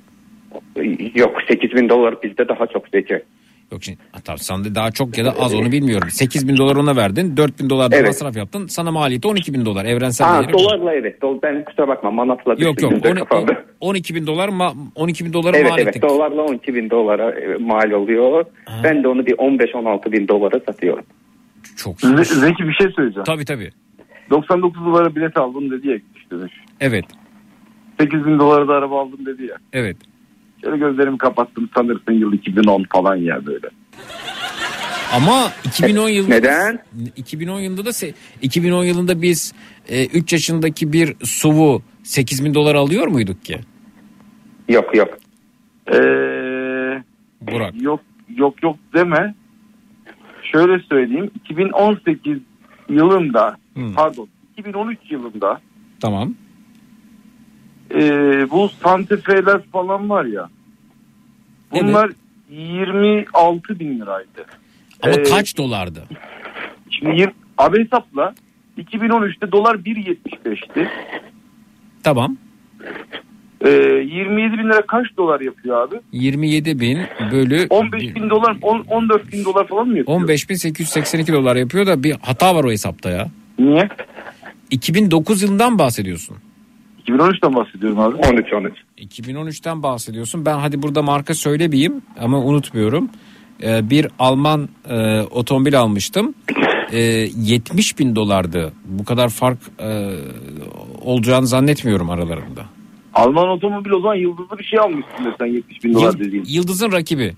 Yok, sekiz bin dolar bizde daha çok Zeki. Yok şimdi tamam, sen de daha çok ya da az onu bilmiyorum. sekiz bin dolar ona verdin, dört bin dolar da evet. masraf yaptın. Sana maliyeti on iki bin dolar evrensel ha, değeri. Dolarla evet. Ben kusura bakma manatla yok yok on iki bin dolar on iki bin dolara evet, mal ettik. Evet dolarla on iki bin dolara mal oluyor. Ha. Ben de onu bir on beş on altı bin dolara satıyorum. Çok iyi. Zeki bir şey söyleyeceğim. Tabii tabii. doksan dokuz dolara bilet aldım dedi ya işte. Evet. sekiz bin dolara da araba aldım dedi ya. Evet. Şöyle gözlerimi kapattım, sanırsın yıl iki bin on falan ya böyle. Ama iki bin on yılında Neden? iki bin on yılında da iki bin on yılında biz üç yaşındaki bir S U V'u sekiz bin dolar alıyor muyduk ki? Yok yok. Ee, Burak. Yok yok yok deme. Şöyle söyleyeyim. iki bin on sekiz yılında Hmm. pardon iki bin on üç yılında Tamam. e, bu Santa Fe'ler falan var ya. Bunlar yirmi altı bin liraydı. Ama Ee, kaç dolardı? Şimdi yirmi, abi hesapla iki bin on üçte dolar bir yetmiş beşti. Tamam. Ee, yirmi yedi bin lira kaç dolar yapıyor abi? yirmi yedi bin bölü on beş bin dolar on, on dört bin dolar falan mı yapıyor? on beş bin sekiz yüz seksen iki dolar yapıyor da bir hata var o hesapta ya. Niye? iki bin dokuz yılından bahsediyorsun. iki bin on üçten bahsediyorum abi. on üç on üç. iki bin on üçten bahsediyorsun. Ben hadi burada marka söylemeyeyim ama unutmuyorum. Ee, bir Alman e, otomobil almıştım. E, yetmiş bin dolardı. Bu kadar fark e, olacağını zannetmiyorum aralarında. Alman otomobil o zaman yıldızlı bir şey almışsın sen yetmiş bin dolar Yıl- dediğin. Yıldız'ın rakibi.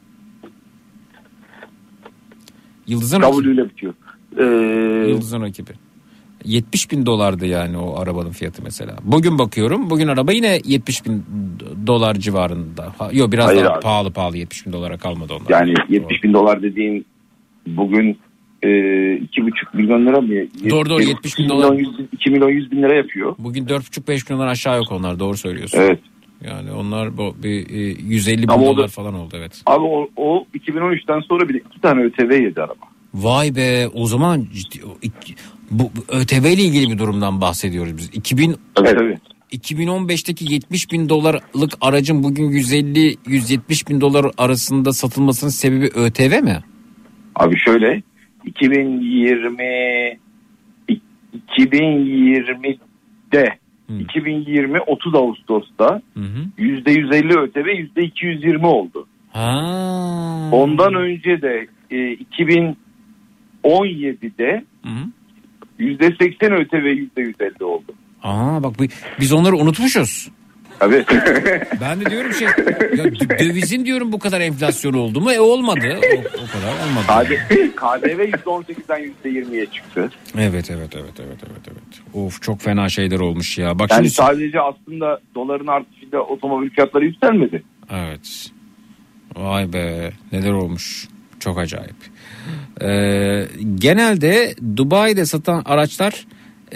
Yıldız'ın W rakibi. ile bitiyor. Ee, Yıldız'ın rakibi. yetmiş bin dolardı yani o arabanın fiyatı mesela. Bugün bakıyorum. Bugün araba yine yetmiş bin dolar civarında. Ha, yok biraz Hayır daha abi. pahalı pahalı yetmiş bin dolara kalmadı onlar. Yani yetmiş bin dolar dediğin bugün e, iki buçuk milyon lira mı? Doğru, doğru, yetmiş bin dolar. iki milyon yüz bin lira yapıyor. Bugün dört buçuk beş milyondan aşağı yok onlar, doğru söylüyorsun. Evet. Yani onlar bu bir e, yüz elli bin Ama o dolar da- falan oldu, evet. Abi o, o iki bin on üçten sonra bile iki tane ÖTV yedi araba. Vay be, o zaman ciddi, o iki- bu bu ÖTV ile ilgili bir durumdan bahsediyoruz biz. iki bin Evet, evet. iki bin on beşteki yetmiş bin dolarlık aracın bugün yüz elli yüz yetmiş bin dolar arasında satılmasının sebebi ÖTV mi? Abi şöyle iki bin yirmi iki bin yirmide iki bin yirmi otuz Ağustos'ta yüzde yüz elli ÖTV yüzde iki yüz yirmi oldu. Ha. Ondan önce de e, iki bin on yedide yüzde seksen ÖTV yüzde yüz elli oldu. Aa bak, biz onları unutmuşuz. Tabii. Ben de diyorum şey, ya dövizin diyorum bu kadar enflasyon oldu mu? E olmadı. O, o kadar olmadı. K D V yüzde on sekizden yüzde yirmiye çıktı. Evet evet evet evet evet evet. Of, çok fena şeyler olmuş ya. Bak Yani şimdi sadece aslında doların artışıyla otomobil fiyatları yükselmedi. evet. Vay be, neler olmuş. Çok acayip. Ee, genelde Dubai'de satan araçlar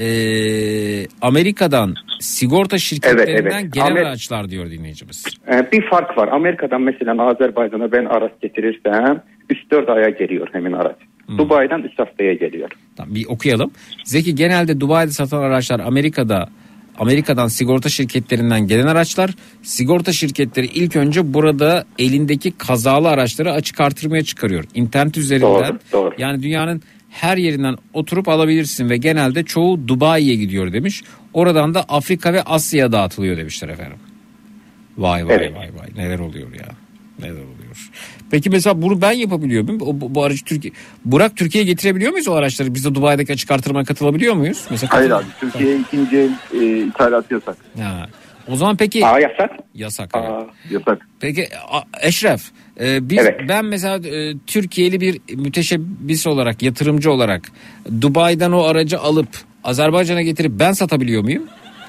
e, Amerika'dan sigorta şirketlerinden Evet, evet. gelen Amer- araçlar diyor dinleyicimiz. Ee, bir fark var. Amerika'dan mesela Azerbaycan'a ben araç getirirsem üç dört aya geliyor hemen araç. Dubai'den üç haftaya geliyor. Tamam, bir okuyalım. Zeki, genelde Dubai'de satan araçlar Amerika'da Amerika'dan sigorta şirketlerinden gelen araçlar. Sigorta şirketleri ilk önce burada elindeki kazalı araçları açık artırmaya çıkarıyor. İnternet üzerinden, Doğru, doğru. yani dünyanın her yerinden oturup alabilirsin ve genelde çoğu Dubai'ye gidiyor demiş. Oradan da Afrika ve Asya'ya dağıtılıyor demişler efendim. Vay vay Evet. vay vay, neler oluyor ya. Neler oluyor. Peki mesela bunu ben yapabiliyor muyum? O, bu, bu aracı Türkiye Burak, Türkiye'ye getirebiliyor muyuz o araçları? Biz de Dubai'deki açık artırmaya katılabiliyor muyuz? Mesela Hayır katıl- abi, Türkiye'ye ikinci el e, ithalat yasak. Ha. O zaman peki Aa, yasak. Yasak. Evet. Yasak. Peki a- Eşref, e, biz Evet. ben mesela e, Türkiye'li bir müteşebbis olarak, yatırımcı olarak Dubai'den o aracı alıp Azerbaycan'a getirip ben satabiliyor muyum?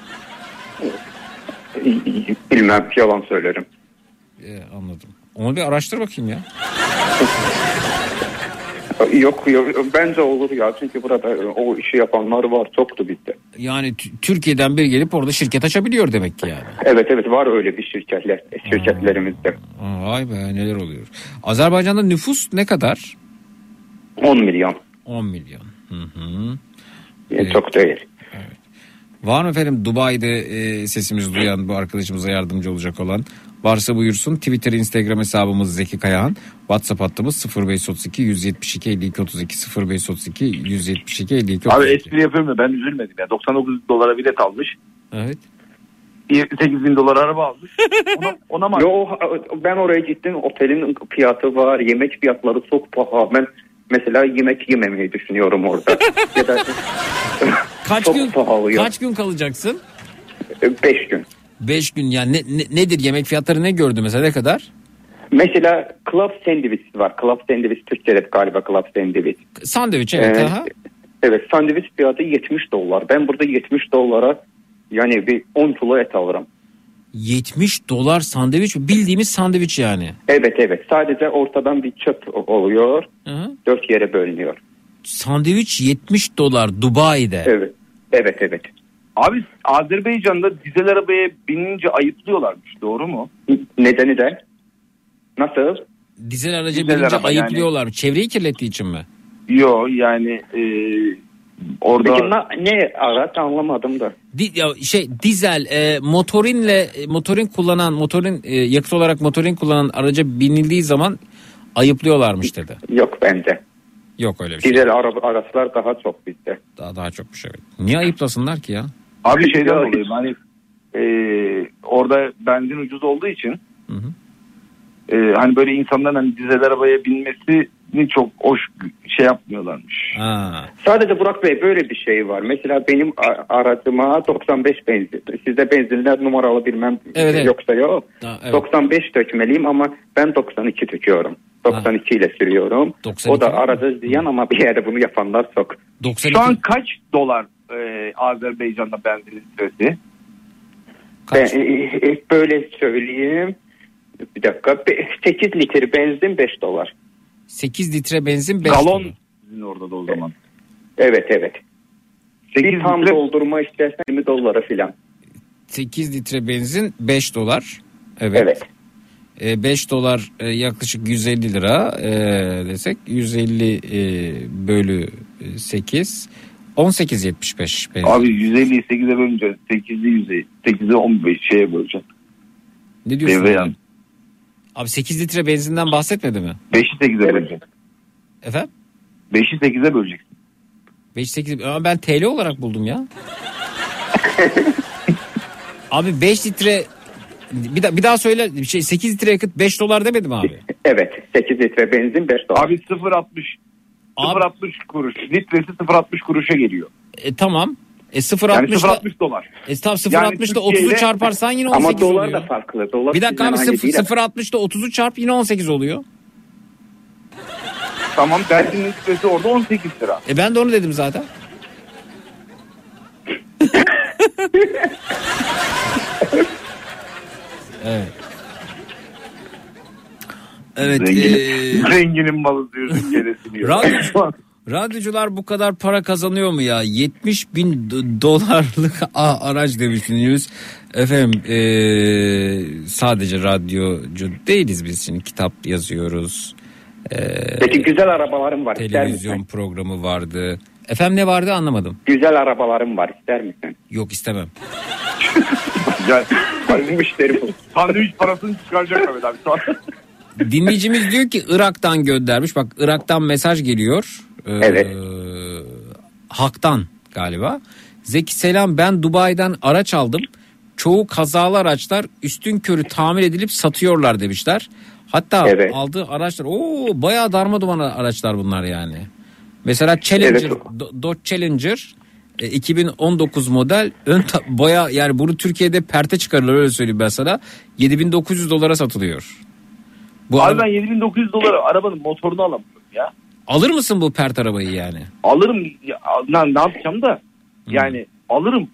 Bilmem, yalan söylerim. E, anladım. Onu bir araştır bakayım ya. Yok yok, bence olur ya, çünkü burada o işi yapanlar var, çoktu bizde. Yani t- Türkiye'den biri gelip orada şirket açabiliyor demek ki yani. Evet evet, var öyle bir şirketler şirketlerimizde. Aa, vay be, neler oluyor. Azerbaycan'da nüfus ne kadar? on milyon. on milyon. Hı hı. Yani çok değil. Var mı efendim Dubai'de e, sesimizi duyan, bu arkadaşımıza yardımcı olacak olan? Varsa buyursun. Twitter, Instagram hesabımız Zeki Kayahan. WhatsApp hattımız sıfır beş otuz iki yüz yetmiş iki elli iki otuz iki sıfır beş otuz iki yüz yetmiş iki elli iki otuz iki. Abi espri yapıyorum da ben üzülmedim ya. doksan dokuz dolara bilet almış. Evet. sekiz bin dolar araba almış. Ona, ona mı? Yo, ben oraya gittim, otelin fiyatı var, yemek fiyatları çok pahalı. Ben mesela yemek yememeyi düşünüyorum orada. Ya da Kaç çok gün pahalı ya. kaç gün kalacaksın? Beş gün. Beş gün yani ne, ne- nedir yemek fiyatları, ne gördü mesela, ne kadar? Mesela club sandwich var. Club sandwich Türkçe'de galiba club sandwich. Sandviç evet. Ee, aha. Evet sandviç fiyatı yetmiş dolar. Ben burada yetmiş dolara yani bir on kilo et alırım. yetmiş dolar sandviç mi? Bildiğimiz sandviç yani. Evet evet sadece ortadan bir çöp oluyor. Hı-hı. Dört yere bölünüyor. Sandviç yetmiş dolar Dubai'de. Evet evet evet. Abi Azerbaycan'da dizel arabaya binince ayıplıyorlarmış, doğru mu? Nedeni de nasıl? Dizel aracı Dizel binince araba ayıplıyorlar. Yani... Çevreyi kirlettiği için mi? Yok yani e, orada... Peki na, ne araç anlamadım da. Di, ya şey dizel e, motorinle e, motorin kullanan motorin e, yakıt olarak motorin kullanan araca binildiği zaman ayıplıyorlarmış dedi. Yok bende. Yok öyle bir şey. Dizel araba araçlar daha çok bizde. Daha daha çok bir şey. Niye ayıplasınlar ki ya? Abi şeyden dolayı hani e, orada benzin ucuz olduğu için hı hı. E, hani böyle insanların hani dizel arabaya binmesini çok hoş şey yapmıyorlarmış. Ha. Sadece Burak Bey böyle bir şey var. Mesela benim aracıma doksan beş benzin. Sizde benzinler numaralı bilmem evet, evet. yoksa yok. Ha, evet. doksan beş dökmeliyim ama ben doksan iki döküyorum. doksan iki ha. ile sürüyorum. doksan iki o da aracı ziyan ama bir yerde bunu yapanlar çok. doksan iki Şu an kaç dolar e, Azerbaycan'da benzin litresi? Ben e, böyle söyleyeyim. Bir dakika. sekiz litre benzin beş dolar. sekiz litre benzin beş Galon dolar. Sizin orada da o zaman. Evet evet. Bir tam litre... doldurma istersen yirmi dolara filan. sekiz litre benzin beş dolar. Evet. Evet. E, beş dolar e, yaklaşık yüz elli lira e, desek yüz elli e, bölü sekiz on sekiz yetmiş beş. Benzin. Abi yüz elliyi sekize bölünce sekizli yüz sekize on beş şeye böleceğim. Ne diyorsun? Yani? Abi sekiz litre benzinden bahsetmedi mi? beşi sekize böleceğim. Efendim? beşi sekize böleceksin. beş sekiz ama ben T L olarak buldum ya. Abi beş litre bir, da, bir daha söyle şey sekiz litre yakıt beş dolar demedim abi. Evet sekiz litre benzin beş dolar. Abi sıfır altmış sıfır altmış kuruş litresi sıfır altmış kuruşa geliyor. E tamam. E sıfır yani sıfır altmış dolar. E tamam sıfır altmışla yani otuzu çarparsan yine on sekiz ama dolar oluyor. da farklı. Dolar bir dakika abi sıfır altmışla otuzu çarp yine on sekiz oluyor. Tamam benzin litresi orada on sekiz lira. E ben de onu dedim zaten. Evet. Evet. Zengin, ee... Zenginin malı diyorsun keresi diyor. Radyocu, radyocular bu kadar para kazanıyor mu ya? yetmiş bin dolarlık ah, araç demiştiniz. Efendim ee, sadece radyocu değiliz biz şimdi kitap yazıyoruz. Ee, Peki güzel arabalarım var. Televizyon programı vardı. Efendim ne vardı anlamadım. Güzel arabalarım var ister misin? Yok istemem. Güzel. Müşteri bu. Sandviç parasını çıkaracak Ahmet abi. Dinleyicimiz diyor ki Irak'tan göndermiş. Bak Irak'tan mesaj geliyor. Ee, evet. Hak'tan galiba. Zeki selam ben Dubai'den araç aldım. Çoğu kazalı araçlar üstünkörü tamir edilip satıyorlar demişler. Hatta evet. aldığı araçlar ooo bayağı darma duman araçlar bunlar yani. Mesela Challenger, evet. Dodge Challenger e, iki bin on dokuz model ön ta- bayağı yani bunu Türkiye'de perte çıkarırlar öyle söyleyeyim ben sana. yedi bin dokuz yüz dolara satılıyor. Bu Abi araba... ben yedi bin dokuz yüz dolara arabanın motorunu alamıyorum ya. Alır mısın bu pert arabayı yani? Alırım. Ya, ne, ne yapacağım da yani hmm. alırım.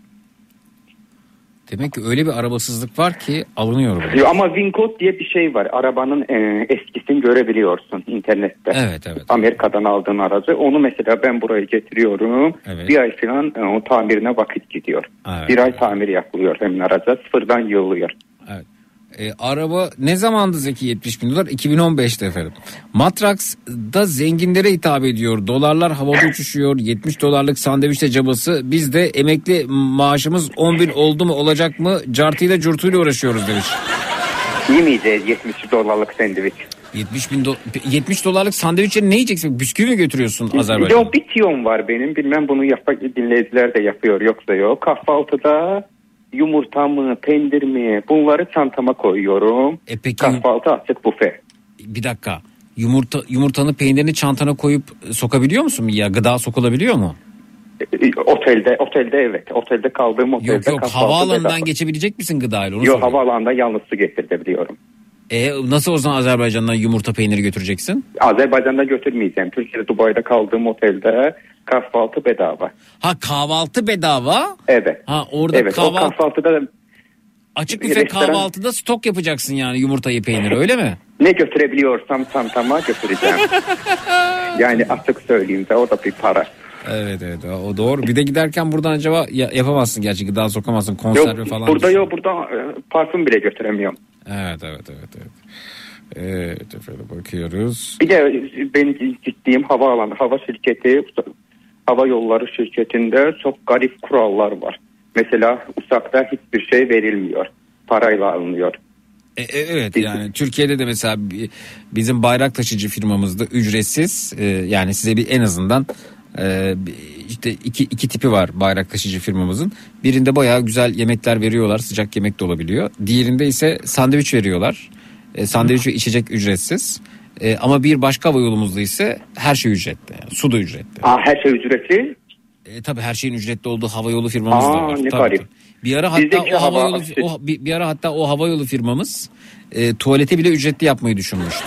Demek ki öyle bir arabasızlık var ki alınıyor. Yo, ama WinCode diye bir şey var. Arabanın e, eskisini görebiliyorsun internette. Evet evet. Amerika'dan aldığın aracı. Onu mesela ben buraya getiriyorum. Evet. Bir ay falan e, o tamirine vakit gidiyor. Evet. Bir ay tamir yapılıyor hemen araca. Sıfırdan yığılıyor. Evet. E, araba ne zamandı Zeki yetmiş bin dolar? iki bin on beşte efendim. Matrax'da zenginlere hitap ediyor. Dolarlar havada uçuşuyor. yetmiş dolarlık sandviçte cabası. Biz de emekli maaşımız on bin oldu mu olacak mı? Cartıyla curtuyla uğraşıyoruz demiş. İyi miydi yetmiş dolarlık sandviç? yetmiş bin do- yetmiş dolarlık sandviçleri ne yiyeceksin? Bisküvi mi götürüyorsun Azerbaycan'a? Yok bir tiyon var benim. Bilmem bunu yapan dinleyiciler de yapıyor yoksa yok. Kahvaltıda yumurta mı, peynir mi bunları çantama koyuyorum. E peki, kahvaltı açık büfe. Bir dakika. Yumurta yumurtanı peynirini çantana koyup sokabiliyor musun ya? Gıda sokulabiliyor mu? E, otelde otelde evet. Otelde kaldığım otelde. Yok yok havaalanından geçebilecek misin gıdayla? Yok havaalanında yalnız su getirebiliyorum. E nasıl o zaman Azerbaycan'dan yumurta peyniri götüreceksin? Azerbaycan'da götürmeyeceğim. Türkiye'de, Dubai'de kaldığım otelde kahvaltı bedava. Ha, kahvaltı bedava? Evet. Ha, orada evet, kahvaltı... o kahvaltıda açık büfe restoran... kahvaltıda stok yapacaksın yani, yumurtayı, peyniri, öyle mi? Ne götürebiliyorsam tam tama götüreceğim. Yani açık söyleyeyim de o da bir para. Evet evet, o doğru. Bir de giderken buradan acaba yapamazsın gerçi, gıda sokamazsın, konserve yok, falan. Burada yok, burada parfüm bile götüremiyorum. Evet evet evet evet. Evet efendim, bakıyoruz. Bir de benim gittiğim havaalanı, hava şirketi, hava yolları şirketinde çok garip kurallar var. Mesela uçakta hiçbir şey verilmiyor. Parayla alınıyor. E, evet yani Türkiye'de de mesela bizim bayrak taşıcı firmamızda ücretsiz, e, yani size bir en azından e, işte iki, iki tipi var bayrak taşıcı firmamızın. Birinde bayağı güzel yemekler veriyorlar, sıcak yemek de olabiliyor. Diğerinde ise sandviç veriyorlar. E, sandviç ve içecek ücretsiz. E, ama bir başka hava yolumuzda ise her şey ücretli. Yani su da ücretli. Aa, her şey ücretli? E, tabii her şeyin ücretli olduğu hava yolu firmamız Aa, da var. Ne tabii, garip. tabii. Bir ara hatta Bizdeki o hava hava... yolu o, bir, bir ara hatta o hava yolu firmamız e, tuvaleti bile ücretli yapmayı düşünmüştü.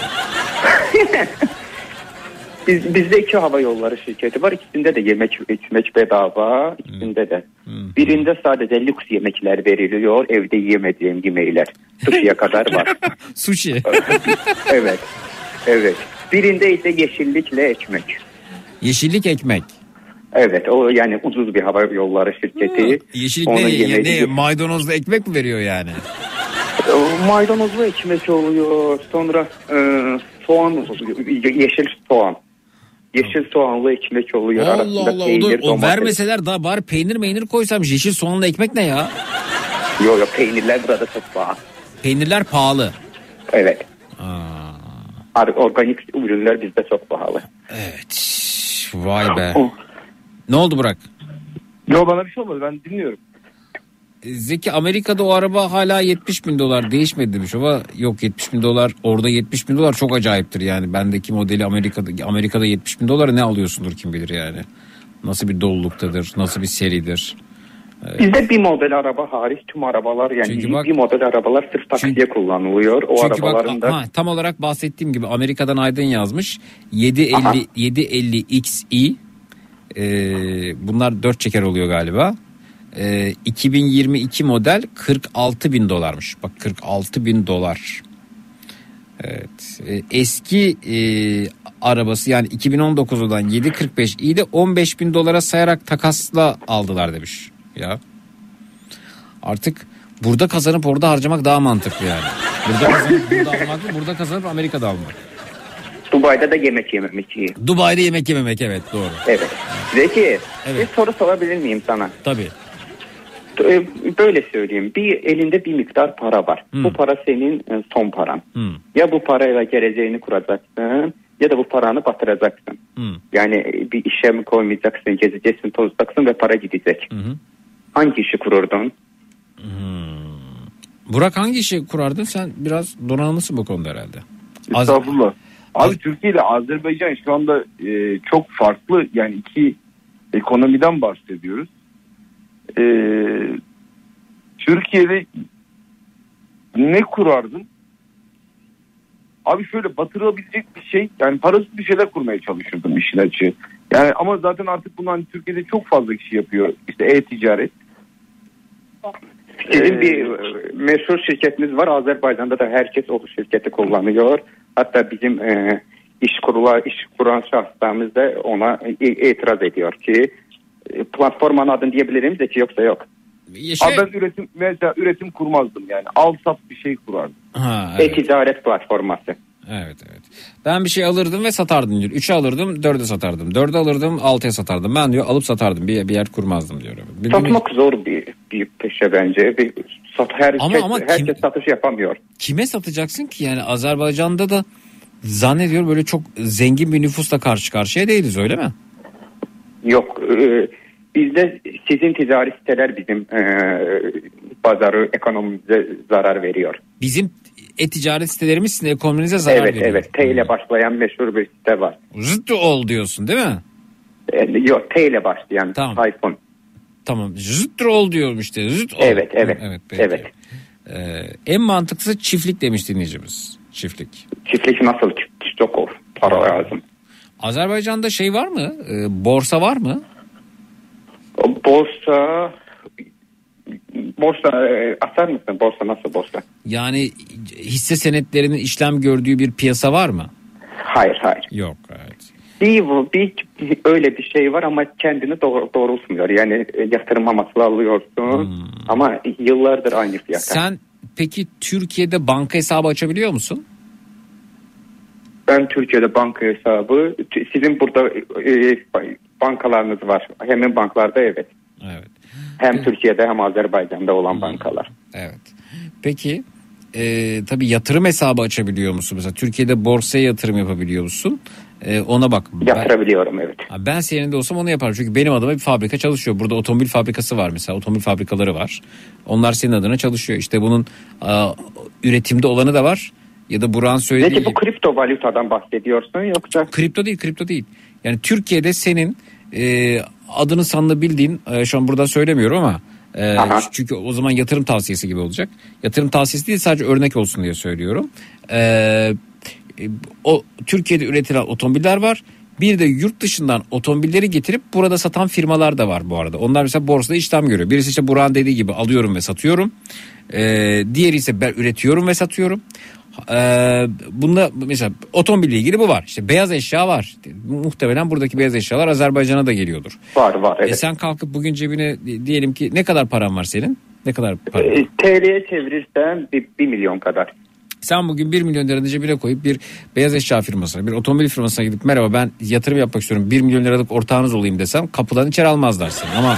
Biz, bizde iki hava yolları şirketi var. İkisinde de yemek içmek bedava. İkisinde de. Hmm. Birinde sadece lüks yemekler veriliyor. Evde yiyemediğim yemekler. Sushi'ye kadar var. Sushi. Evet. Evet. Birinde ise yeşillikle ekmek. Yeşillik ekmek. Evet, o yani ucuz bir hava yolları şirketi. Ha, yeşillik ne, ne, ne maydanozlu ekmek mi veriyor yani? O, maydanozlu ekmek oluyor. Sonra e, soğan oluyor. Yeşil soğan. Yeşil soğanlı ekmek oluyor. Allah Arasında Allah, peynir, o, o vermeseler daha bari peynir meynir koysam. Yeşil soğanlı ekmek ne ya? Yok yok, peynirler burada çok pahalı. Peynirler pahalı. Evet. Aa. Organik ürünler bizde çok pahalı. Evet. Vay be. Oh. Ne oldu Burak? Yok, bana bir şey olmadı, ben dinliyorum. Zeki, Amerika'da o araba hala yetmiş bin dolar, değişmedi demiş ama yok, yetmiş bin dolar orada, yetmiş bin dolar çok acayiptir yani. Bendeki modeli Amerika'da Amerika'da yetmiş bin dolara ne alıyorsundur kim bilir yani. Nasıl bir doluluktadır, nasıl bir seridir. Bizde bir model araba hariç tüm arabalar yani bak, bir model arabalar sırf taksiye çünkü, kullanılıyor. O çünkü arabaların bak, da... ha, tam olarak bahsettiğim gibi Amerika'dan Aydın yazmış. yedi elli yedi elli X i e, bunlar dört çeker oluyor galiba. E, iki bin yirmi iki model kırk altı bin dolarmış. Bak, kırk altı bin dolar. Evet. E, eski e, arabası yani iki bin on dokuzdan yedi kırk beş i de on beş bin dolara sayarak takasla aldılar demiş. Ya artık burada kazanıp orada harcamak daha mantıklı yani. Burada kazanıp burada almak mı? Burada kazanıp Amerika'da almak. Dubai'de de yemek yememek iyi. Dubai'de yemek yememek, evet, doğru. Evet. Zeki, evet. Bir soru sorabilir miyim sana? Tabii. Böyle söyleyeyim. Bir elinde bir miktar para var. Hmm. Bu para senin son paran. Hmm. Ya bu parayla geleceğini kuracaksın ya da bu paranı batıracaksın. Hmm. Yani bir işe mi koymayacaksın, gezeceksin, tozacaksın ve para gidecek. Hmm. Hangi işi kururdun? Hmm. Burak, hangi işi kurardın? Sen biraz donanımlısın bu konuda herhalde. Estağfurullah. Abi Az... Türkiye ile Azerbaycan şu anda e, çok farklı, yani iki ekonomiden bahsediyoruz. E, Türkiye'de ne kurardın? Abi şöyle batırılabilecek bir şey, yani parasız bir şeyler kurmaya çalışırdım işin açığı. Yani ama zaten artık bunu hani Türkiye'de çok fazla kişi yapıyor. İşte e-ticaret. Sizin ee, bir meşhur şirketimiz var. Azerbaycan'da da herkes o şirketi kullanıyor. Hatta bizim e, iş kurula iş kuran şahıslarımız da ona itiraz ediyor ki platformanın adını diyebiliriz de ki yoksa yok. Şey... Abi ben üretim mesela üretim kurmazdım yani. Al sat bir şey kurardım. Ha, evet. E-ticaret platforması. Evet evet. Ben bir şey alırdım ve satardım diyor. üçe alırdım, dörde satardım. dörde alırdım, altıya satardım. Ben diyor alıp satardım. Bir, bir yer kurmazdım diyor. Bir Satmak bir... zor bir bir peşe bence. Bir sat herkes ama, ama herkes kim... satış yapamıyor. Kime satacaksın ki yani? Azerbaycan'da da zannediyorum böyle çok zengin bir nüfusla karşı karşıya değiliz, öyle mi? Yok. E, bizde sizin ticari siteler bizim e, pazarı, ekonomimize zarar veriyor. Bizim e-ticaret sitelerimiz sizin ekonominize zarar evet, veriyor. Evet evet. T ile başlayan meşhur bir site var. Zıttol diyorsun değil mi? E, yok, T ile başlayan. Tamam. iPhone. Tamam. Zıttol diyorum işte. Zıttol. Evet evet. Evet. Evet. evet. Ee, en mantıklısı çiftlik demiş dinleyicimiz. Çiftlik. Çiftlik nasıl? Çok o para lazım. Azerbaycan'da şey var mı? Ee, borsa var mı? Borsa borsa e, atar mısın? Borsa nasıl borsa? Yani hisse senetlerinin işlem gördüğü bir piyasa var mı? Hayır hayır. Yok evet. Bir, bir, bir öyle bir şey var ama kendini doğru, doğrultmuyor. Yani yatırım amaçlı alıyorsun hmm. ama yıllardır aynı fiyata. Sen peki Türkiye'de banka hesabı açabiliyor musun? Ben Türkiye'de banka hesabı, sizin burada e, bankalarınız var. Hemen banklarda evet. Evet. Hem Türkiye'de hem Azerbaycan'da olan bankalar. Evet. Peki e, tabii yatırım hesabı açabiliyor musun? Mesela Türkiye'de borsaya yatırım yapabiliyor musun? E, ona bak. Yatırabiliyorum ben, evet. Ben senin de olsam onu yaparım. Çünkü benim adıma bir fabrika çalışıyor. Burada otomobil fabrikası var mesela. Otomobil fabrikaları var. Onlar senin adına çalışıyor. İşte bunun a, üretimde olanı da var. Ya da Burak'ın söylediği... Peki bu kripto valutadan bahsediyorsun yoksa? Kripto değil, kripto değil. Yani Türkiye'de senin e, adını sanını bildiğin, e, şu an burada söylemiyorum ama e, çünkü o zaman yatırım tavsiyesi gibi olacak. Yatırım tavsiyesi değil, sadece örnek olsun diye söylüyorum. E, o Türkiye'de üretilen otomobiller var. Bir de yurt dışından otomobilleri getirip burada satan firmalar da var bu arada. Onlar mesela borsada işlem görüyor. Birisi işte Burak'ın dediği gibi alıyorum ve satıyorum. E, diğeri ise ben üretiyorum ve satıyorum. Ee, bunda mesela otomobille ilgili bu var. İşte beyaz eşya var. Muhtemelen buradaki beyaz eşyalar Azerbaycan'a da geliyordur. Var var evet. E sen kalkıp bugün cebine diyelim ki ne kadar paran var senin? Ne kadar para? E, T L'ye çevirirsen bir, bir milyon kadar. Sen bugün bir milyon liranı cebine koyup bir beyaz eşya firmasına, bir otomobil firmasına gidip merhaba ben yatırım yapmak istiyorum, bir milyon liralık ortağınız olayım desem kapıdan içeri almazlar seni ama...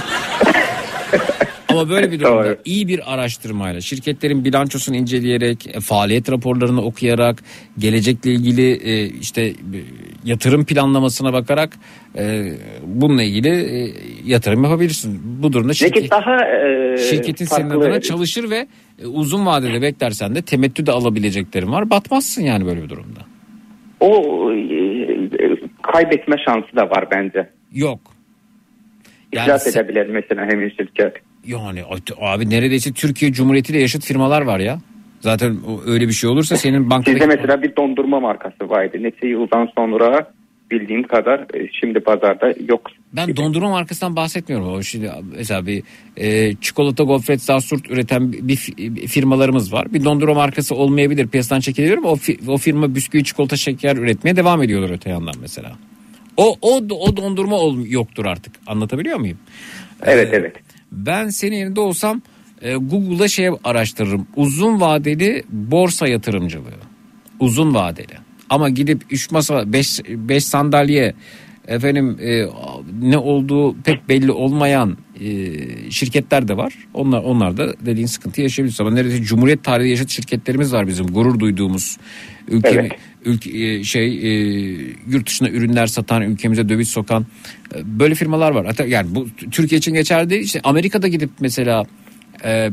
Ama böyle bir durumda Doğru. iyi bir araştırmayla, şirketlerin bilançosunu inceleyerek, e, faaliyet raporlarını okuyarak, gelecekle ilgili e, işte e, yatırım planlamasına bakarak e, bununla ilgili e, yatırım yapabilirsin. Bu durumda şirket, daha, e, şirketin senin adına çalışır ve e, uzun vadede beklersen de temettü de alabileceklerin var. Batmazsın yani böyle bir durumda. O e, kaybetme şansı da var bence. Yok. İflas yani edebilir mesela hemen şirket. Yani abi neredeyse Türkiye Cumhuriyeti ile yaşıt firmalar var ya. Zaten öyle bir şey olursa senin bankadaki... Sizde mesela bir dondurma markası vardı. Nece yıldan sonra bildiğim kadar şimdi pazarda yok. Ben dondurma markasından bahsetmiyorum. O şimdi mesela bir e, çikolata, gofret, zarsurt üreten bir firmalarımız var. Bir dondurma markası olmayabilir. Piyasadan çekiliyor ama o, o firma bisküvi, çikolata, şeker üretmeye devam ediyorlar öte yandan mesela. O o o dondurma ol, yoktur artık. Anlatabiliyor muyum? Evet ee, evet. Ben senin yerinde olsam e, Google'da şey araştırırım. Uzun vadeli borsa yatırımcılığı. Uzun vadeli. Ama gidip üç masa beş sandalye efendim e, ne olduğu pek belli olmayan e, şirketler de var. Onlar onlar da dediğin sıkıntı yaşayabiliriz. Ama neredeyse Cumhuriyet tarihi yaşayan şirketlerimiz var bizim gurur duyduğumuz. Ülke evet. ülke şey e, yurt dışına ürünler satan, ülkemize döviz sokan e, böyle firmalar var. Hatta yani bu Türkiye için geçerli değil. İşte Amerika'da gidip mesela e,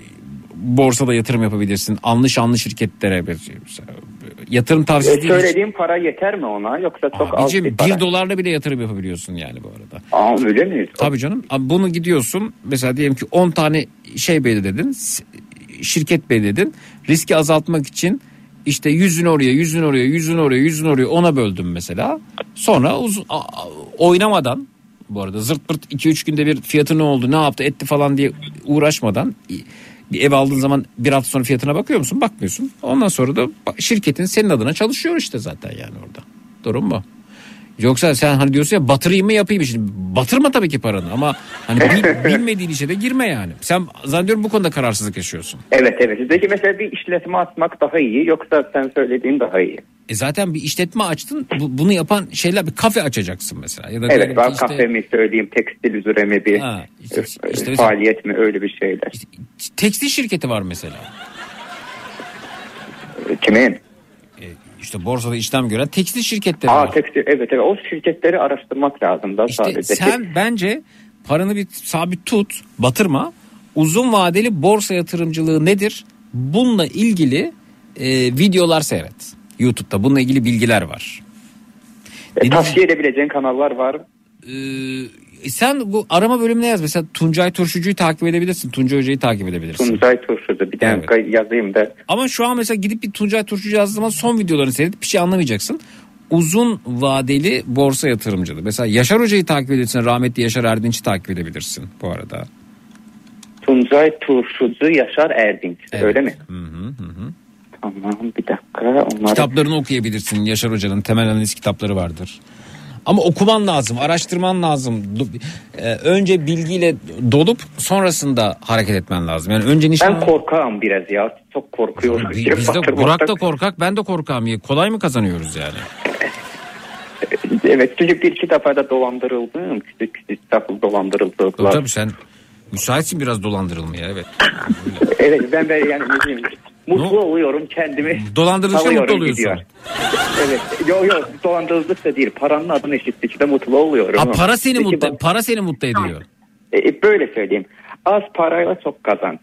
borsada yatırım yapabilirsin. Anlı şanlı şirketlere mesela, yatırım tavsiyesi değil. Söylediğim hiç... para yeter mi ona yoksa çok Abicim, az bir para? Bir dolarla bile yatırım yapabiliyorsun yani bu arada. Aa öyle mi? Tabii canım. Bunu gidiyorsun mesela diyelim ki on tane şey belirledin, şirket belirledin. Riski azaltmak için işte yüzünü oraya, yüzünü oraya, yüzünü oraya, yüzünü oraya ona böldüm mesela. Sonra uzun, oynamadan bu arada zırt pırt iki üç günde bir fiyatı ne oldu, ne yaptı, etti falan diye uğraşmadan bir ev aldığın zaman bir hafta sonra fiyatına bakıyor musun? Bakmıyorsun. Ondan sonra da şirketin senin adına çalışıyor işte zaten yani orada. Durum bu. Yoksa sen hani diyorsun ya batırayım mı yapayım şimdi. Batırma tabii ki paranı ama hani bil, bilmediğin işe de girme yani. Sen zannediyorum bu konuda kararsızlık yaşıyorsun. Evet evet. Peki mesela bir işletme açmak daha iyi yoksa sen söylediğin daha iyi? E zaten bir işletme açtın. Bu, bunu yapan şeyler bir kafe açacaksın mesela. Ya da evet ben işte, kafe mi söyleyeyim, tekstil üzerine mi bir ha, işte, işte faaliyet mi öyle bir şeyler. İşte, tekstil şirketi var mesela. Kimin? İşte borsada işlem gören tekstil şirketleri Aa, var. Tekstil, evet evet o şirketleri araştırmak lazım da işte sadece. Sen bence paranı bir sabit tut, batırma. Uzun vadeli borsa yatırımcılığı nedir? Bununla ilgili e, videolar seyret. YouTube'da bununla ilgili bilgiler var. E, tavsiye edebileceğin kanallar var. E, Sen bu arama bölümüne yaz. Mesela Tuncay Turşucu'yu takip edebilirsin. Tuncay Hoca'yı takip edebilirsin. Tuncay Turşucu bir tane evet. yazayım da. Ama şu an mesela gidip bir Tuncay Turşucu yazdığın zaman son videolarını seyredip bir şey anlamayacaksın. Uzun vadeli borsa yatırımcıdır. Mesela Yaşar Hoca'yı takip edebilirsin. Rahmetli Yaşar Erdinç'i takip edebilirsin bu arada. Tuncay Turşucu, Yaşar Erdinç. Evet. Öyle mi? Hı hı hı. Tamam bir dakika. Onları... Kitaplarını okuyabilirsin. Yaşar Hoca'nın temel analiz kitapları vardır. Ama okuman lazım, araştırman lazım. Ee, önce bilgiyle dolup sonrasında hareket etmen lazım. Yani önce nişan... Ben korkağım biraz ya. Çok korkuyorum. Biz de, Burak da korkak, ben de korkağım. Kolay mı kazanıyoruz yani? Evet, çünkü bir iki defa da dolandırıldım. Küçük küçük kitaplı dolandırıldılar. Tabii, tabii sen müsaitsin biraz dolandırılmaya, evet. Evet, ben de yani mutlu no. oluyorum kendimi. Dolandırılışa mutlu oluyorsun. Gidiyor. Evet. Yok yok dolandırıldık da değil. Paranın adını eşittikçe mutlu oluyorum. Ha, para seni Peki, mutlu ben... para seni mutlu ediyor. E, böyle söyleyeyim. Az parayla çok kazanç.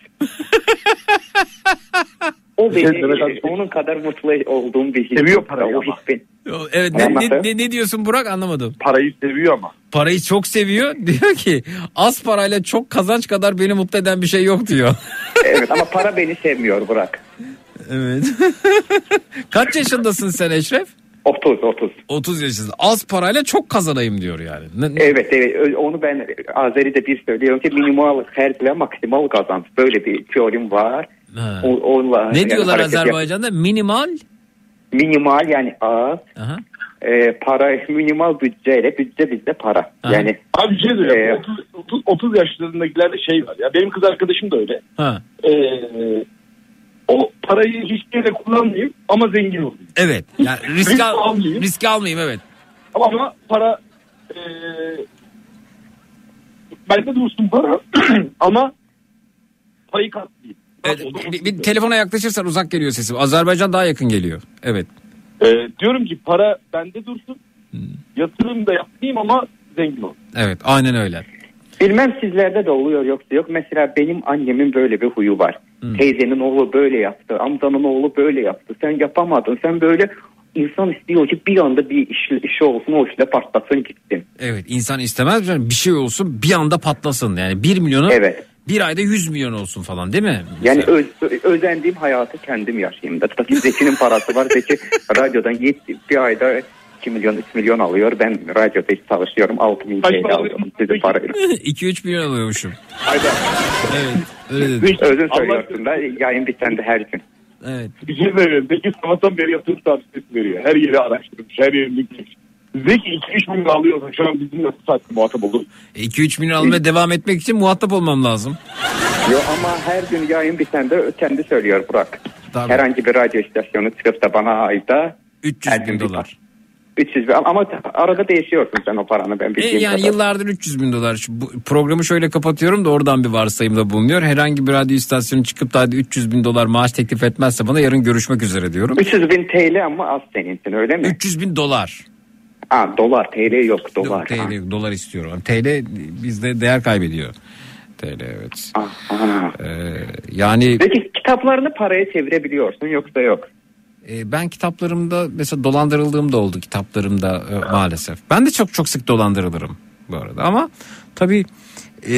O beni onun kadar mutlu olduğum bir his. Seviyor parayı o his ben. Evet ne, ne, ne, ne diyorsun Burak, anlamadım. Parayı seviyor ama. Parayı çok seviyor. Diyor ki az parayla çok kazanç kadar beni mutlu eden bir şey yok diyor. Evet ama para beni sevmiyor Burak. Evet. Kaç yaşındasın sen Eşref? otuz otuz. otuz yaşında. Az parayla çok kazanayım diyor yani. Ne, ne? Evet evet onu ben Azeri'de bir söylüyorum ki minimal harcla maksimal kazanç. Böyle bir teorim var. O, onunla, ne yani diyorlar Azerbaycan'da? Yap- minimal? Minimal yani az. Aha. E, para minimal bütçeyle, bütçe bizde para. Aha. Yani abi bir şey söyleyeyim. E, otuz, otuz, otuz yaşlarındakilerde şey var ya, benim kız arkadaşım da öyle. Ha. E, o parayı hiçbir yere kullanmayayım ama zengin olayım. Evet. Yani risk, risk al, almayayım. Risk almayayım evet. Ama, ama para e, bende dursun para ama parayı katlayayım. Evet, bir, bir telefona yaklaşırsan uzak geliyor sesim. Azerbaycan daha yakın geliyor. Evet. Ee, diyorum ki para bende dursun. Hmm. Yatırım da yapmayayım ama zengin ol. Evet, aynen öyle. Bilmem sizlerde de oluyor yoksa yok. Mesela benim annemin böyle bir huyu var. Hmm. Teyzenin oğlu böyle yaptı. Amcanın oğlu böyle yaptı. Sen yapamadın. Sen böyle insan istiyor ki bir anda bir iş, işi olsun, o işle patlasın gitsin. Evet, insan istemez mi? Bir şey olsun bir anda patlasın. Yani bir milyonu evet. Bir ayda yüz milyon olsun falan değil mi? Mesela. Yani öz, özendiğim hayatı kendim yaşayayım da. Tabii Zeki'nin parası var. Zeki radyodan yetti, bir ayda iki milyon üç milyon alıyor. Ben radyoda çalışıyorum altı bin T L alıyorum. Size parayla. iki üç milyon alıyormuşum. Aynen. Evet öyle dedim. Özün söylüyorsun da yayın biten de her gün. Evet. Bir şey söyleyeyim. Zeki sabahtan beri yatırım tavsiyesi veriyor. Her yeri araştırmış. Her yeri gitmiş. Zeki iki üç milyon alıyorsa şu an bizim nasıl saatte muhatap olur? iki üç milyon almaya devam etmek için muhatap olmam lazım. Yok ama her gün yayın biten de kendi söylüyor Burak. Tabii. Herhangi bir radyo istasyonu çıkıp da bana ayda üç yüz bin dolar. üç yüz bin ama arada değişiyorsun sen o paranı ben bildiğim e yani kadar. Yıllardır üç yüz bin dolar. Şu, bu programı şöyle kapatıyorum da oradan bir varsayımda bulunuyor. Herhangi bir radyo istasyonu çıkıp da üç yüz bin dolar maaş teklif etmezse bana yarın görüşmek üzere diyorum. üç yüz bin T L ama az seninsin öyle mi? üç yüz bin dolar. Ha dolar, T L yok dolar. Yok, T L yok, dolar istiyorum. T L bizde değer kaybediyor. T L evet. Aha. Ee, yani. Peki kitaplarını paraya çevirebiliyorsun yoksa yok? E, ben kitaplarımda mesela dolandırıldığım da oldu kitaplarımda e, maalesef. Ben de çok çok sık dolandırılırım bu arada ama tabii e,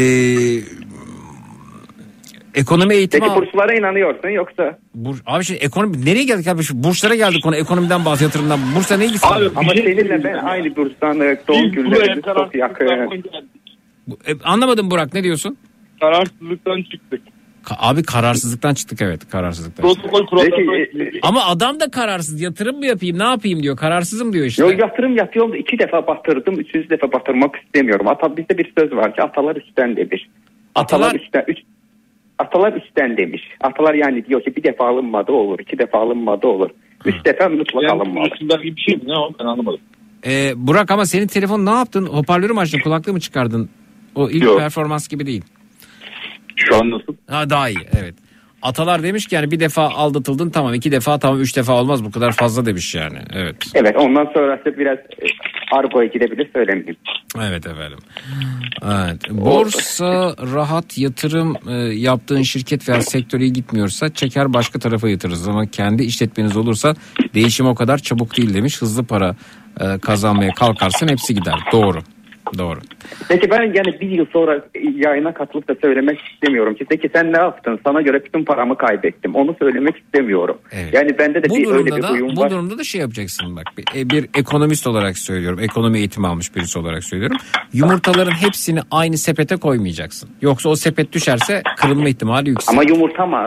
ekonomi eğitimi... Peki burslara inanıyorsun yoksa? Bur, abi şimdi ekonomi nereye geldik abi? Şu burslara geldik konu ekonomiden bahs yatırımdan. Bursa ne ilgisi var? Ama seninle ben aynı burstan doğum günlerimiz çok yakın. E, anlamadım Burak, ne diyorsun? Kararsızlıktan çıktık. Ka- abi kararsızlıktan çıktık evet kararsızlıktan çıktık. Peki, ama adam da kararsız, yatırım mı yapayım ne yapayım diyor, kararsızım diyor işte. Yok yatırım yapıyorum, iki defa batırdım, üçüncü defa batırmak istemiyorum. Ata, bizde bir söz var ki atalar üstten demiş. Atalar, atalar üstten, üç, atalar üstten demiş. Atalar yani diyor ki bir defa alınmadı olur, iki defa alınmadı olur. Üç Hı. defa mutlaka yani, alınmalı. Bir şey mi ne o, ben anlamadım. Ee, Burak ama senin telefon ne yaptın? Hoparlörü mü açtın, kulaklığı mı çıkardın? O ilk Yok. performans gibi değil. Şu an nasıl? Ha, daha iyi evet. Atalar demiş ki yani bir defa aldatıldın tamam, iki defa tamam, üç defa olmaz bu kadar fazla demiş yani. Evet. Evet, ondan sonrası biraz argoya gidebilir, söylemeyeyim. Evet efendim. Evet. Borsa rahat, yatırım e, yaptığın şirket veya sektör iyi gitmiyorsa çeker başka tarafa yatırırız ama kendi işletmeniz olursa değişim o kadar çabuk değil demiş. Hızlı para e, kazanmaya kalkarsın hepsi gider. Doğru. Doğru. Peki ben yani bir yıl sonra yayına katılıp da söylemek istemiyorum ki peki sen ne yaptın? Sana göre bütün paramı kaybettim. Onu söylemek istemiyorum. Evet. Yani bende de Bu bir öyle durumda bir da huyum bu var. durumda da şey yapacaksın bak. Bir, bir ekonomist olarak söylüyorum. Ekonomi eğitimi almış birisi olarak söylüyorum. Yumurtaların hepsini aynı sepete koymayacaksın. Yoksa o sepet düşerse kırılma ihtimali yüksek. Ama yumurtamaz.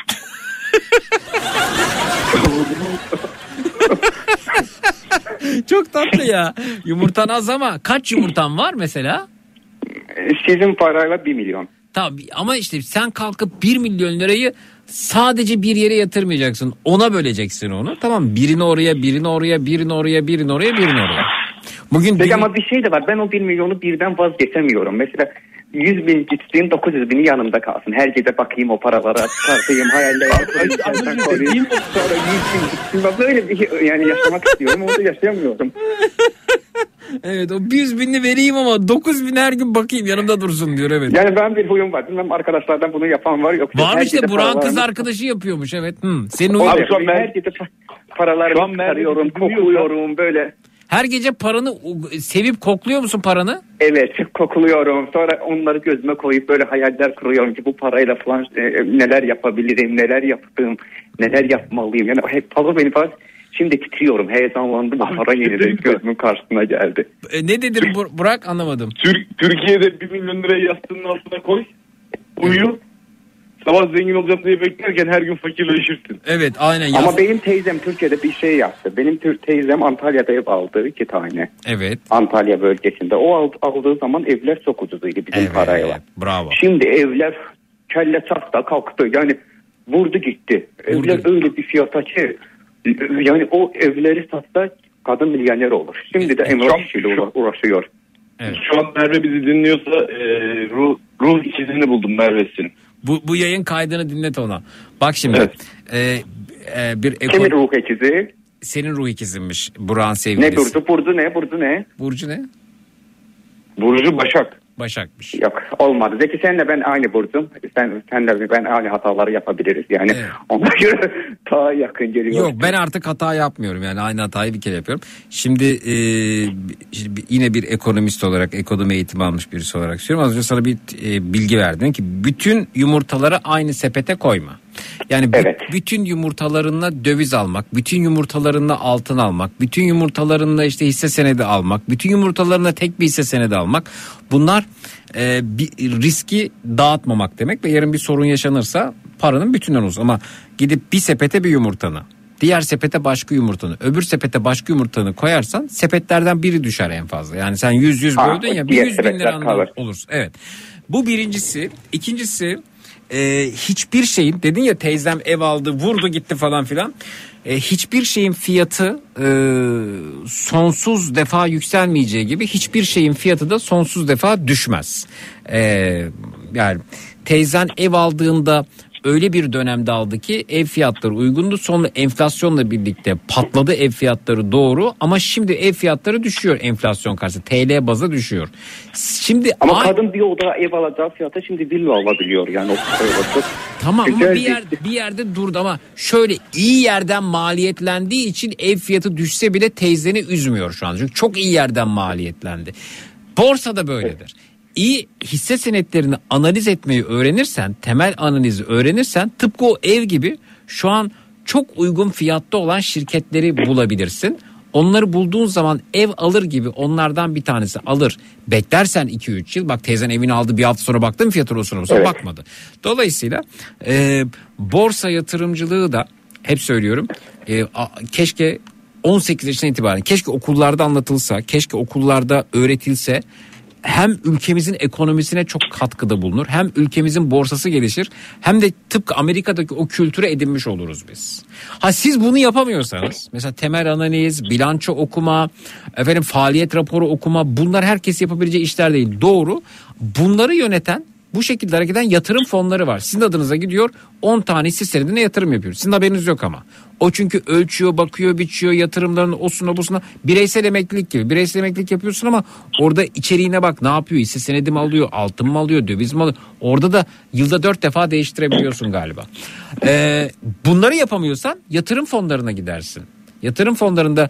Çok tatlı ya. Yumurtan az ama kaç yumurtan var mesela? Sizin parayla bir milyon. Tabii ama işte sen kalkıp bir milyon lirayı sadece bir yere yatırmayacaksın. Ona böleceksin onu. Tamam, birini oraya, birini oraya, birini oraya, birini oraya, birini oraya. Bugün Peki bir... ama bir şey de var. Ben o bir milyonu birden vazgeçemiyorum. Mesela yüz bin gittiğim dokuz yüz bini yanımda kalsın. Her gece bakayım o paralara çıkartayım. Hayaller koyayım. Sonra yüz bin gitsin. Böyle bir yani yaşamak istiyorum. Onu da yaşayamıyorum. Evet, o yüz binini vereyim ama dokuz bin her gün bakayım yanımda dursun diyor, evet. Yani ben bir huyum var. Bilmem arkadaşlardan bunu yapan var. Yoksa var mı işte Burak'ın kız var. arkadaşı yapıyormuş, evet. Hı, senin huyun. Abi ben her gece paralarımı çıkarıyorum. Kokluyorum böyle. Her gece paranı sevip kokluyor musun paranı? Evet, kokluyorum. Sonra onları gözüme koyup böyle hayaller kuruyorum ki bu parayla falan e, neler yapabilirim, neler yaptım, neler yapmalıyım. Yani hep para beni falan. Şimdi titriyorum, heyecanlandım. Para yeniden gözümün karşısına geldi. E, ne dedin Bur- Burak, anlamadım. Türk, Türkiye'de bir milyon lirayı yastığının altına koy, uyu. Sabah zengin olacağım diye beklerken her gün fakirleşirsin. Evet, aynen. Ama yaz... benim teyzem Türkiye'de bir şey yaptı. Benim teyzem Antalya'da ev aldı, iki tane. Evet. Antalya bölgesinde. O aldığı zaman evler çok ucuzuydu bizim evet, parayla. Bravo. Şimdi evler kelle çakta kalktı. Yani vurdu gitti. Vurdu. Evler öyle bir fiyata ki yani o evleri satsa kadın milyoner olur. Şimdi de emlak işiyle uğraşıyor. Evet. Şu an Merve bizi dinliyorsa e, ruh, ruh ikizini buldum Merve'sin. Bu, bu yayın kaydını dinlet ona. Bak şimdi. Evet. E, e, bir ekon... Kimin ruh ikizi? Senin ruh ikizinmiş Burak'ın sevgilisi. Ne Burcu? Burcu ne? Burcu ne? Burcu ne? Burcu Başak. Başakmış. Yok, olmadı. Zeki senle ben aynı Burcu'm. Sen, senle ben aynı hataları yapabiliriz. Yani evet. Ona göre daha yakın geliyor. Yok, ben artık hata yapmıyorum. Yani aynı hatayı bir kere yapıyorum. Şimdi, e, şimdi yine bir ekonomist olarak, ekonomi eğitimi almış birisi olarak söylüyorum. Az önce sana bir e, bilgi verdim ki bütün yumurtaları aynı sepete koyma. Yani evet. b- bütün yumurtalarına döviz almak, bütün yumurtalarına altın almak, bütün yumurtalarına işte hisse senedi almak, bütün yumurtalarına tek bir hisse senedi almak, bunlar e, bir riski dağıtmamak demek ve yarın bir sorun yaşanırsa paranın bütünden olsun. Ama gidip bir sepete bir yumurtanı, diğer sepete başka yumurtanı, öbür sepete başka yumurtanı koyarsan sepetlerden biri düşer en fazla. Yani sen yüz yüz böldün ya, bir yüz bin lira olursun. Evet. Bu birincisi. İkincisi, Ee, hiçbir şeyin, dedin ya teyzem ev aldı vurdu gitti falan filan, ee, hiçbir şeyin fiyatı e, sonsuz defa yükselmeyeceği gibi hiçbir şeyin fiyatı da sonsuz defa düşmez. Ee, yani teyzen ev aldığında öyle bir dönemde aldı ki ev fiyatları uygundu, sonra enflasyonla birlikte patladı ev fiyatları, doğru, ama şimdi ev fiyatları düşüyor enflasyon karşısında, T L bazda düşüyor. Şimdi ama ay... kadın bir oda ev alacağı fiyata şimdi villa alabiliyor yani. O çok tamam ama bir, yer, bir yerde durdu, ama şöyle iyi yerden maliyetlendiği için ev fiyatı düşse bile teyzeni üzmüyor şu an, çünkü çok iyi yerden maliyetlendi. Borsada böyledir. İyi hisse senetlerini analiz etmeyi öğrenirsen, temel analizi öğrenirsen, tıpkı o ev gibi şu an çok uygun fiyatta olan şirketleri bulabilirsin. Onları bulduğun zaman ev alır gibi onlardan bir tanesi alır. Beklersen iki üç yıl, bak teyzen evini aldı bir hafta sonra baktın fiyatı o sonra evet. bakmadı. Dolayısıyla e, borsa yatırımcılığı da hep söylüyorum e, a, keşke on sekiz yaşından itibaren keşke okullarda anlatılsa, keşke okullarda öğretilse. Hem ülkemizin ekonomisine çok katkıda bulunur, hem ülkemizin borsası gelişir, hem de tıpkı Amerika'daki o kültüre edinmiş oluruz biz. Ha siz bunu yapamıyorsanız, mesela temel analiz, bilanço okuma, efendim faaliyet raporu okuma, bunlar herkes yapabileceği işler değil. Doğru. Bunları yöneten, bu şekilde hareket eden yatırım fonları var. Sizin adınıza gidiyor on tane hisse senedine yatırım yapıyor. Sizin haberiniz yok ama. O çünkü ölçüyor, bakıyor, biçiyor, yatırımlarını osuna busuna, bireysel emeklilik gibi. Bireysel emeklilik yapıyorsun ama orada içeriğine bak, ne yapıyor? Hisse senedi mi alıyor, altın mı alıyor, döviz mi alıyor? Orada da yılda dört defa değiştirebiliyorsun galiba. Ee, bunları yapamıyorsan yatırım fonlarına gidersin. Yatırım fonlarında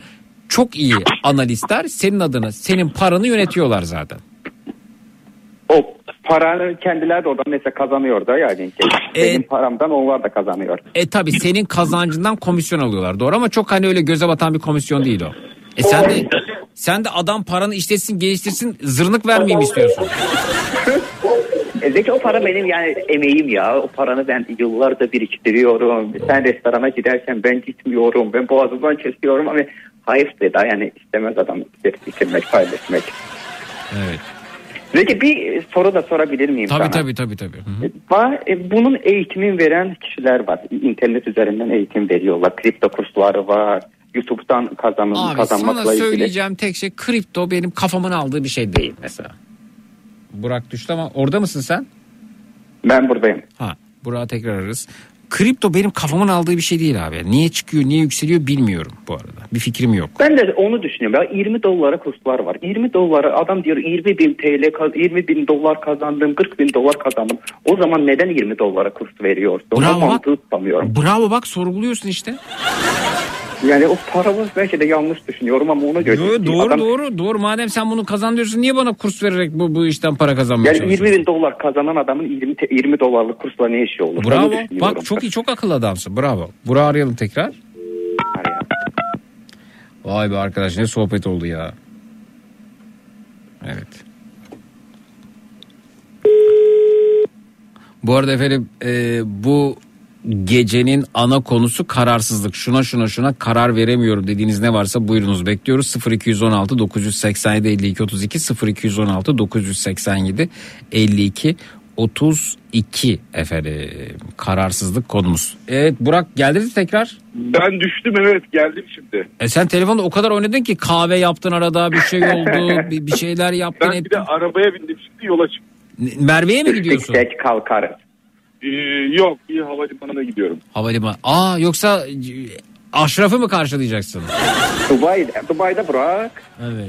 çok iyi analistler senin adına senin paranı yönetiyorlar zaten. O paranı kendileri de oradan mesela kazanıyor da yani. E, Benim paramdan onlar da kazanıyor. E tabi senin kazancından komisyon alıyorlar doğru ama çok hani öyle göze batan bir komisyon değil o. E sen de sen de adam paranı işletsin geliştirsin zırnık vermeyeyim istiyorsun. Zeki o para benim yani emeğim ya. O paranı ben yıllardır biriktiriyorum. Sen restorana gidersen ben gitmiyorum. Ben boğazımdan kesiyorum ama hayır da yani istemez adam bitirmek, paylaşmak. Evet. Zeki bir soru da sorabilir miyim tabii, sana? Tabii tabii tabii. Hı hı. Bunun eğitimin veren kişiler var. İnternet üzerinden eğitim veriyorlar. Kripto kursları var. YouTube'dan kazanım, Abi, kazanmakla ilgili. Abi sana söyleyeceğim tek şey kripto benim kafamın aldığı bir şey değil mesela. Burak düştü ama orada mısın sen? Ben buradayım. Ha, Burak'ı tekrar ararız. Kripto benim kafamın aldığı bir şey değil abi. Niye çıkıyor, niye yükseliyor bilmiyorum bu arada. Bir fikrim yok. Ben de onu düşünüyorum. Ya yirmi dolara kurslar var. yirmi dolara adam diyor yirmi bin T L, yirmi bin dolar kazandım, kırk bin dolar kazandım. O zaman neden yirmi dolara kurs veriyorsun? Bravo bak. Tutamıyorum. Bravo bak sorguluyorsun işte. Yani o paramız belki de yanlış düşünüyorum ama ona göre. Yo, doğru adam... doğru doğru. Madem sen bunu kazan diyorsun niye bana kurs vererek bu bu işten para kazanmaya yani çalışıyorsun? yirmi bin dolar kazanan adamın yirmi, yirmi dolarlık kursla ne işi olur? Bravo. Bak çok iyi çok akıllı adamsın. Bravo. Burak'ı arayalım tekrar. Arayalım. Vay be arkadaş ne sohbet oldu ya. Evet. Bu arada efendim e, bu gecenin ana konusu kararsızlık. Şuna şuna şuna karar veremiyorum dediğiniz ne varsa buyurunuz bekliyoruz. sıfır iki on altı dokuz yüz seksen yedi elli iki otuz iki sıfır iki on altı dokuz yüz seksen yedi elli iki otuz iki efendim kararsızlık konumuz. Evet Burak geldi mi tekrar? Ben düştüm evet geldim şimdi. E sen telefonda o kadar oynadın ki kahve yaptın arada bir şey oldu bir, bir şeyler yaptın. Ben bir de arabaya bindim şimdi yola çıktım. Merve'ye mi gidiyorsun? Tek kalkarız. Ee, yok bir havalimanına gidiyorum. Havalimanı. Aa yoksa Aşraf'ı mı karşılayacaksın? Dubai, Dubai'de Burak. Evet.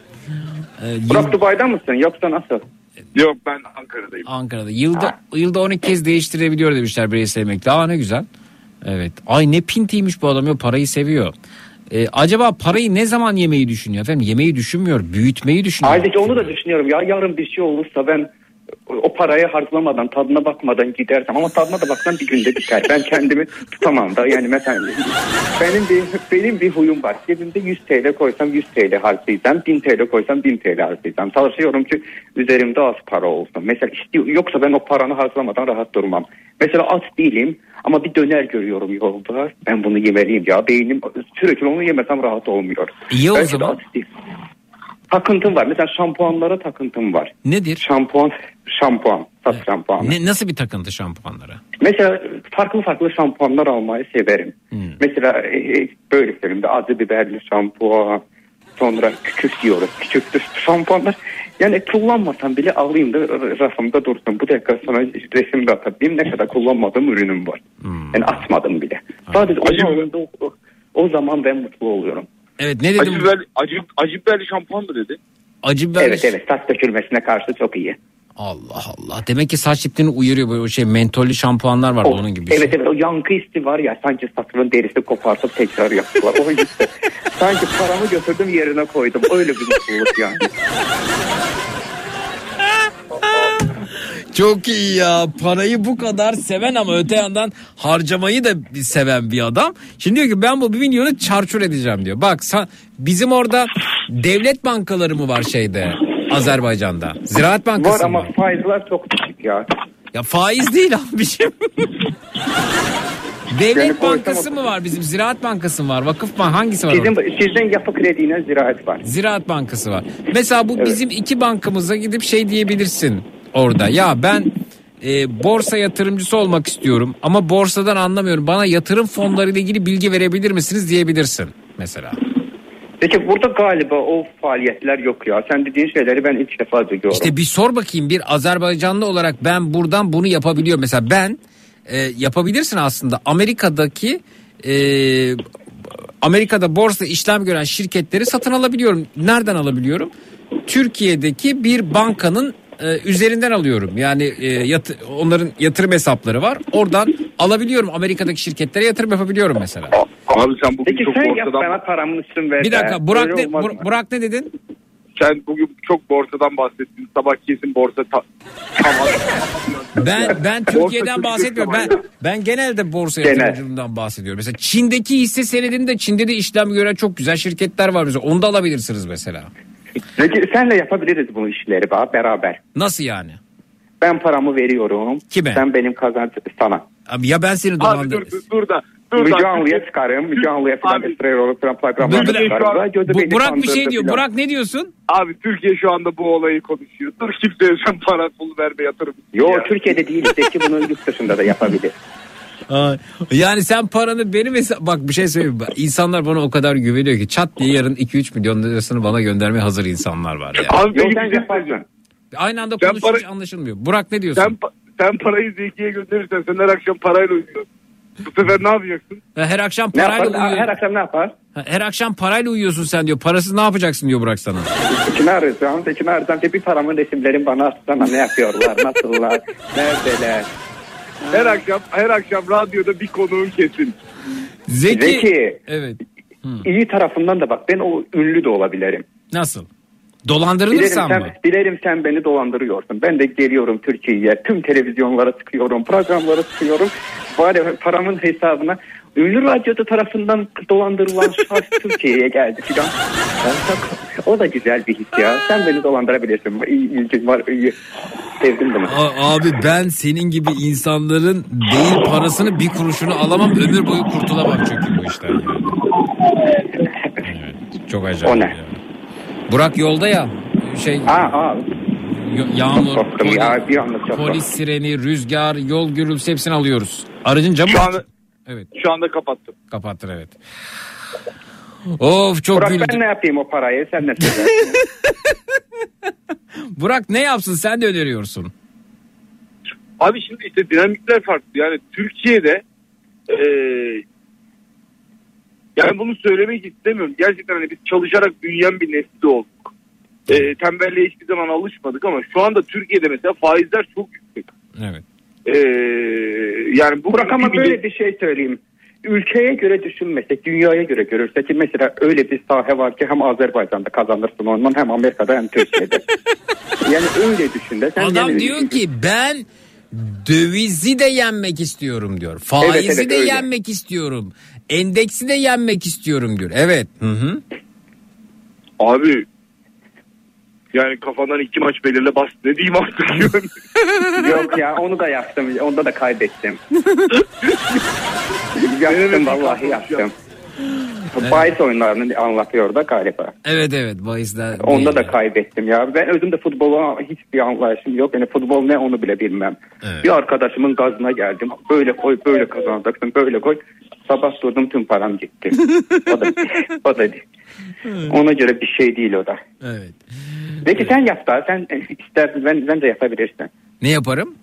Ee, Burak yıl... Dubai'de mısın yoksa nasıl? Yok ben Ankara'dayım. Ankara'da. Yılda ha. yılda on iki kez değiştirebiliyor demişler bireysel emekli. Aa ne güzel. Evet. Ay ne pintiymiş bu adam ya parayı seviyor. Ee, acaba parayı ne zaman yemeyi düşünüyor efendim? Yemeyi düşünmüyor, büyütmeyi düşünüyor. Ayrıca onu da düşünüyorum ya yarın bir şey olursa ben o parayı harcamadan tadına bakmadan gidersem ama tadına da baksam bir günde biter. Ben kendimi tutamam da yani mesela benim bir benim bir huyum var. Cebimde yüz T L koysam yüz T L harcayacağım. bin T L koysam bin T L harcayacağım. Çalışıyorum ki üzerimde az para olsun. Mesela istiyor, yoksa ben o paranı harcamadan rahat durmam. Mesela aç değilim ama bir döner görüyorum yolda. Ben bunu yemeliyim ya. Beynim sürekli onu yemesem rahat olmuyor. İyi o zaman. Takıntım var. Mesela şampuanlara takıntım var. Nedir? Şampuan, şampuan, saç evet. şampuanı. Ne, nasıl bir takıntı şampuanlara? Mesela farklı farklı şampuanlar almayı severim. Hmm. Mesela e, böyle severim de acı biberli şampuan, sonra kükürt diyoruz. Kükürtlü şampuanlar. Yani kullanmasam bile alayım da rafımda dursun. Bu dakika sana resim de atayım. Ne kadar kullanmadığım ürünüm var. Hmm. Yani atmadım bile. Hmm. Sadece o zaman, o, o zaman ben mutlu oluyorum. Evet ne dedim? Acı biberli, acı, acı biberli şampuan mı dedi? Acı biberli. Evet evet saç dökülmesine karşı çok iyi. Allah Allah. Demek ki saç diplerini uyarıyor böyle o şey mentollü şampuanlar var o, onun gibi bir evet, şey. Evet o yankı hissi var ya sanki saçımın derisi kopartıp tekrar yaptılar. O hissi. Sanki paramı götürdüm yerine koydum. Öyle bir mutluluk yani. Çok iyi ya. Parayı bu kadar seven ama öte yandan harcamayı da seven bir adam. Şimdi diyor ki ben bu bir milyonu çarçur edeceğim diyor. Bak bizim orada devlet bankaları mı var şeyde Azerbaycan'da? Ziraat Bankası var ama var. faizler çok düşük ya. Ya faiz değil abiciğim. Devlet yani Bankası mı var bizim? Ziraat Bankası mı var? Vakıf Bank hangisi var? Sizin, sizden Yapı Kredi'ne Ziraat var. Ziraat Bankası var. Mesela bu evet. bizim iki bankamıza gidip şey diyebilirsin orada. Ya ben e, borsa yatırımcısı olmak istiyorum ama borsadan anlamıyorum. Bana yatırım fonları ile ilgili bilgi verebilir misiniz diyebilirsin mesela. Peki burada galiba o faaliyetler yok ya. Sen dediğin şeyleri ben ilk defa duyuyorum. İşte bir sor bakayım bir Azerbaycanlı olarak ben buradan bunu yapabiliyorum. Mesela ben e, yapabilirsin aslında Amerika'daki e, Amerika'da borsa işlem gören şirketleri satın alabiliyorum. Nereden alabiliyorum? Türkiye'deki bir bankanın e, üzerinden alıyorum. Yani e, yat, onların yatırım hesapları var. Oradan alabiliyorum. Amerika'daki şirketlere yatırım yapabiliyorum mesela. Abi sen bugün Peki çok sen yap borsadan... bana paramın üstün ver. Bir dakika be. Burak Öyle ne, olmaz Bur- mı? Burak ne dedin? Sen bugün çok borsadan bahsettin. Sabah kesin borsa ta- tamam. Ben ben Türkiye'den Borsa bahsetmiyorum. Ben Türkiye ben genelde borsa Genel. yatırımcılığından bahsediyorum. Mesela Çin'deki hisse senedinde Çin'de de işlem gören çok güzel şirketler var mesela. Onu da alabilirsiniz mesela. Peki senle yapabiliriz bu işleri bak beraber. Nasıl yani? Ben paramı veriyorum. Kime? Sen benim kazancı sana. Abi ya ben seni Abi dolandırırım. dur, dur, dur da. Dur Müge da. Anlı'ya çıkarım. Müge Anlı'ya falan Abi- esrar olup falan Bu- programlarda bu- çıkarım. Radyoda Bu- beni Burak bir şey kandırdı diyor. filan. Burak ne diyorsun? Abi Türkiye şu anda bu olayı konuşuyor. Dur kimseye sen para pul verme yatırım. Yo Ya. Türkiye'de değil. Zeki bunu yurt dışında da yapabilir. Ay, yani sen paranı benim hesap... Bak bir şey söyleyeyim. Bak, İnsanlar bana o kadar güveniyor ki çat diye yarın iki üç milyon lirasını bana göndermeye hazır insanlar var yani. Abi Yo peki sen bir şey yaparsın. söyleyeceğim. Aynı anda Sen konuşunca para- anlaşılmıyor. Burak ne diyorsun? Sen, pa- sen parayı Zeki'ye gönderirsen sen her akşam parayla uyuyorsun. Bu sefer ne yapacaksın? Ha, her akşam Ne parayla yapar? uyuyor. Her akşam ne yapar? Ha, Her akşam parayla uyuyorsun sen diyor. Parasız ne yapacaksın diyor Burak sana. İçime arayacağım. İçime arayacağım. Bir paramın resimlerini bana atsana. Ne yapıyorlar? Nasıllar? Neredeler? Her akşam her akşam radyoda bir konuğun kesin. Zeki. Zeki. Evet. İyi tarafından da bak ben o ünlü de olabilirim. Nasıl? Dilerim Dolandırılırsan sen, mı? dilerim sen beni dolandırıyorsun. Ben de geliyorum Türkiye'ye. Tüm televizyonlara çıkıyorum. Programlara çıkıyorum. Bari paramın hesabına ünlü radyoda tarafından dolandırılan şahs Türkiye'ye geldi filan. Ben çok- O da güzel bir his ya. Sen beni dolandırabilirsin. İyi, ilgin var. iyi. Sevdim bunu. A- abi ben senin gibi insanların değil parasını bir kuruşunu alamam. Ömür boyu kurtulamam çünkü bu işten yani. Evet, çok acayip. O ne? ya. Burak yolda ya. Şey Aa, aa. y- yağmur, Korktum poli- ya, bir anda çok polis sireni, rüzgar, yol gürültüsü hepsini alıyoruz. Aracın camı Şu anda, evet şu anda kapattım. kapattır evet. Of çok Burak güldüm. ben ne yapayım o parayı? Sen ne söylersin? Burak ne yapsın sen de öneriyorsun. Abi şimdi işte dinamikler farklı. Yani Türkiye'de eee yani bunu söylemek istemiyorum. Gerçekten hani biz çalışarak büyüyen bir nesli olduk. Eee tembelliğe hiçbir zaman alışmadık ama şu anda Türkiye'de mesela faizler çok yüksek. Evet. Eee yani bu Burak ama bir- böyle bir şey söyleyeyim. Ülkeye göre düşünmesek, dünyaya göre görürsek ki mesela öyle bir sahe var ki hem Azerbaycan'da kazanırsın ondan hem Amerika'da hem Türkiye'de. Yani öyle düşün de. Sen Adam gene- diyor ki ben dövizi de yenmek istiyorum diyor. Faizi Evet, evet, de öyle. yenmek istiyorum. Endeksi de yenmek istiyorum diyor. Evet. Hı hı. Abi yani kafadan iki maç belirle bas ne diyeyim artık. Yok ya onu da yaptım. Onda da kaybettim. yaptım vallahi yaptım. Bahis oyunlarını anlatıyor da galiba. Evet evet bahisler. Onda da kaybettim ya. Ben özüm de futbola hiçbir anlayışım yok. Yani futbol ne onu bile bilmem. Evet. Bir arkadaşımın gazına geldim. Böyle koy böyle kazanacaksın böyle koy. Sabah durdum tüm param gitti. O da, o da ona göre bir şey değil o da. Evet. Peki sen yap da sen istersen ben, ben de yapabilirsin. Ne yaparım?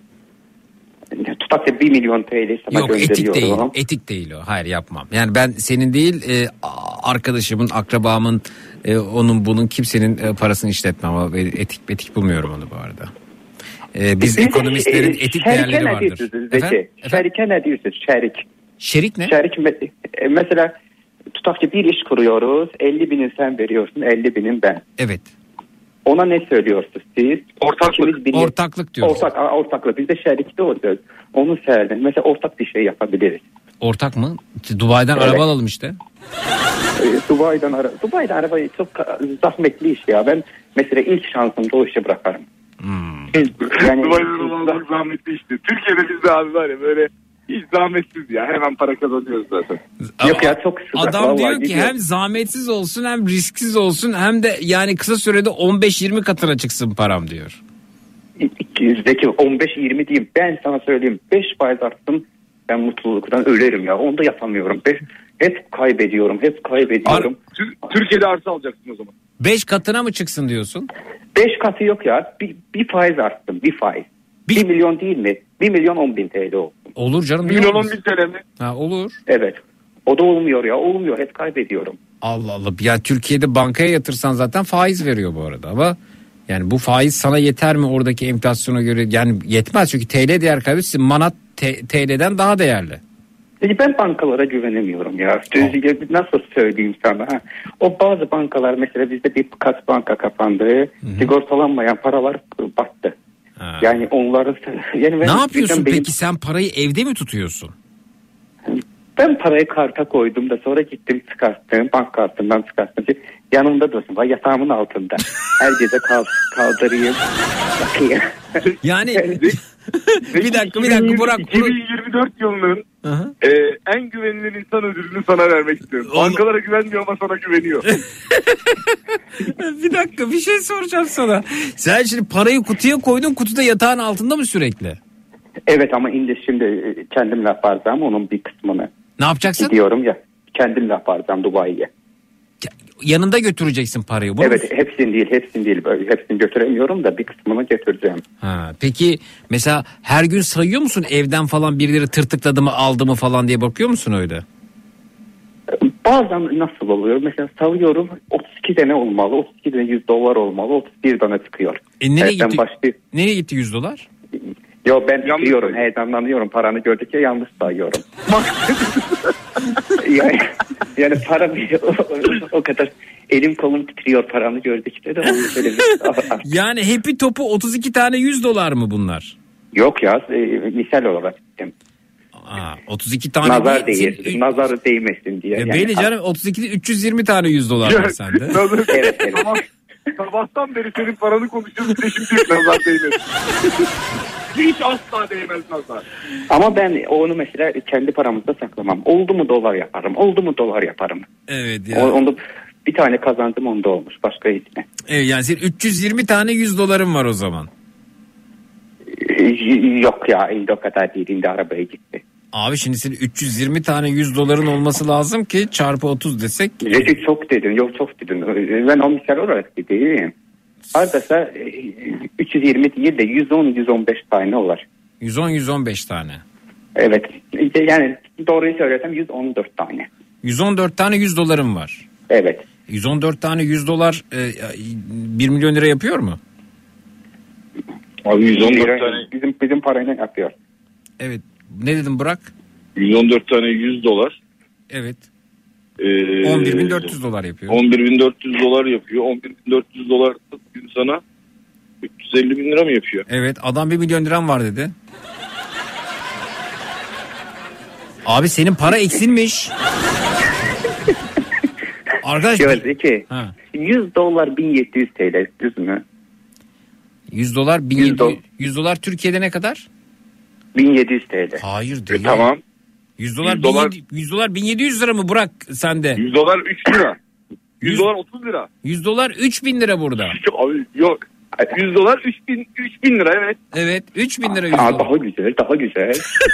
Tutak da bir milyon T L sana Yok etik gönderiyorum. değil. Etik değil o. Hayır yapmam. Yani ben senin değil e, arkadaşımın, akrabamın, e, onun bunun kimsenin e, parasını işletmem. Ama ben etik etik bulmuyorum onu bu arada. E, biz ekonomistlerin etik değerleri ne vardır. diyorsunuz Zeki? Efendim? Şerike ne diyorsunuz? Şerik. Şerik ne? Şerik me- e, mesela tutak ki bir iş kuruyoruz. elli binin sen veriyorsun, elli binin ben. Evet. Ona ne söylüyorsunuz siz? Ortaklık. Bilir- Ortaklık diyoruz. Ortak, aa, ortaklık. Biz de şerikte oluyoruz. Onu söyledim. Mesela ortak bir şey yapabiliriz. Ortak mı? Dubai'den Evet. araba alalım işte. Ee, Dubai'den ara Dubai'den arabayı çok zahmetli iş ya. Ben mesela ilk şansımda o işi bırakarım. Hmm. Yani- Dubai'den olmak zahmetli işte. Türkiye'de bizde abi var ya böyle hiç zahmetsiz ya. Hemen para kazanıyoruz zaten. Yok ya çok sıcak. Adam vallahi diyor ki gidiyor. hem zahmetsiz olsun hem risksiz olsun hem de yani kısa sürede on beş yirmi katına çıksın param diyor. Zeki on beş yirmi diyeyim. Ben sana söyleyeyim. beş faiz arttım. Ben mutluluktan ölerim ya. Onu da yapamıyorum. Beş, hep kaybediyorum. Hep kaybediyorum. Türkiye'de arsa alacaksın o zaman. beş katına mı çıksın diyorsun? beş katı yok ya. Bir, bir faiz arttım. Bir faiz. Bir milyon değil mi? bir milyon on bin T L oldu. Olur canım. Bir milyon on bin T L mi? Ha, olur. Evet. O da olmuyor ya. Olmuyor. Hep kaybediyorum. Allah Allah. Ya Türkiye'de bankaya yatırsan zaten faiz veriyor bu arada ama yani bu faiz sana yeter mi oradaki enflasyona göre? Yani yetmez çünkü T L değer kaybı manat T- TL'den daha değerli. Peki ben bankalara güvenemiyorum ya. Nasıl söyleyeyim sana? Ha? O bazı bankalar mesela bizde birkaç banka kapandı. Hı-hı. Sigortalanmayan paralar battı. Ha. Yani onları... Yani ne yapıyorsun benim... peki sen parayı evde mi tutuyorsun? Ben parayı karta koydum da sonra gittim çıkarttım. Bank kartından çıkarttım. Yanımda dursun. Var yatağımın altında. Her gece kal, kaldırayım. Bakayım. Yani... bir dakika bir dakika Burak. iki bin yirmi dört yılının e, en güvenilir insan ödülünü sana vermek istiyorum. Onu... Bankalara güvenmiyor ama sana güveniyor. Bir dakika bir şey soracağım sana. Sen şimdi parayı kutuya koydun, kutuda yatağın altında mı sürekli? Evet ama indi şimdi kendim yapardım onun bir kısmını. Ne yapacaksın? Gidiyorum ya kendim yapardım Dubai'ye. Yanında götüreceksin parayı. Bunu evet mu? Hepsini değil hepsini değil hepsini götüremiyorum da bir kısmını götüreceğim. Ha, peki mesela her gün sayıyor musun evden falan birileri tırtıkladı mı aldı mı falan diye bakıyor musun öyle? Bazen nasıl oluyor mesela sayıyorum otuz iki tane olmalı otuz iki tane yüz dolar olmalı otuz bir tane çıkıyor. E nereye evet, gitti? Başlay- nereye gitti yüz dolar? Yo ben tutuyorum heyecanlanıyorum paranı gördükçe yanlış sayıyorum. yani, yani para bir, o, o kadar elim kolum titriyor paramı gördükçe de onu şöyle bir... Yani Happy Top'u otuz iki tane yüz dolar mı bunlar? Yok ya e, misal olarak. Aa, otuz iki tane nazar değmesin, üç... nazarı değmesin diye. E, yani. Belli canım otuz ikide üç yüz yirmi tane yüz dolar var sende. evet evet. Tamam. Sabahtan beri senin paranı konuşuyoruz bir de şimdi nazar değmesin. Hiç asla değmez nazar. Ama ben onu mesela kendi paramızda saklamam. Oldu mu dolar yaparım. Oldu mu dolar yaparım. Evet ya. O, onda bir tane kazandım onda olmuş. Başka hiç ne. Evet yani senin üç yüz yirmi tane yüz doların var o zaman. Yok ya indi o kadar değil. İndi arabaya gitti. Abi şimdi senin üç yüz yirmi tane yüz doların olması lazım ki çarpı otuz desek. Recep çok dedin. Yok çok dedin. Ben o misal olarak gideyim. Ardasa üç yüz yirmi değil de yüz on yüz on beş tane olur. yüz on yüz on beş tane. Evet. Yani doğruyu söylesem yüz on dört tane. yüz on dört tane yüz dolarım var. Evet. yüz on dört tane yüz dolar e, bir milyon lira yapıyor mu? Abi yüz on dört tane bizim bizim parayla yapıyor. Evet. Ne dedim Burak? yüz on dört tane yüz dolar. Evet. Ee, on bir bin dört yüz dolar yapıyor. on bir bin dört yüz dolar yapıyor. on bir bin dört yüz dolar gün sana üç yüz elli bin lira mı yapıyor? Evet adam bir milyon liram var dedi. Abi senin para eksilmiş. Arkadaş. Gördü ki yüz dolar bin yedi yüz TL düz mü? yüz dolar bin yedi yüz, yüz dolar Türkiye'de ne kadar? bin yedi yüz TL. Hayır değil. E, tamam. yüz dolar, yüz dolar, yüz dolar bin yedi yüz lira mı Burak sende? yüz dolar üç lira. yüz dolar otuz lira. yüz dolar üç bin lira burada. Abi yok. yüz dolar üç bin üç bin lira evet. Evet üç bin lira yüz Aa, dolar. Daha güzel daha güzel.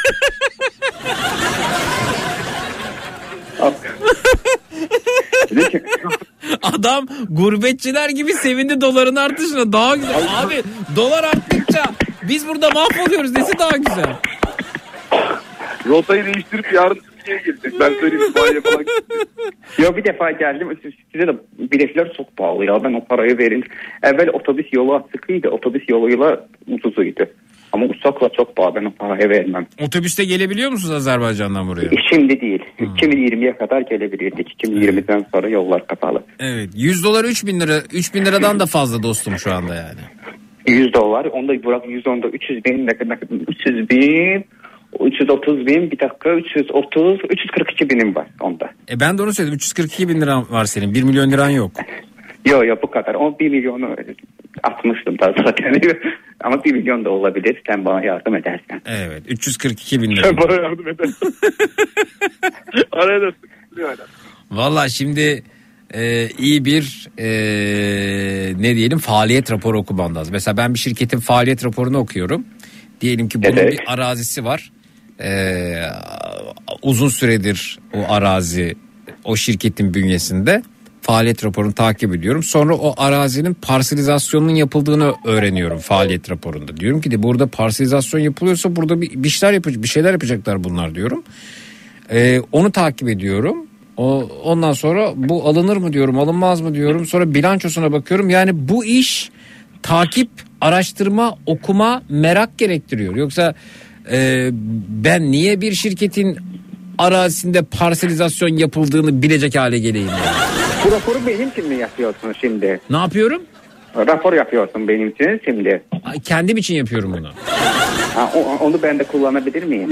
Adam gurbetçiler gibi sevindi doların artışına. Daha güzel. Abi dolar arttıkça biz burada mahvoluyoruz. Nesi daha güzel? Rotayı değiştirip yarın Türkiye'ye gelecek. Ben söyleyeyim. İspanya falan. Yo bir defa geldim. Size de biletler çok pahalı ya. Ben o parayı verin. Evvel otobüs yolu sıkıydı. Otobüs yoluyla ucuzuydu. Ama uçakla çok pahalı. Ben o parayı vermem. Otobüste gelebiliyor musunuz Azerbaycan'dan buraya? Şimdi değil. Hmm. iki bin yirmiye kadar gelebilirdik. iki bin yirmiden evet. Sonra yollar kapalı. Evet. yüz dolar üç bin lira. üç bin liradan da fazla dostum şu anda yani. yüz dolar. Onda bırak yüz onda üç yüz bin. Ne kadar? üç yüz bin. üç yüz otuz bin. Bir dakika. üç yüz otuz. üç yüz kırk iki binim var onda. E ben de onu söyledim. üç yüz kırk iki bin liran var senin. bir milyon liran yok. Yok yok bu kadar. O bir milyonu atmıştım da zaten. Ama bir milyon da olabilir. Sen bana yardım edersen. Evet. üç yüz kırk iki bin lira. Sen bana yardım edersen. Araya da sıkıntı. Valla şimdi e, iyi bir e, ne diyelim faaliyet raporu okuman lazım. Mesela ben bir şirketin faaliyet raporunu okuyorum. Diyelim ki bunun evet. bir arazisi var. E, uzun süredir o arazi o şirketin bünyesinde. Faaliyet raporunu takip ediyorum. Sonra o arazinin parselizasyonunun yapıldığını öğreniyorum faaliyet raporunda. Diyorum ki de burada parselizasyon yapılıyorsa burada bir, bir şeyler yapacak, bir şeyler yapacaklar bunlar diyorum. Ee, onu takip ediyorum. O ondan sonra bu alınır mı diyorum, alınmaz mı diyorum. Sonra bilançosuna bakıyorum. Yani bu iş takip, araştırma, okuma, merak gerektiriyor. Yoksa e, ben niye bir şirketin arazisinde parselizasyon yapıldığını bilecek hale geleyim yani. Bu raporu benim için mi yapıyorsun şimdi? Ne yapıyorum? Rapor yapıyorsun benim için şimdi. Ay, kendim için yapıyorum bunu. Ha, o, onu ben de kullanabilir miyim?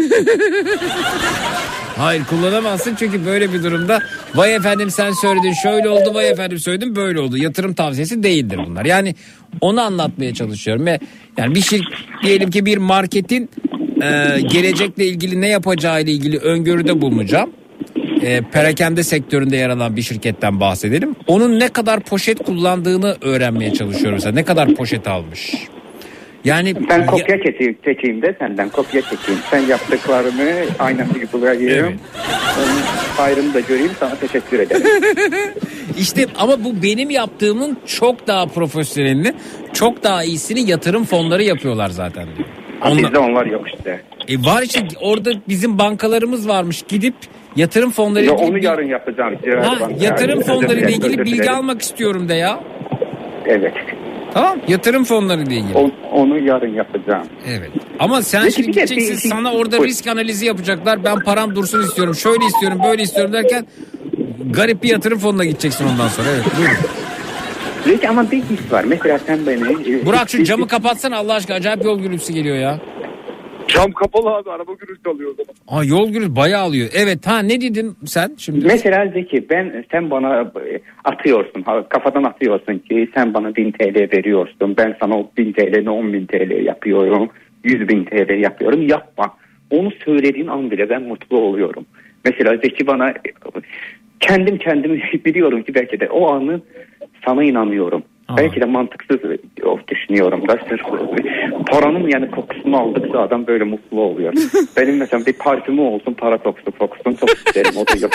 Hayır, kullanamazsın çünkü böyle bir durumda vay efendim sen söyledin şöyle oldu, vay efendim söyledin böyle oldu. Yatırım tavsiyesi değildir bunlar. Yani onu anlatmaya çalışıyorum ve yani bir şey diyelim ki bir marketin e, gelecekle ilgili ne yapacağı ile ilgili öngörüde bulunacağım. E, perakende sektöründe yer alan bir şirketten bahsedelim. Onun ne kadar poşet kullandığını öğrenmeye çalışıyorum. Mesela ne kadar poşet almış. Yani ben kopya çekeyim, çekeyim de senden kopya çekeyim. Sen yaptıklarını aynı gibi bulayım. Evet. Onun hayrını da göreyim, sana teşekkür ederim. İşte ama bu benim yaptığımın çok daha profesyonelini, çok daha iyisini yatırım fonları yapıyorlar zaten. Onlar... Bizde onlar yok işte. E var işte, orada bizim bankalarımız varmış, gidip yatırım fonları... Ya onu yarın yapacağım. Ha, yatırım fonları ile ilgili bilgi almak istiyorum de ya. Evet. Tamam, yatırım fonları ile ilgili. O, onu yarın yapacağım. Evet. Ama sen Peki, şimdi gideceksin, şey, sana orada bu... risk analizi yapacaklar. Ben param dursun istiyorum, şöyle istiyorum, böyle istiyorum derken garip bir yatırım fonuna gideceksin ondan sonra. Evet, buyurun. Peki ama bir his var. Mesela sen beni... Burak şu camı kapatsana Allah aşkına, acayip yol gürültüsü geliyor ya. Cam kapalı abi, araba gürültü alıyor o zaman. Aa, yol gürültü bayağı alıyor. Evet, ha ne dedin sen şimdi? Mesela Zeki, ben sen bana atıyorsun, kafadan atıyorsun ki sen bana bin T L veriyorsun. Ben sana o bin T L'ni on bin T L yapıyorum. yüz bin T L yapıyorum. Yapma. Onu söylediğin an bile ben mutlu oluyorum. Mesela Zeki bana, kendim kendimi biliyorum ki belki de o anı sana inanıyorum. Aa. Belki de mantıksız düşünüyorum da sırf paranın yani kokusunu aldıkça adam böyle mutlu oluyor. Benim mesela bir parfümü olsun, para kokusu kokusun çok isterim, o da yok.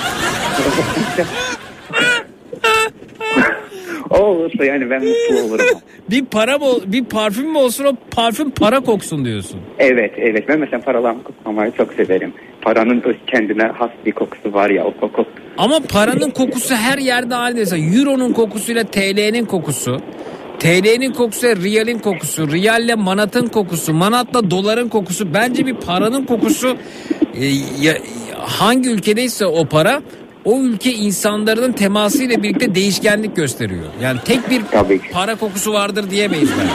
O olursa yani ben mutlu olurum. Bir para bir parfüm mü olsun, o parfüm para koksun diyorsun. Evet evet, ben mesela paralarımı koklamayı çok severim. Paranın öz kendine has bir kokusu var ya, o koku. Ama paranın kokusu her yerde aynı. Mesela Euro'nun kokusuyla T L'nin kokusu, T L'nin kokusu Riyal'in kokusu, Riyal'le Manat'ın kokusu, Manat'la doların kokusu. Bence bir paranın kokusu e, ya, hangi ülkedeyse o para, o ülke insanların temasıyla birlikte değişkenlik gösteriyor. Yani tek bir para kokusu vardır diyemeyiz ben.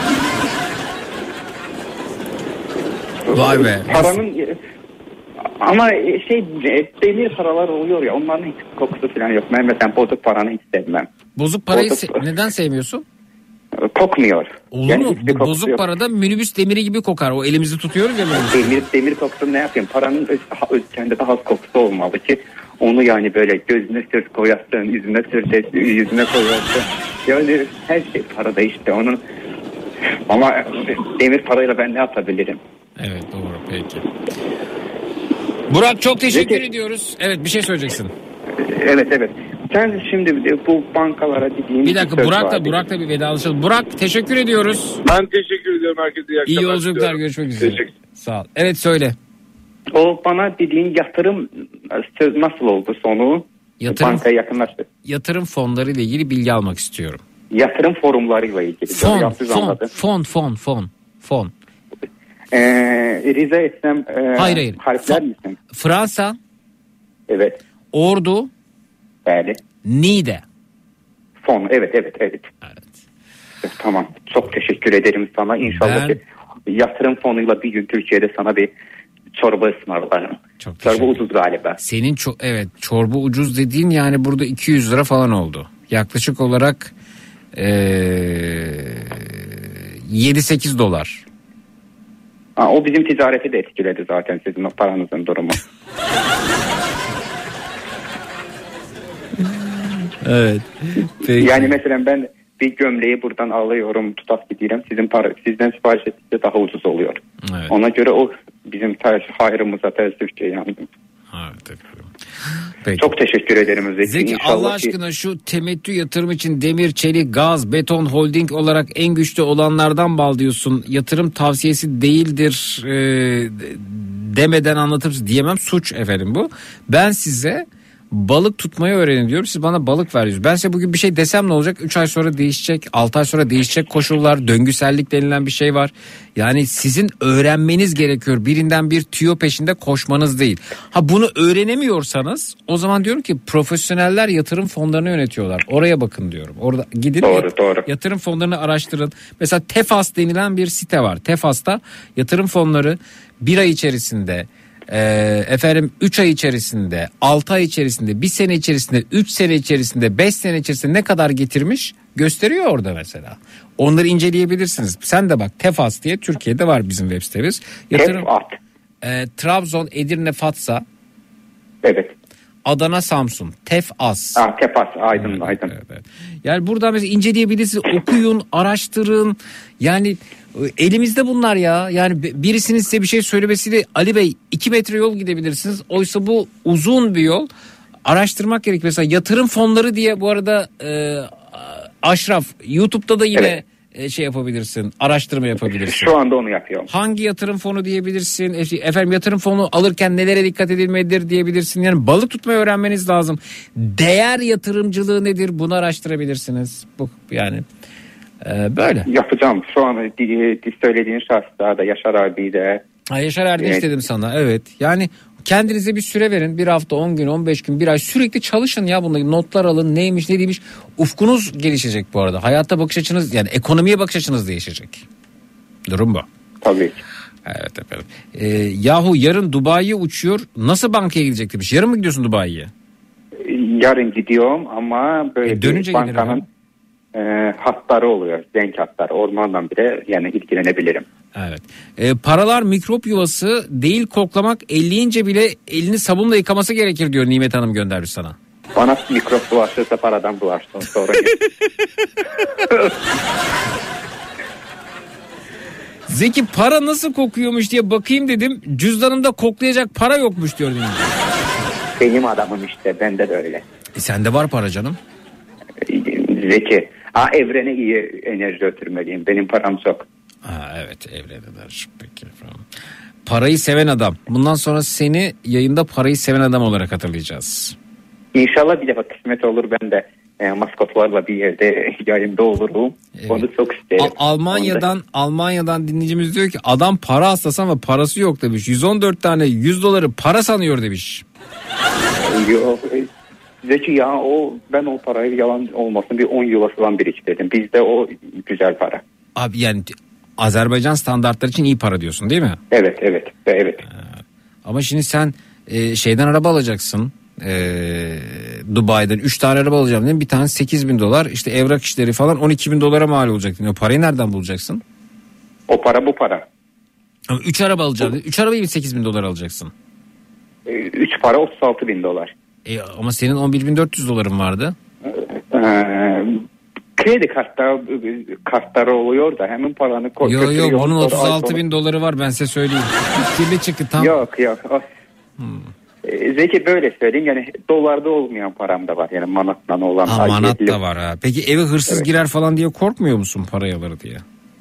Vay be. Paranın ama şey demir paralar oluyor ya, onların hiç kokusu falan yok. Ben mesela bozuk paranı hiç sevmem. Bozuk parayı bozuk... Se- neden sevmiyorsun? Kokmuyor. Olur yani mu? Bozuk yok. Parada minibüs demiri gibi kokar. O elimizi tutuyoruz ya. Demir, demir kokusu ne yapayım? Paranın öz, öz, kendi daha az kokusu olmalı ki onu yani böyle gözüne sür koyarsın, yüzüne sür, yüzüne koyarsın. Yani her şey parada işte onun. Ama demir parayla ben ne yapabilirim? Evet doğru, peki. Burak çok teşekkür Peki. ediyoruz. Evet, bir şey söyleyeceksin. Evet evet. Sen şimdi bu bankalara dediğin... Bir dakika, Burak da Burak da bir vedalaşalım. Burak teşekkür ediyoruz. Ben teşekkür ediyorum herkese. İyi, iyi yolculuklar, görüşmek üzere. Sağ ol. Evet söyle. O bana dediğin yatırım nasıl oldu sonu? Yatırım, bankaya yakınlaştı. Yatırım fonları ile ilgili bilgi almak istiyorum. Yatırım forumlarıyla ilgili. Fon, fon, fon, fon, fon, fon. Ee, rica etsem e, hayır hayır. Harfler F- misin? Fransa. Evet. Ordu. Evet. Niğde. Fon, evet evet evet. Evet. Tamam. Çok teşekkür ederim sana. İnşallah ben... ki yatırım fonuyla bir gün Türkiye'de sana bir çorba ısmarlarım. Çok çorba ucuz galiba. Senin ço- evet çorba ucuz dediğin yani burada iki yüz lira falan oldu. Yaklaşık olarak ee, yedi sekiz dolar. Ha, o bizim ticareti de etkiledi zaten, sizin o paranızın durumu. Evet. Peki. Yani mesela ben bir gömleği buradan alıyorum, tutak gidiyorum. Sizin para, sizden sipariş ettikçe daha ucuz oluyor. Evet. Ona göre o bizim ters, hayrımıza ters düşüyor yani. Evet. Peki. Çok teşekkür ederim Zeki. Zeki İnşallah Allah aşkına ki... şu temettü yatırım için demir, çelik, gaz, beton, holding olarak en güçlü olanlardan bağlıyorsun. Yatırım tavsiyesi değildir e, demeden anlatırız diyemem, suç efendim bu. Ben size balık tutmayı öğrenin diyorum. Siz bana balık veriyorsunuz. Ben size bugün bir şey desem ne olacak? üç ay sonra değişecek, altı ay sonra değişecek koşullar, döngüsellik denilen bir şey var. Yani sizin öğrenmeniz gerekiyor. Birinden bir tüyo peşinde koşmanız değil. Ha bunu öğrenemiyorsanız o zaman diyorum ki profesyoneller yatırım fonlarını yönetiyorlar. Oraya bakın diyorum. Orada gidin Doğru, yat- doğru. yatırım fonlarını araştırın. Mesela Tefas denilen bir site var. Tefas'ta yatırım fonları bir ay içerisinde Ee, efendim üç ay içerisinde, altı ay içerisinde, bir sene içerisinde, üç sene içerisinde, beş sene içerisinde ne kadar getirmiş gösteriyor orada mesela. Onları inceleyebilirsiniz. Sen de bak Tefas diye Türkiye'de var bizim web sitemiz. Yatırım, e, Trabzon, Edirne, Fatsa. Evet. Adana, Samsun, Tefas. Ah, Tefas, aydın, aydın. Evet, evet. Yani burada mesela inceleyebilirsiniz, okuyun, araştırın. Yani elimizde bunlar ya. Yani birisinin size bir şey söylemesiyle Ali Bey iki metre yol gidebilirsiniz. Oysa bu uzun bir yol. Araştırmak gerek. Mesela yatırım fonları diye bu arada e, Aşraf YouTube'da da yine evet. e, şey yapabilirsin. Araştırma yapabilirsin. Şu anda onu yapıyorum. Hangi yatırım fonu diyebilirsin. Efendim yatırım fonu alırken nelere dikkat edilmelidir diyebilirsin. Yani balık tutmayı öğrenmeniz lazım. Değer yatırımcılığı nedir? Bunu araştırabilirsiniz. Bu yani e, böyle. Yapacağım. Şu an söylediğin şahıslar da Yaşar abi de. Ha, Yaşar Erdinç evet. dedim sana. Evet. Yani kendinize bir süre verin. Bir hafta, on gün, on beş gün, bir ay sürekli çalışın ya bunları. Notlar alın. Neymiş, ne değilmiş. Ufkunuz gelişecek bu arada. Hayatta bakış açınız, yani ekonomiye bakış açınız değişecek. Durum bu. Tabii ki. Evet efendim. Ee, yahu yarın Dubai'ye uçuyor. Nasıl bankaya gidecek demiş. Yarın mı gidiyorsun Dubai'ye? Yarın gidiyorum ama böyle e, dönünce bankanın e, hatları oluyor. Denk hatları. Ormandan bile yani ilgilenebilirim. Evet. E, paralar mikrop yuvası değil, koklamak elleyince bile elini sabunla yıkaması gerekir diyor Nimet Hanım göndermiş sana. Bana mikrop bulaşırsa paradan bulaşsın sonra. Zeki para nasıl kokuyormuş diye bakayım dedim. Cüzdanımda koklayacak para yokmuş diyor. Benim adamım işte, bende de öyle. E sende var para canım. Zeki. Aa, evrene iyi enerji götürmeliyim. Benim param çok. Ha, evet evreneler. Peki efendim. Parayı seven adam. Bundan sonra seni yayında parayı seven adam olarak hatırlayacağız. İnşallah bir defa kısmet olur, ben de e, maskotlarla bir yerde yayında olurum. Evet. Onu çok isterim. A- Almanya'dan Onda... Almanya'dan dinleyicimiz diyor ki adam para hastası ama parası yok demiş. yüz on dört tane yüz doları para sanıyor demiş. Yok. Zeki ya o ben o parayı yalan olmasın bir on yıla falan biriktirdim. Bizde o güzel para. Abi yani Azerbaycan standartları için iyi para diyorsun değil mi? Evet evet evet. Ama şimdi sen e, şeyden araba alacaksın. E, Dubai'den üç tane araba alacağım değil mi? Bir tane sekiz bin dolar, işte evrak işleri falan on iki bin dolara mal olacak. O parayı nereden bulacaksın? O para bu para. Ama üç araba alacaksın. üç arabayı sekiz bin dolar alacaksın. üç para otuz altı bin dolar. E, ama senin on bir bin dört yüz doların vardı. Ee, kredi kartları, kartları oluyor da hemen paranı koy. Yok yok bunun otuz altı bin doları var, ben size söyleyeyim. Kirli çıktı tam. Yok yok. Hmm. Zeki böyle söyleyeyim, yani dolarda olmayan param da var, yani manatla olan. Ha, manat da var ha. Peki eve hırsız evet. girer falan diye korkmuyor musun parayı alır diye?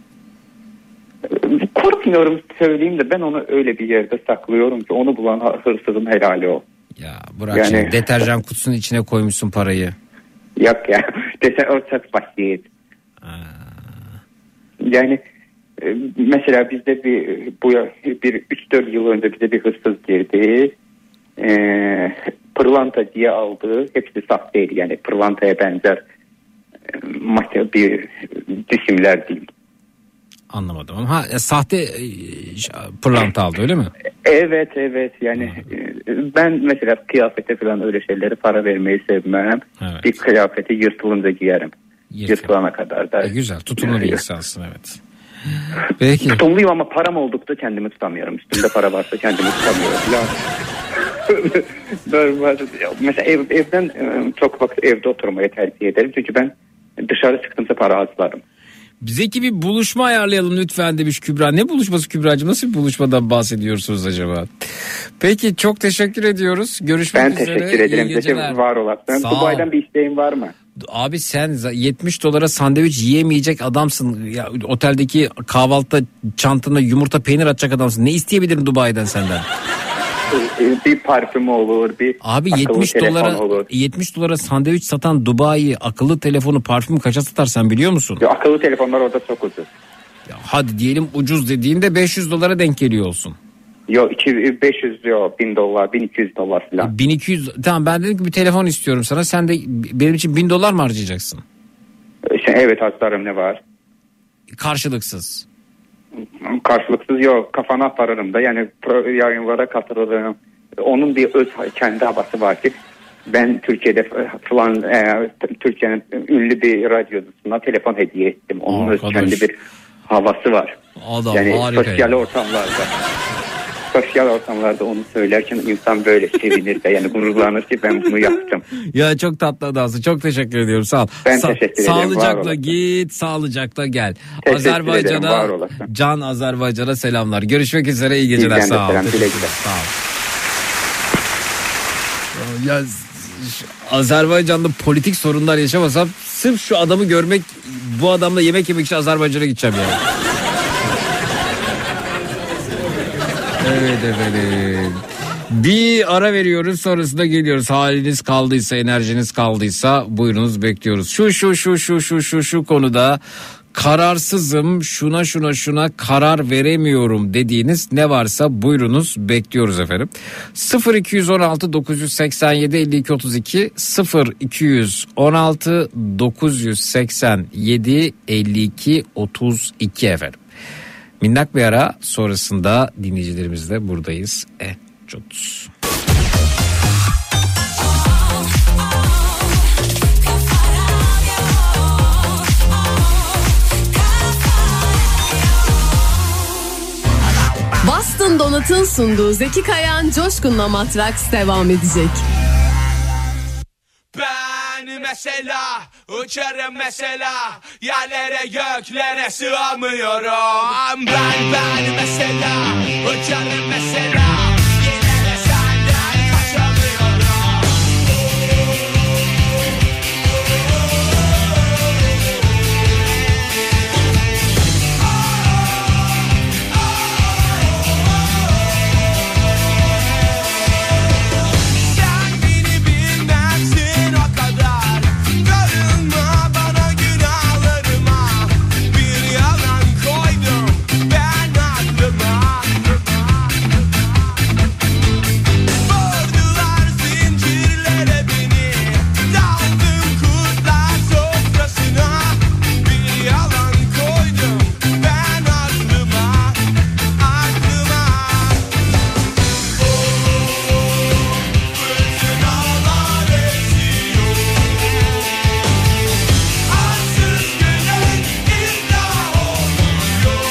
Korkmuyorum söyleyeyim de ben onu öyle bir yerde saklıyorum ki onu bulan hırsızın helali o. Ya bırak yani... şimdi deterjan kutusunun içine koymuşsun parayı. Yok ya. Desen o çok basit. Yani mesela bizde bir bu bir üç dört yıl önce bize bir hırsız girdi. Ee, pırlanta diye aldı. Hepsi sahteydi, yani pırlantaya benzer e, bir cisimler değil. Anlamadım ama ha, sahte e, pırlanta aldı öyle mi? Evet evet yani e, ben mesela kıyafete falan öyle şeyleri para vermeyi sevmem. Evet. Bir kıyafeti yırtılınca giyerim. Yırtıl. Yırtılana kadar da. E, güzel tutumlu bir insansın evet. Peki. Tutumluyum ama param oldukça kendimi tutamıyorum. Üstümde para varsa kendimi tutamıyorum. Ya. Mesela ev, evden çok vakit evde oturmayı tercih ederim. Çünkü ben dışarı çıktığımda para harcarım. Zeki bir buluşma ayarlayalım lütfen demiş Kübra. Ne buluşması Kübra'cığım? Nasıl bir buluşmadan bahsediyorsunuz acaba? Peki çok teşekkür ediyoruz. Görüşmek ben üzere. Ben teşekkür ederim. Zeki var olasın. Dubai'den bir isteğin var mı? Abi sen yetmiş dolara sandviç yiyemeyecek adamsın. Ya, oteldeki kahvaltıda çantana yumurta peynir atacak adamsın. Ne isteyebilirim Dubai'den senden? bir parfüm olur, bir Abi akıllı yetmiş telefon dolara olur. yetmiş dolara sandviç satan Dubai akıllı telefonu parfümü kaça satar sen biliyor musun? Ya, akıllı telefonlar orada çok ucuz. Ya hadi diyelim ucuz dediğinde beş yüz dolara denk geliyor olsun. Yok beş yüz yok bin dolar bin iki yüz dolar falan. bin iki yüz tamam ben dedim ki bir telefon istiyorum sana sen de benim için bin dolar mı harcayacaksın? Evet hastarım ne var? Karşılıksız. Karşılıksız yok kafana atarım da yani yayınlara katılırım. Onun bir öz kendi havası var ki ben Türkiye'de falan e, Türkiye'nin ünlü bir radyosuna telefon hediye ettim. Onun öz kendi bir havası var. Adam yani harika sosyal ya. ortamlarda. Sosyal ortamlarda onu söylerken insan böyle sevinir de yani gururlanır ki ben bunu yaptım. Ya çok tatlı adamsın. Çok teşekkür ediyorum. Sağ ol. Ben Sa- teşekkür ederim. Sağlıcakla git, sağlıcakla gel. Teşekkür ederim, Azerbaycan'a, var olasın. Can Azerbaycan'a selamlar. Görüşmek üzere. İyi geceler. Bizden de Sağ ol. selam, güle güle. Sağ ol. Ya Azerbaycan'da politik sorunlar yaşamasam sırf şu adamı görmek, bu adamla yemek yemek için Azerbaycan'a gideceğim yani. Evet efendim. Bir ara veriyoruz sonrasında geliyoruz. Haliniz kaldıysa, enerjiniz kaldıysa buyurunuz bekliyoruz. Şu şu şu şu şu şu şu konuda kararsızım, şuna şuna şuna karar veremiyorum dediğiniz ne varsa buyurunuz bekliyoruz efendim. sıfır iki on altı dokuz seksen yedi elli iki otuz iki sıfır iki on altı dokuz seksen yedi elli iki otuz iki efendim. Minnak bir ara sonrasında dinleyicilerimizle buradayız. E, cuts. Boston Donut'un sunduğu Zeki Kayan Coşkun'la Matraks devam edecek. Ben mesela uçarım mesela yerlere göklere sığamıyorum. Ben ben mesela uçarım mesela yine de senden kaçamıyorum. Sen beni bilmezsin o kadar. Görünme bana günahlarıma. Bir yalan koydum ben aklıma. Vurdular zincirlere beni. Daldım kurtlar sofrasına. Bir yalan koydum ben aklıma. Aklıma. Bütün ağlar esiyor. Arsız güneş illa oluyor.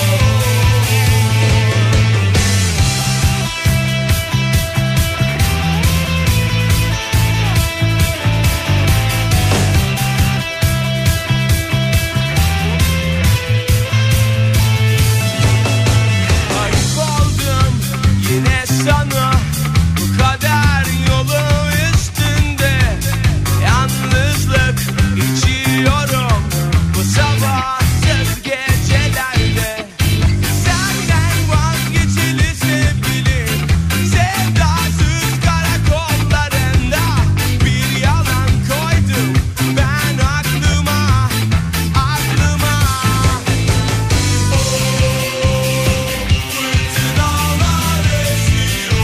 Ayıp oldum yine sana. Bu kadar yolu üstünde. Yalnızlık içiyorum bu sabahsız gecelerde. Senden vazgeçili sevgilim. Sevdasız karakollarında. Bir yalan koydum ben aklıma. Aklıma. Bütün ağlar esiyor.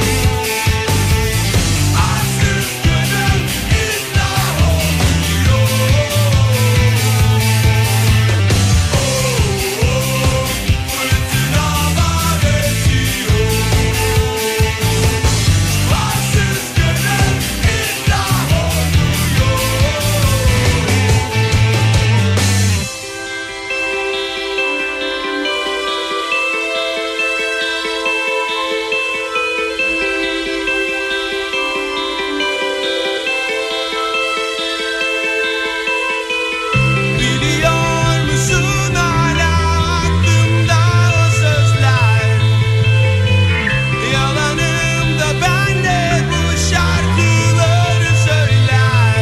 Arsız gönül illa oluyor. Bütün ağlar esiyor. Arsız gönül illa oluyor. Biliyor musun hala aklımda o sözler. Yalanım da ben de bu şarkıları söyler.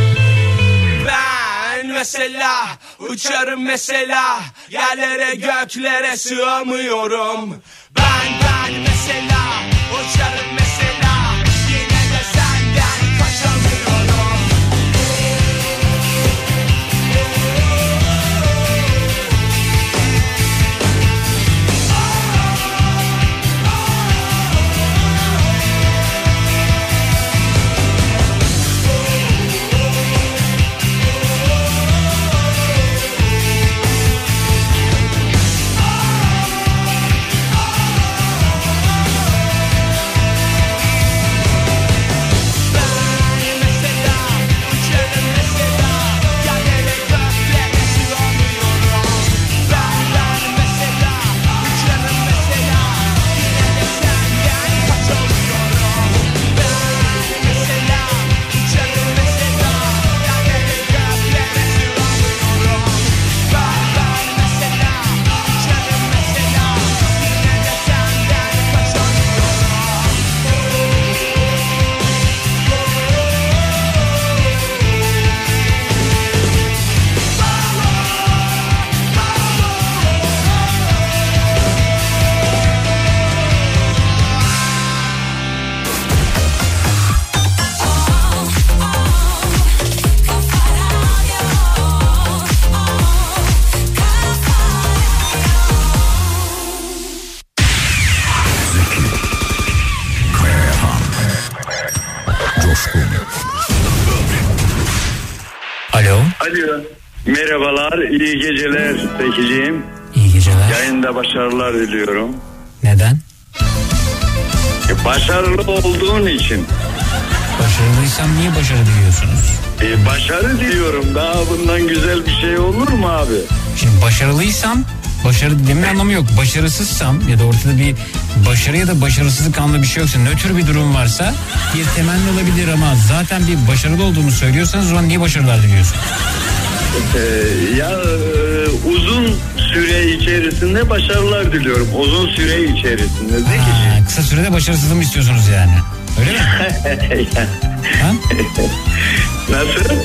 Ben mesela uçarım mesela yerlere göklere sığamıyorum. Ben ben mesela uçarım mesela. Yine de senden kaçamıyorum. Alo. Alo. Merhabalar, iyi geceler Zekiciğim. İyi geceler. Yayında başarılar diliyorum. Neden? E, başarılı olduğun için. Başarılıysam niye başarı diliyorsunuz? E, başarı diliyorum. Daha bundan güzel bir şey olur mu abi? Şimdi başarılıysam başarı dilemenin anlamı yok. Başarısızsam ya da ortada bir başarı ya da başarısızlık anlamı bir şey yoksa, nötr bir durum varsa bir temenni olabilir ama zaten bir başarılı olduğumu söylüyorsanız o zaman niye başarılar diliyorsunuz? Ee, ya e, uzun süre içerisinde başarılar diliyorum. Uzun süre içerisinde. Ha, kısa sürede başarısızlığımı istiyorsunuz yani. Öyle mi? Ha? Nasıl?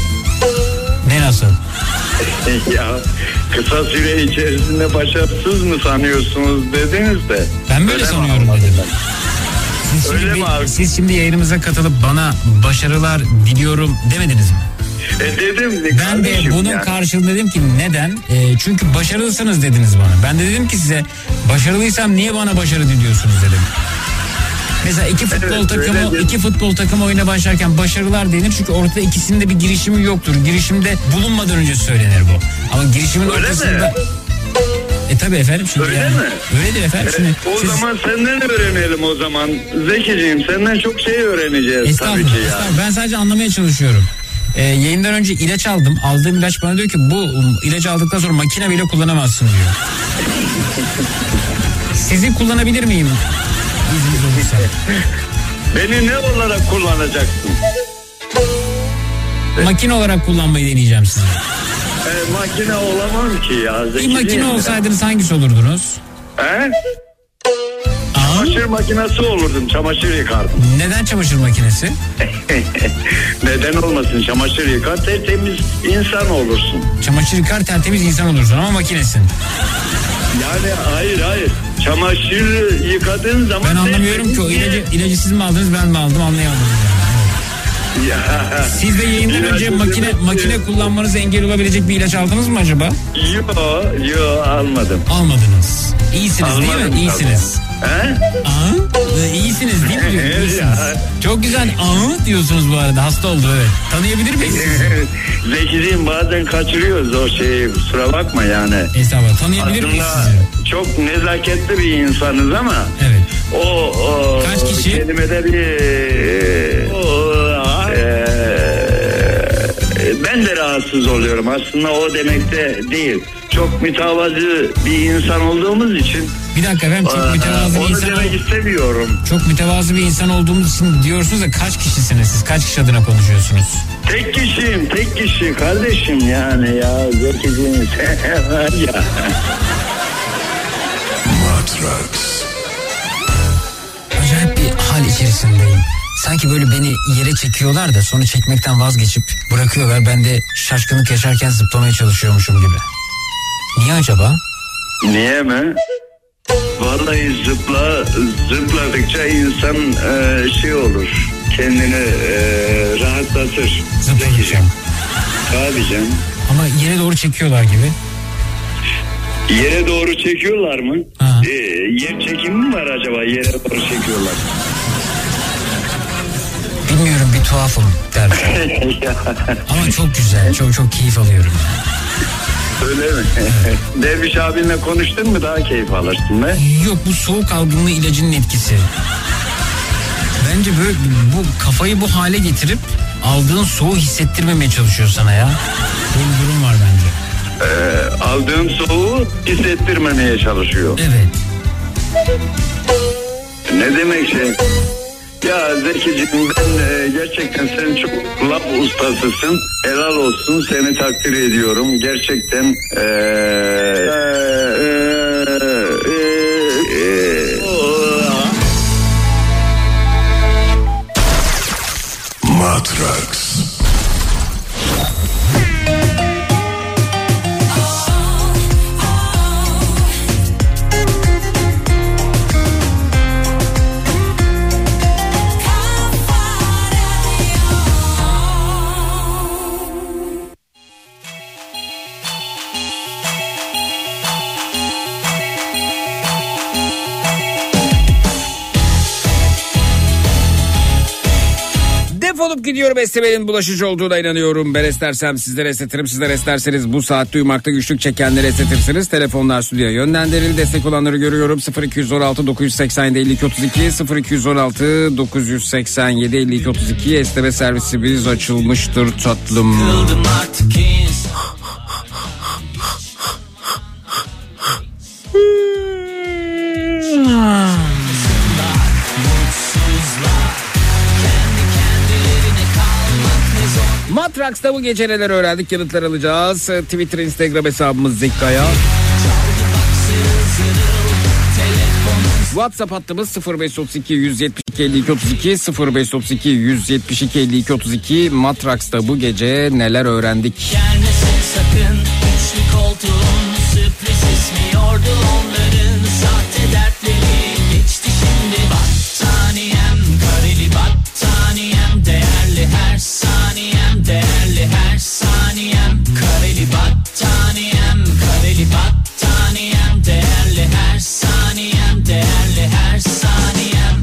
Ne nasıl? Ya kısa süre içerisinde başarısız mı sanıyorsunuz dediniz de. Ben böyle öyle sanıyorum dedim. Siz Öyle şimdi, mi abi? siz şimdi yayınımıza katılıp bana başarılar diliyorum demediniz mi? E dedim. Ben de bunun yani. karşılığında dedim ki neden? E, çünkü başarılısınız dediniz bana. Ben de dedim ki size başarılıysam niye bana başarı diliyorsunuz dedim. Mesela iki futbol Evet, takımı öyle iki futbol takımı oyuna başlarken başarılar denir çünkü ortada ikisinin de bir girişimi yoktur. Girişimde bulunmadan önce söylenir bu. Ama girişimin Öyle ortasında mi? E tabii efendim şimdi Öyle yani. mi? Öyledir efendim E, şimdi. o siz- zaman senden öğrenelim o zaman. Zekiciğim senden çok şey öğreneceğiz tabii Estağfurullah, ki ya. estağfurullah. Ben sadece anlamaya çalışıyorum. Ee, yayından önce ilaç aldım. Aldığım ilaç bana diyor ki bu um, ilacı aldıktan sonra makine bile kullanamazsın diyor. Sizi kullanabilir miyim? İzniniz olursa. Beni ne olarak kullanacaksın? Makine olarak kullanmayı deneyeceğim sizi. E, makine olamam ki ya. Bir Zekiciğim makine ya. olsaydınız hangisi olurdunuz? He? Çamaşır makinesi olurdum. Çamaşır yıkardım. Neden çamaşır makinesi? Neden olmasın? Çamaşır yıkar tertemiz insan olursun. Çamaşır yıkar tertemiz insan olursun ama makinesin. Yani hayır hayır. Çamaşır yıkadığın zaman... Ben anlamıyorum ki o tertemiz ilacı, ilacı siz mi aldınız ben mi aldım anlayamadım. Ya. Siz de yayından İlacı önce makine demek ki- makine kullanmanıza engel olabilecek bir ilaç aldınız mı acaba? Yok yok almadım. Almadınız. İyisiniz değil Almadım mi? tabii. İyisiniz. He? Aa, e, iyisiniz değil mi diyor? Evet İyisiniz. ya. Çok güzel aa diyorsunuz bu arada. Hasta oldu evet. Tanıyabilir miyiz sizi? Zekiciğim bazen kaçırıyoruz o şeyi, kusura bakma yani. Estağfurullah, tanıyabilir miyiz Aslında çok nezaketli bir insanız ama evet. o, o Kaç kişi? kelimede bir o, e, ben de rahatsız oluyorum aslında, o demekte değil. Çok mütevazı bir insan olduğumuz için. Bir dakika efendim, çok Aa, mütevazı bir onu insan demek ol- istemiyorum. Çok mütevazı bir insan olduğumuz için diyorsunuz da kaç kişisiniz siz? Kaç kişi adına konuşuyorsunuz? Tek kişiyim, tek kişi kardeşim yani ya. Zekiciğim sen var ya. Matrax. Acayip bir hal içerisindeyim. Sanki böyle beni yere çekiyorlar da sonra çekmekten vazgeçip bırakıyorlar. Ben de şaşkınlık yaşarken zıplamaya çalışıyormuşum gibi. Niye acaba? Niye mi? Vallahi zıpla zıpladıkça insan e, şey olur. Kendini e, rahatlatır. Zıpladıkça. Tabii canım. Ama yere doğru çekiyorlar gibi. Yere doğru çekiyorlar mı? E, yer çekimi mi var acaba? Yere doğru çekiyorlar. Bilmiyorum, bir tuhafım derdim. Ama çok güzel, çok çok keyif alıyorum. Öyle mi? Evet. Derviş abinle konuştun mu daha keyif alırsın be? Yok, bu soğuk algınlığı ilacının etkisi. Bence böyle bu kafayı bu hale getirip aldığın soğuğu hissettirmemeye çalışıyor sana ya. Böyle bir durum var bence. Ee, aldığın soğuğu hissettirmemeye çalışıyor. Evet. Ne demek şey? Ya Zekiciğim, ben e, gerçekten sen çok laf ustasısın. Helal olsun, seni takdir ediyorum. Gerçekten e, e, e, e, e, Matrax. Defolup gidiyorum, esnemenin bulaşıcı olduğuna inanıyorum. Ben esnersem sizlere esnetirim, sizler esnerseniz bu saatte uyumakta güçlük çekenleri esnetirsiniz. Telefonlar stüdyoya yönlendirildi. Destek olanları görüyorum. sıfır iki on altı dokuz yüz seksen yedi elli iki otuz iki sıfır iki on altı dokuz yüz seksen yedi elli iki otuz iki esneme servisimiz açılmıştır tatlım. Matrax'ta bu gece neler öğrendik, yanıtlar alacağız. Twitter, Instagram hesabımız Zekkaya. WhatsApp hattımız sıfır beş otuz iki yüz yetmiş iki elli iki otuz iki sıfır beş otuz iki yüz yetmiş iki elli iki otuz iki. Matrax'ta bu gece neler öğrendik? Gelmesin sakın üçlü koltuğun, sürpriz ismiyordu onların sahte dertleri. Geçti şimdi battaniyem, kareli battaniyem, değerli her saniyem, değerli her saniyem, kareli battaniyem, kareli battaniyem, değerli her saniyem, değerli her saniyem.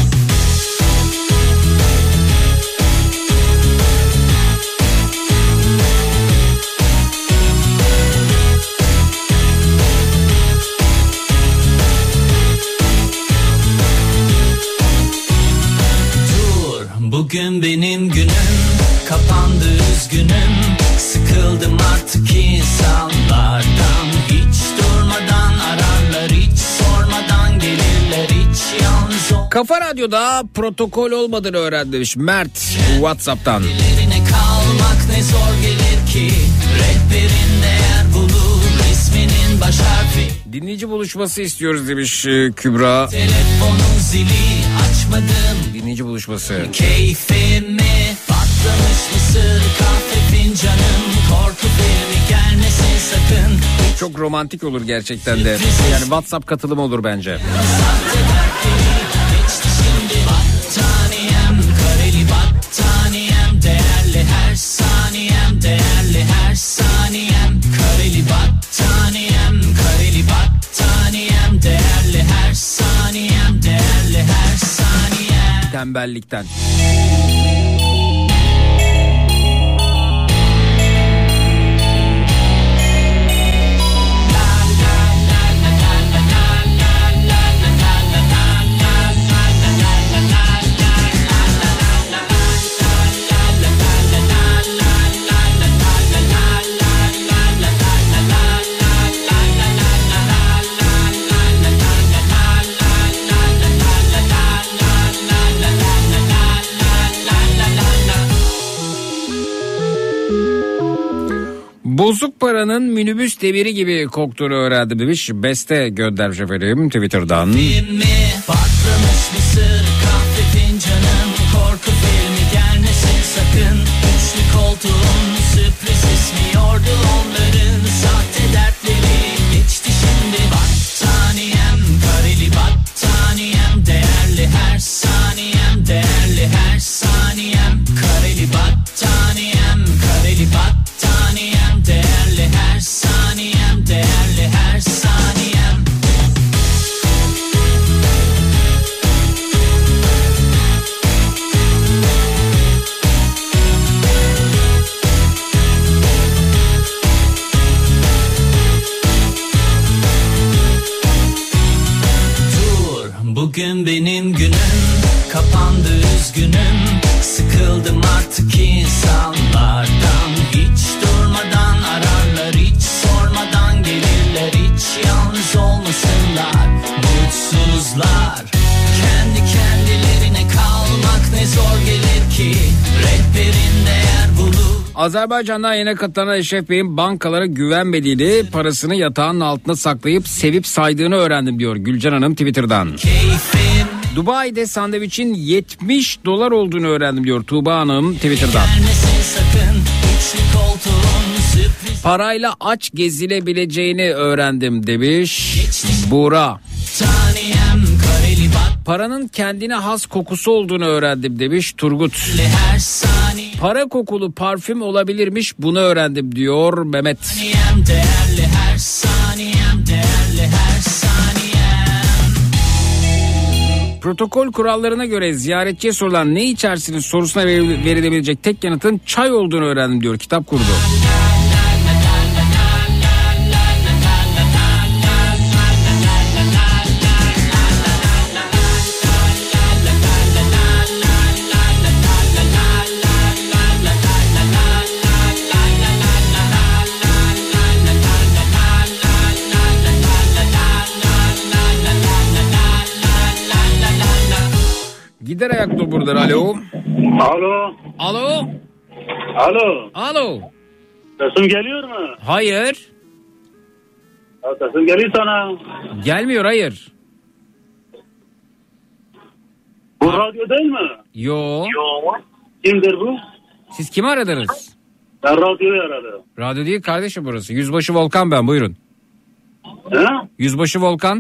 Bugün benim günüm, kapandı üzgünüm. Sıkıldım artık insanlardan. Hiç durmadan ararlar, hiç sormadan gelirler, hiç yalnız ol. Kafa Radyo'da protokol olmadığını öğrenmiş Mert WhatsApp'tan. Ellerine kalmak ne zor gelir ki. Rehberin değer bulur, isminin baş harfi. Dinleyici buluşması istiyoruz demiş e, Kübra. Telefonun zili açmadım. Dinleyici buluşması. Keyfimi patlamış mısır, kahve fincanım, korku filmi gelmesin sakın. Çok romantik olur gerçekten de. Yani WhatsApp katılımı olur bence. Sahte dertleri geçti şimdi battaniyem, kareli battaniyem, değerli her saniyem, değerli her saniyem, kareli battaniyem, kareli battaniyem, değerli her saniyem, değerli her saniyem. Tembellikten. Bozuk paranın minibüs deviri gibi koktuğunu öğrendim demiş. Beste göndermiş efendim Twitter'dan. Filmi patlamış mısır, kahve fincanım, korku filmi gelmesin sakın. Üçlü koltuğun, sürpriz ismiyordu onların sahte dertleri. Geçti şimdi battaniyem, kareli Bugün benim günüm, kapandı üzgünüm. Sıkıldım artık insanlardan. Hiç durmadan ararlar, hiç sormadan gelirler. Hiç yalnız olmasınlar, mutsuzlar. Kendi kendilerine kalmak ne zor gelir ki. Rehberin değer bulur. Azerbaycan'dan yine katılan Eşref Bey'in bankalara güvenmediğini, parasını yatağının altında saklayıp sevip saydığını öğrendim diyor Gülcan Hanım Twitter'dan. Keyfim. Dubai'de sandviçin yetmiş dolar olduğunu öğrendim diyor Tuğba Hanım Twitter'dan. Sakın, parayla aç gezilebileceğini öğrendim demiş Buğra. Paranın kendine has kokusu olduğunu öğrendim demiş Turgut. Para kokulu parfüm olabilirmiş, bunu öğrendim diyor Mehmet. Değerli her saniyem, değerli her saniyem. Protokol kurallarına göre ziyaretçiye sorulan ne içersiniz sorusuna verilebilecek tek yanıtın çay olduğunu öğrendim diyor Kitap Kurdu. Gider ayak buradan. Alo. Alo. Alo. Alo. Alo. Sesim geliyor mu? Hayır. Ya sesim geliyor sana. Gelmiyor, hayır. Bu radyo değil mi? Yo. Yo. Kimdir bu? Siz kimi aradınız? Ben radyoyu aradım. Radyo değil kardeşim burası. Yüzbaşı Volkan ben, buyurun. He? Yüzbaşı Volkan.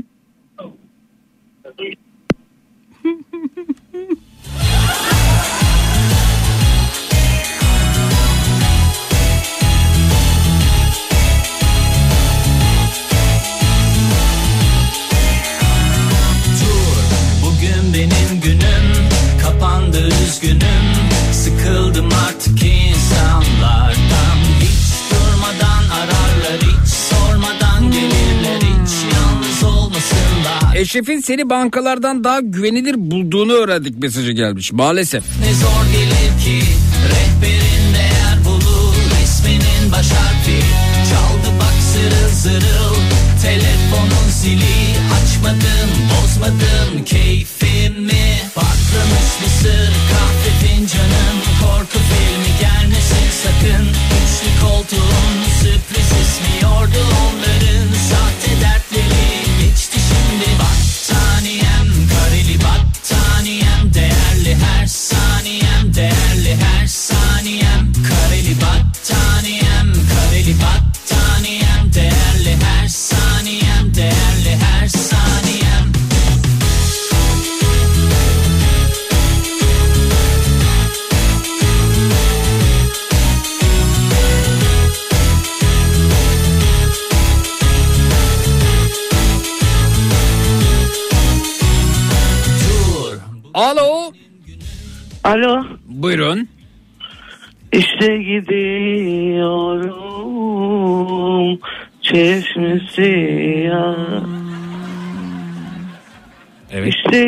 Bugün benim günüm, kapandı üzgünüm. Sıkıldım artık insanlardan. Hiç durmadan ararlar, hiç sormadan gelirler. Hiç yalnız olmasınlar. Eşref'in seni bankalardan daha güvenilir bulduğunu öğrendik mesajı gelmiş maalesef. Ne zor gelir ki rehberin değer bulur. Resminin baş harfi çaldı bak zırıl zırıl. Telefonun zili açmadım, bozmadım keyfimi. Patlamış mısır kahve fincanın, korku filmi gelmesin sakın. Üçlü koltuğun sürpriz ismiyordu onların. Sahte dertleri geçti şimdi. Battaniyem, kareli battaniyem, değerli her saniyem, değerli her saniyem. Kareli battaniyem, kareli battaniyem, değerli her saniyem, değerli her saniyem. Alo. Alo. Buyurun. İşte gidiyorum çeşmesi ya. Evet. İşte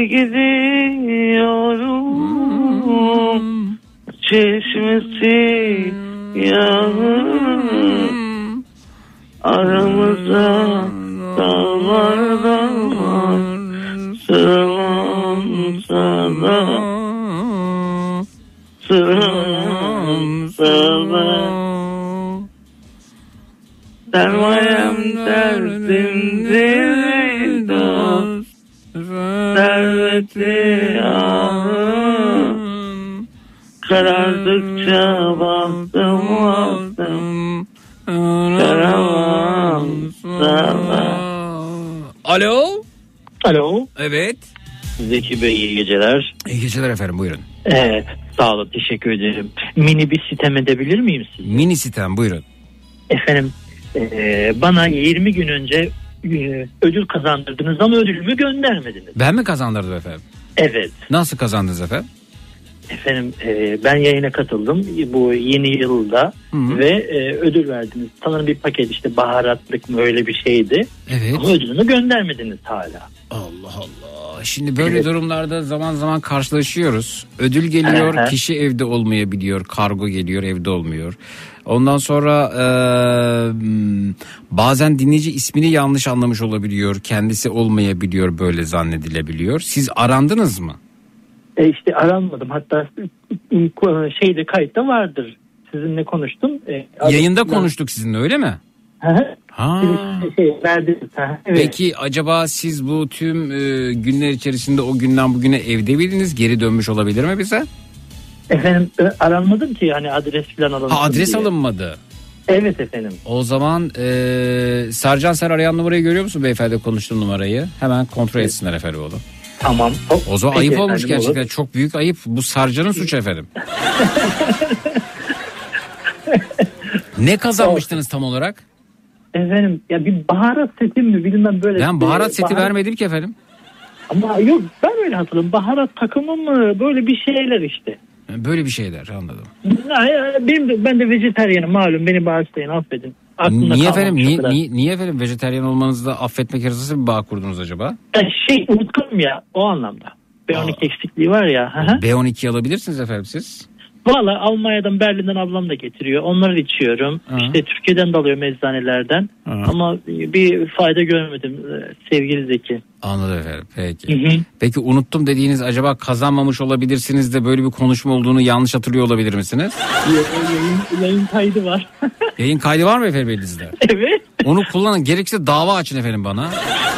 gidiyorum çeşmesi ya. Aramıza dağlar dağlar sıralansa da sıralansa da sermayem derdimdir ey dost, serveti ağır. Karardıkça baktım baktım karavansa da. Alo. Alo. Evet. Zeki Bey iyi geceler. İyi geceler efendim, buyurun. Evet, sağ olun, teşekkür ederim. Mini bir sitem edebilir miyim size? Mini sitem, buyurun. Efendim e, bana yirmi gün önce e, ödül kazandırdınız ama ödülümü göndermediniz. Ben mi kazandırdım efendim? Evet. Nasıl kazandınız efendim? Efendim e, ben yayına katıldım bu yeni yılda. Hı-hı. Ve e, ödül verdiniz. Sanırım bir paket işte baharatlık mı öyle bir şeydi. Evet. Ama ödülünü göndermediniz hala. Allah Allah. Şimdi böyle evet. durumlarda zaman zaman karşılaşıyoruz. Ödül geliyor, Aha. kişi evde olmayabiliyor. Kargo geliyor, evde olmuyor. Ondan sonra e, bazen dinleyici ismini yanlış anlamış olabiliyor. Kendisi olmayabiliyor, böyle zannedilebiliyor. Siz arandınız mı? E işte aranmadım. Hatta şeyde kayıtta vardır. Sizinle konuştum. E, Yayında adımdan... konuştuk sizinle, öyle mi? Ha. Şey, verdiniz. Ha, evet. Peki acaba siz bu tüm e, günler içerisinde o günden bugüne evde miydiniz? Geri dönmüş olabilir mi bize? Efendim aranmadım ki hani adres falan alınmadı. Ha, adres diye. Alınmadı. Evet efendim. O zaman e, Sarcan, sen arayan numarayı görüyor musun beyefendi, konuştuğun numarayı? Hemen kontrol evet. etsinler efendim oğlum. Tamam. O, o zaman Peki, ayıp olmuş gerçekten. Olur. Çok büyük ayıp. Bu Sarcan'ın suçu efendim. Ne kazanmıştınız tam olarak? Efendim ya bir baharat seti mi bilmem böyle. Ben baharat seti baharat... vermedim ki efendim. Ama yok, ben öyle hatırladım. Baharat takımı mı böyle bir şeyler işte. Böyle bir şeyler, anladım. Benim de, ben de vejetaryenim malum, beni bağışlayın, affedin. Aklımda niye efendim niye, niye, niye efendim vejetaryen olmanızda affetmek arasında bir bağ kurdunuz acaba? Şey unuttum ya o anlamda. B on iki Aa. eksikliği var ya. B on iki alabilirsiniz efendim siz. Valla Almanya'dan, Berlin'den ablam da getiriyor. Onları içiyorum. Aha. İşte Türkiye'den de alıyorum eczanelerden. Aha. Ama bir fayda görmedim sevgili Zeki. Anladım efendim. Peki. Hı hı. Peki unuttum dediğiniz, acaba kazanmamış olabilirsiniz de böyle bir konuşma olduğunu yanlış hatırlıyor olabilir misiniz? yayın, yayın kaydı var. Yayın kaydı var mı efendim elinizde? Evet. Onu kullanın. Gerekirse dava açın efendim bana.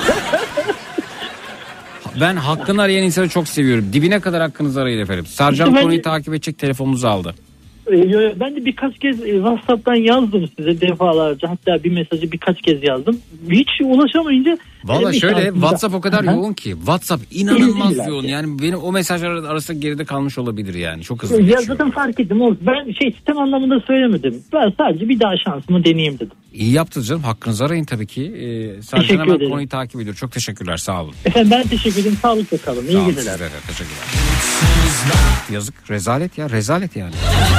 Ben hakkını arayan insanı çok seviyorum. Dibine kadar hakkınızı arayın efendim. Sarcan konuyu de... takip edecek, telefonunuzu aldı. Ben de birkaç kez WhatsApp'tan yazdım size defalarca. Hatta bir mesajı birkaç kez yazdım. Hiç ulaşamayınca... Valla şöyle aslında... WhatsApp o kadar yoğun ki. WhatsApp inanılmaz yoğun. Yani benim o mesajlar arasında geride kalmış olabilir yani. Çok hızlı ya geçiyor. Zaten fark ettim. Ben şey sistem anlamında söylemedim. Ben sadece bir daha şansımı deneyeyim dedim. İyi yaptınız canım. Hakkınızı arayın tabii ki. Ee, Sarcan hemen ederim. Konuyu takip ediyor. Çok teşekkürler. Sağ olun. Efendim ben teşekkür ederim. Sağlıkla kalın. İyi geceler. Sizlere teşekkürler. Yazık. Rezalet ya. Rezalet yani.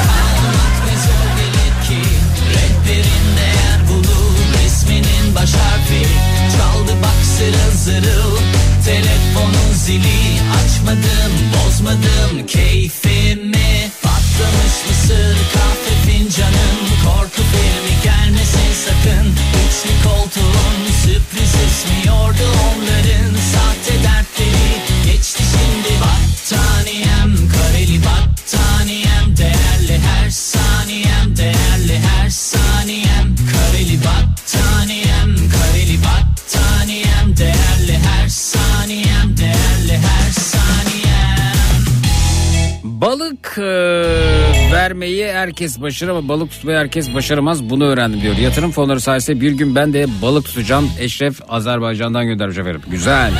Rehberinde yer bulur resminin baş harfi. Çaldı bak zırıl zırıl telefonun zili. Açmadım bozmadım keyfimi. Patlamış mısır kahve fincanın. Korku filmi gelmesin sakın. Üçlü koltuğun sürpriz esmiyordu onların. Sahte dertleri geçti şimdi. Battaniyem kareli battaniyem. Değerli her saniyem, değerli her saniyem. Kareli battaniyem, kareli battaniyem. Değerli her saniyem, değerli her saniyem. Balık e, vermeyi herkes başarır ama balık tutmayı herkes başaramaz. Bunu öğrendim diyor. Yatırım fonları sayesinde bir gün ben de balık tutacağım. Eşref Azerbaycan'dan göndermiş efendim. Güzel.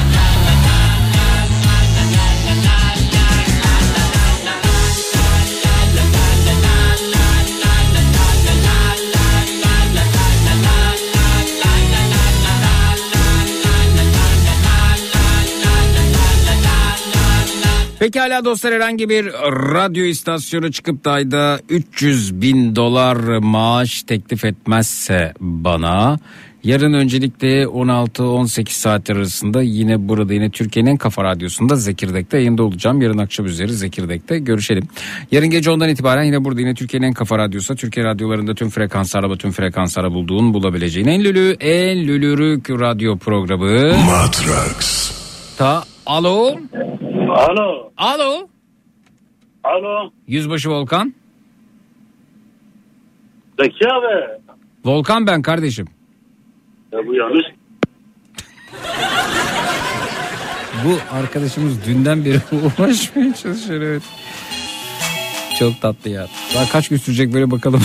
Pekala dostlar, herhangi bir radyo istasyonu çıkıp da ayda üç yüz bin dolar maaş teklif etmezse bana, yarın öncelikle on altı on sekiz saatler arasında yine burada, yine Türkiye'nin en kafa radyosunda Zekirdek'te yayında olacağım. Yarın akşam üzeri Zekirdek'te görüşelim. Yarın gece ondan itibaren yine burada, yine Türkiye'nin en kafa radyosu, Türkiye radyolarında tüm frekanslara, tüm frekanslara bulduğun, bulabileceğin en lülü, en lülürük radyo programı Matrax. Ta alo. Alo. Alo. Alo. Yüzbaşı Volkan. Zeki abi. Volkan ben kardeşim. Ya bu yanlış. Bu arkadaşımız dünden beri uğraşmaya çalışıyor, evet. Çok tatlı ya. Daha kaç gün sürecek böyle bakalım.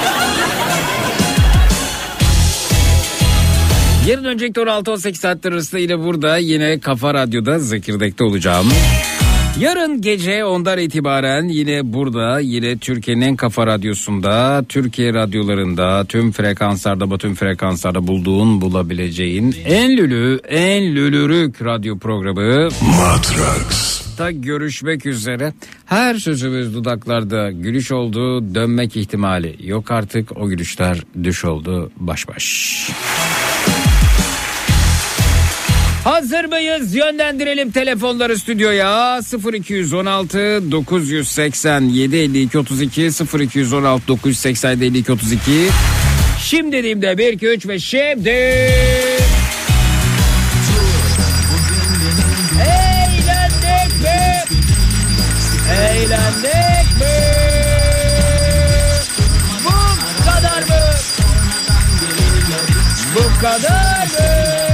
Yarın öncelikle on altı on sekiz saatler arasında yine burada, yine Kafa Radyo'da Zekirdek'te olacağım. Yarın gece ondan itibaren yine burada, yine Türkiye'nin en kafa radyosunda, Türkiye radyolarında, tüm frekanslarda, bütün frekanslarda bulduğun, bulabileceğin en lülü, en lülürük radyo programı Matrax. hafta görüşmek üzere. Her sözümüz dudaklarda gülüş oldu, dönmek ihtimali yok artık. O gülüşler düş oldu, baş baş. Hazır mıyız? Yönlendirelim telefonları stüdyoya. sıfır iki on altı dokuz seksen yedi elli iki otuz iki sıfır iki on altı dokuz seksen yedi elli iki otuz iki. Şimdi dediğimde bir iki üç ve şimdi eğlendik mi? Eğlendik mi? Bu kadar mı? Bu kadar mı?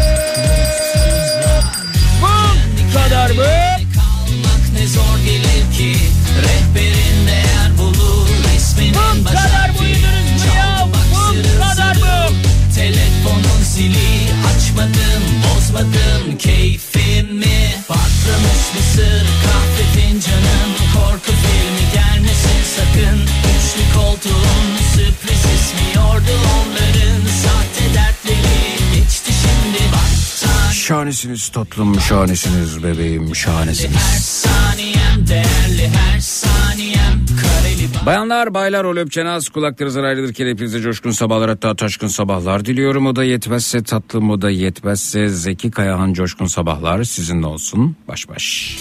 Kadar mı? Kalmak ne zor gelir ki rehberin değer bulur resminin baş harfi. Çal bak sırıl sırıl telefonun zili açmadım bozmadım keyfimi. Patlamış mısır kahve fincanım korku filmi gelmesin sakın. Üçlü koltuğun sürpriz ismiyordu onların sahte dertleri geçti şimdi bak. Şahanesiniz tatlım, şahanesiniz bebeğim, şahanesiniz. Bayanlar, baylar, ol öpçenaz, kulaklarınızdan ayrılırken hepinize coşkun sabahlar, hatta taşkın sabahlar diliyorum. O da yetmezse tatlım, o da yetmezse Zeki Kayahan coşkun sabahlar sizinle olsun. Baş baş.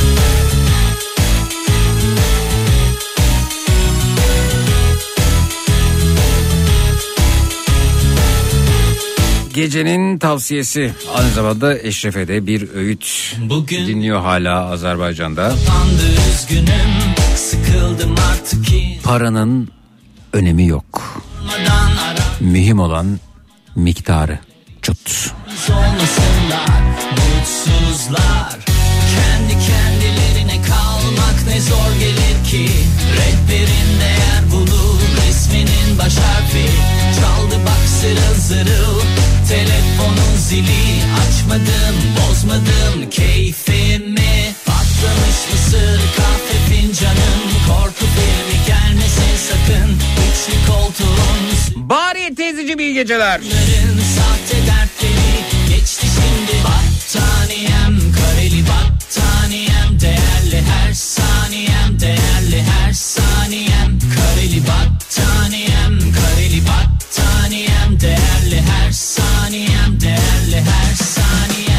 Gecenin tavsiyesi, aynı zamanda Eşref'e de bir öğüt. Bugün dinliyor hala Azerbaycan'da. Üzgünüm, sıkıldım artık ki. Paranın önemi yok. Mühim olan miktarı. Çut. Olmasınlar, mutsuzlar. Kendi kendilerine kalmak ne zor gelir ki. Rehberin değer bulur resminin baş harfi. Çaldı bak sırıl zırıl telefonun zili açmadım bozmadım keyfimi. Patlamış mısır kahve fincanım korku filmi gelmesin sakın. Üçlü koltuğun bari teyzeciğim iyi geceler. Sahte dertleri geçti şimdi. Battaniyem kareli battaniyem değerli her saniyem değerli her saniyem kareli battaniyem kareli battaniyem değerli her saniyem değerli her saniyem.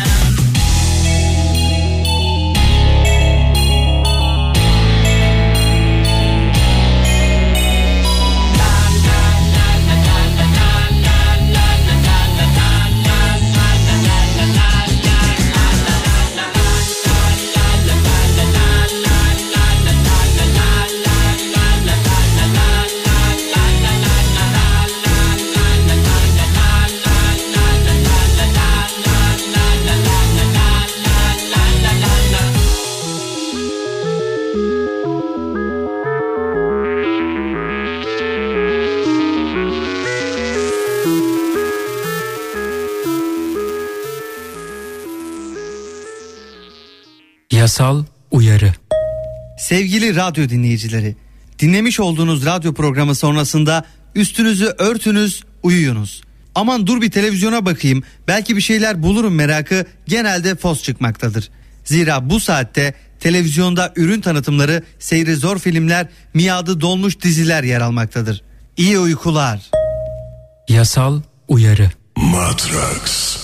Yasal uyarı. Sevgili radyo dinleyicileri, dinlemiş olduğunuz radyo programı sonrasında üstünüzü örtünüz, uyuyunuz. Aman dur bir televizyona bakayım, belki bir şeyler bulurum merakı genelde fos çıkmaktadır. Zira bu saatte televizyonda ürün tanıtımları, seyri zor filmler, miadı dolmuş diziler yer almaktadır. İyi uykular. Yasal uyarı. Matrax.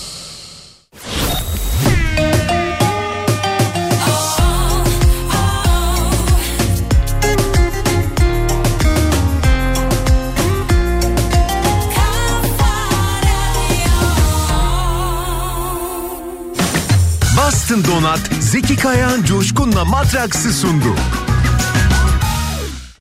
Boston Donat, Zeki Kayan Coşkun'la Matrax'ı sundu.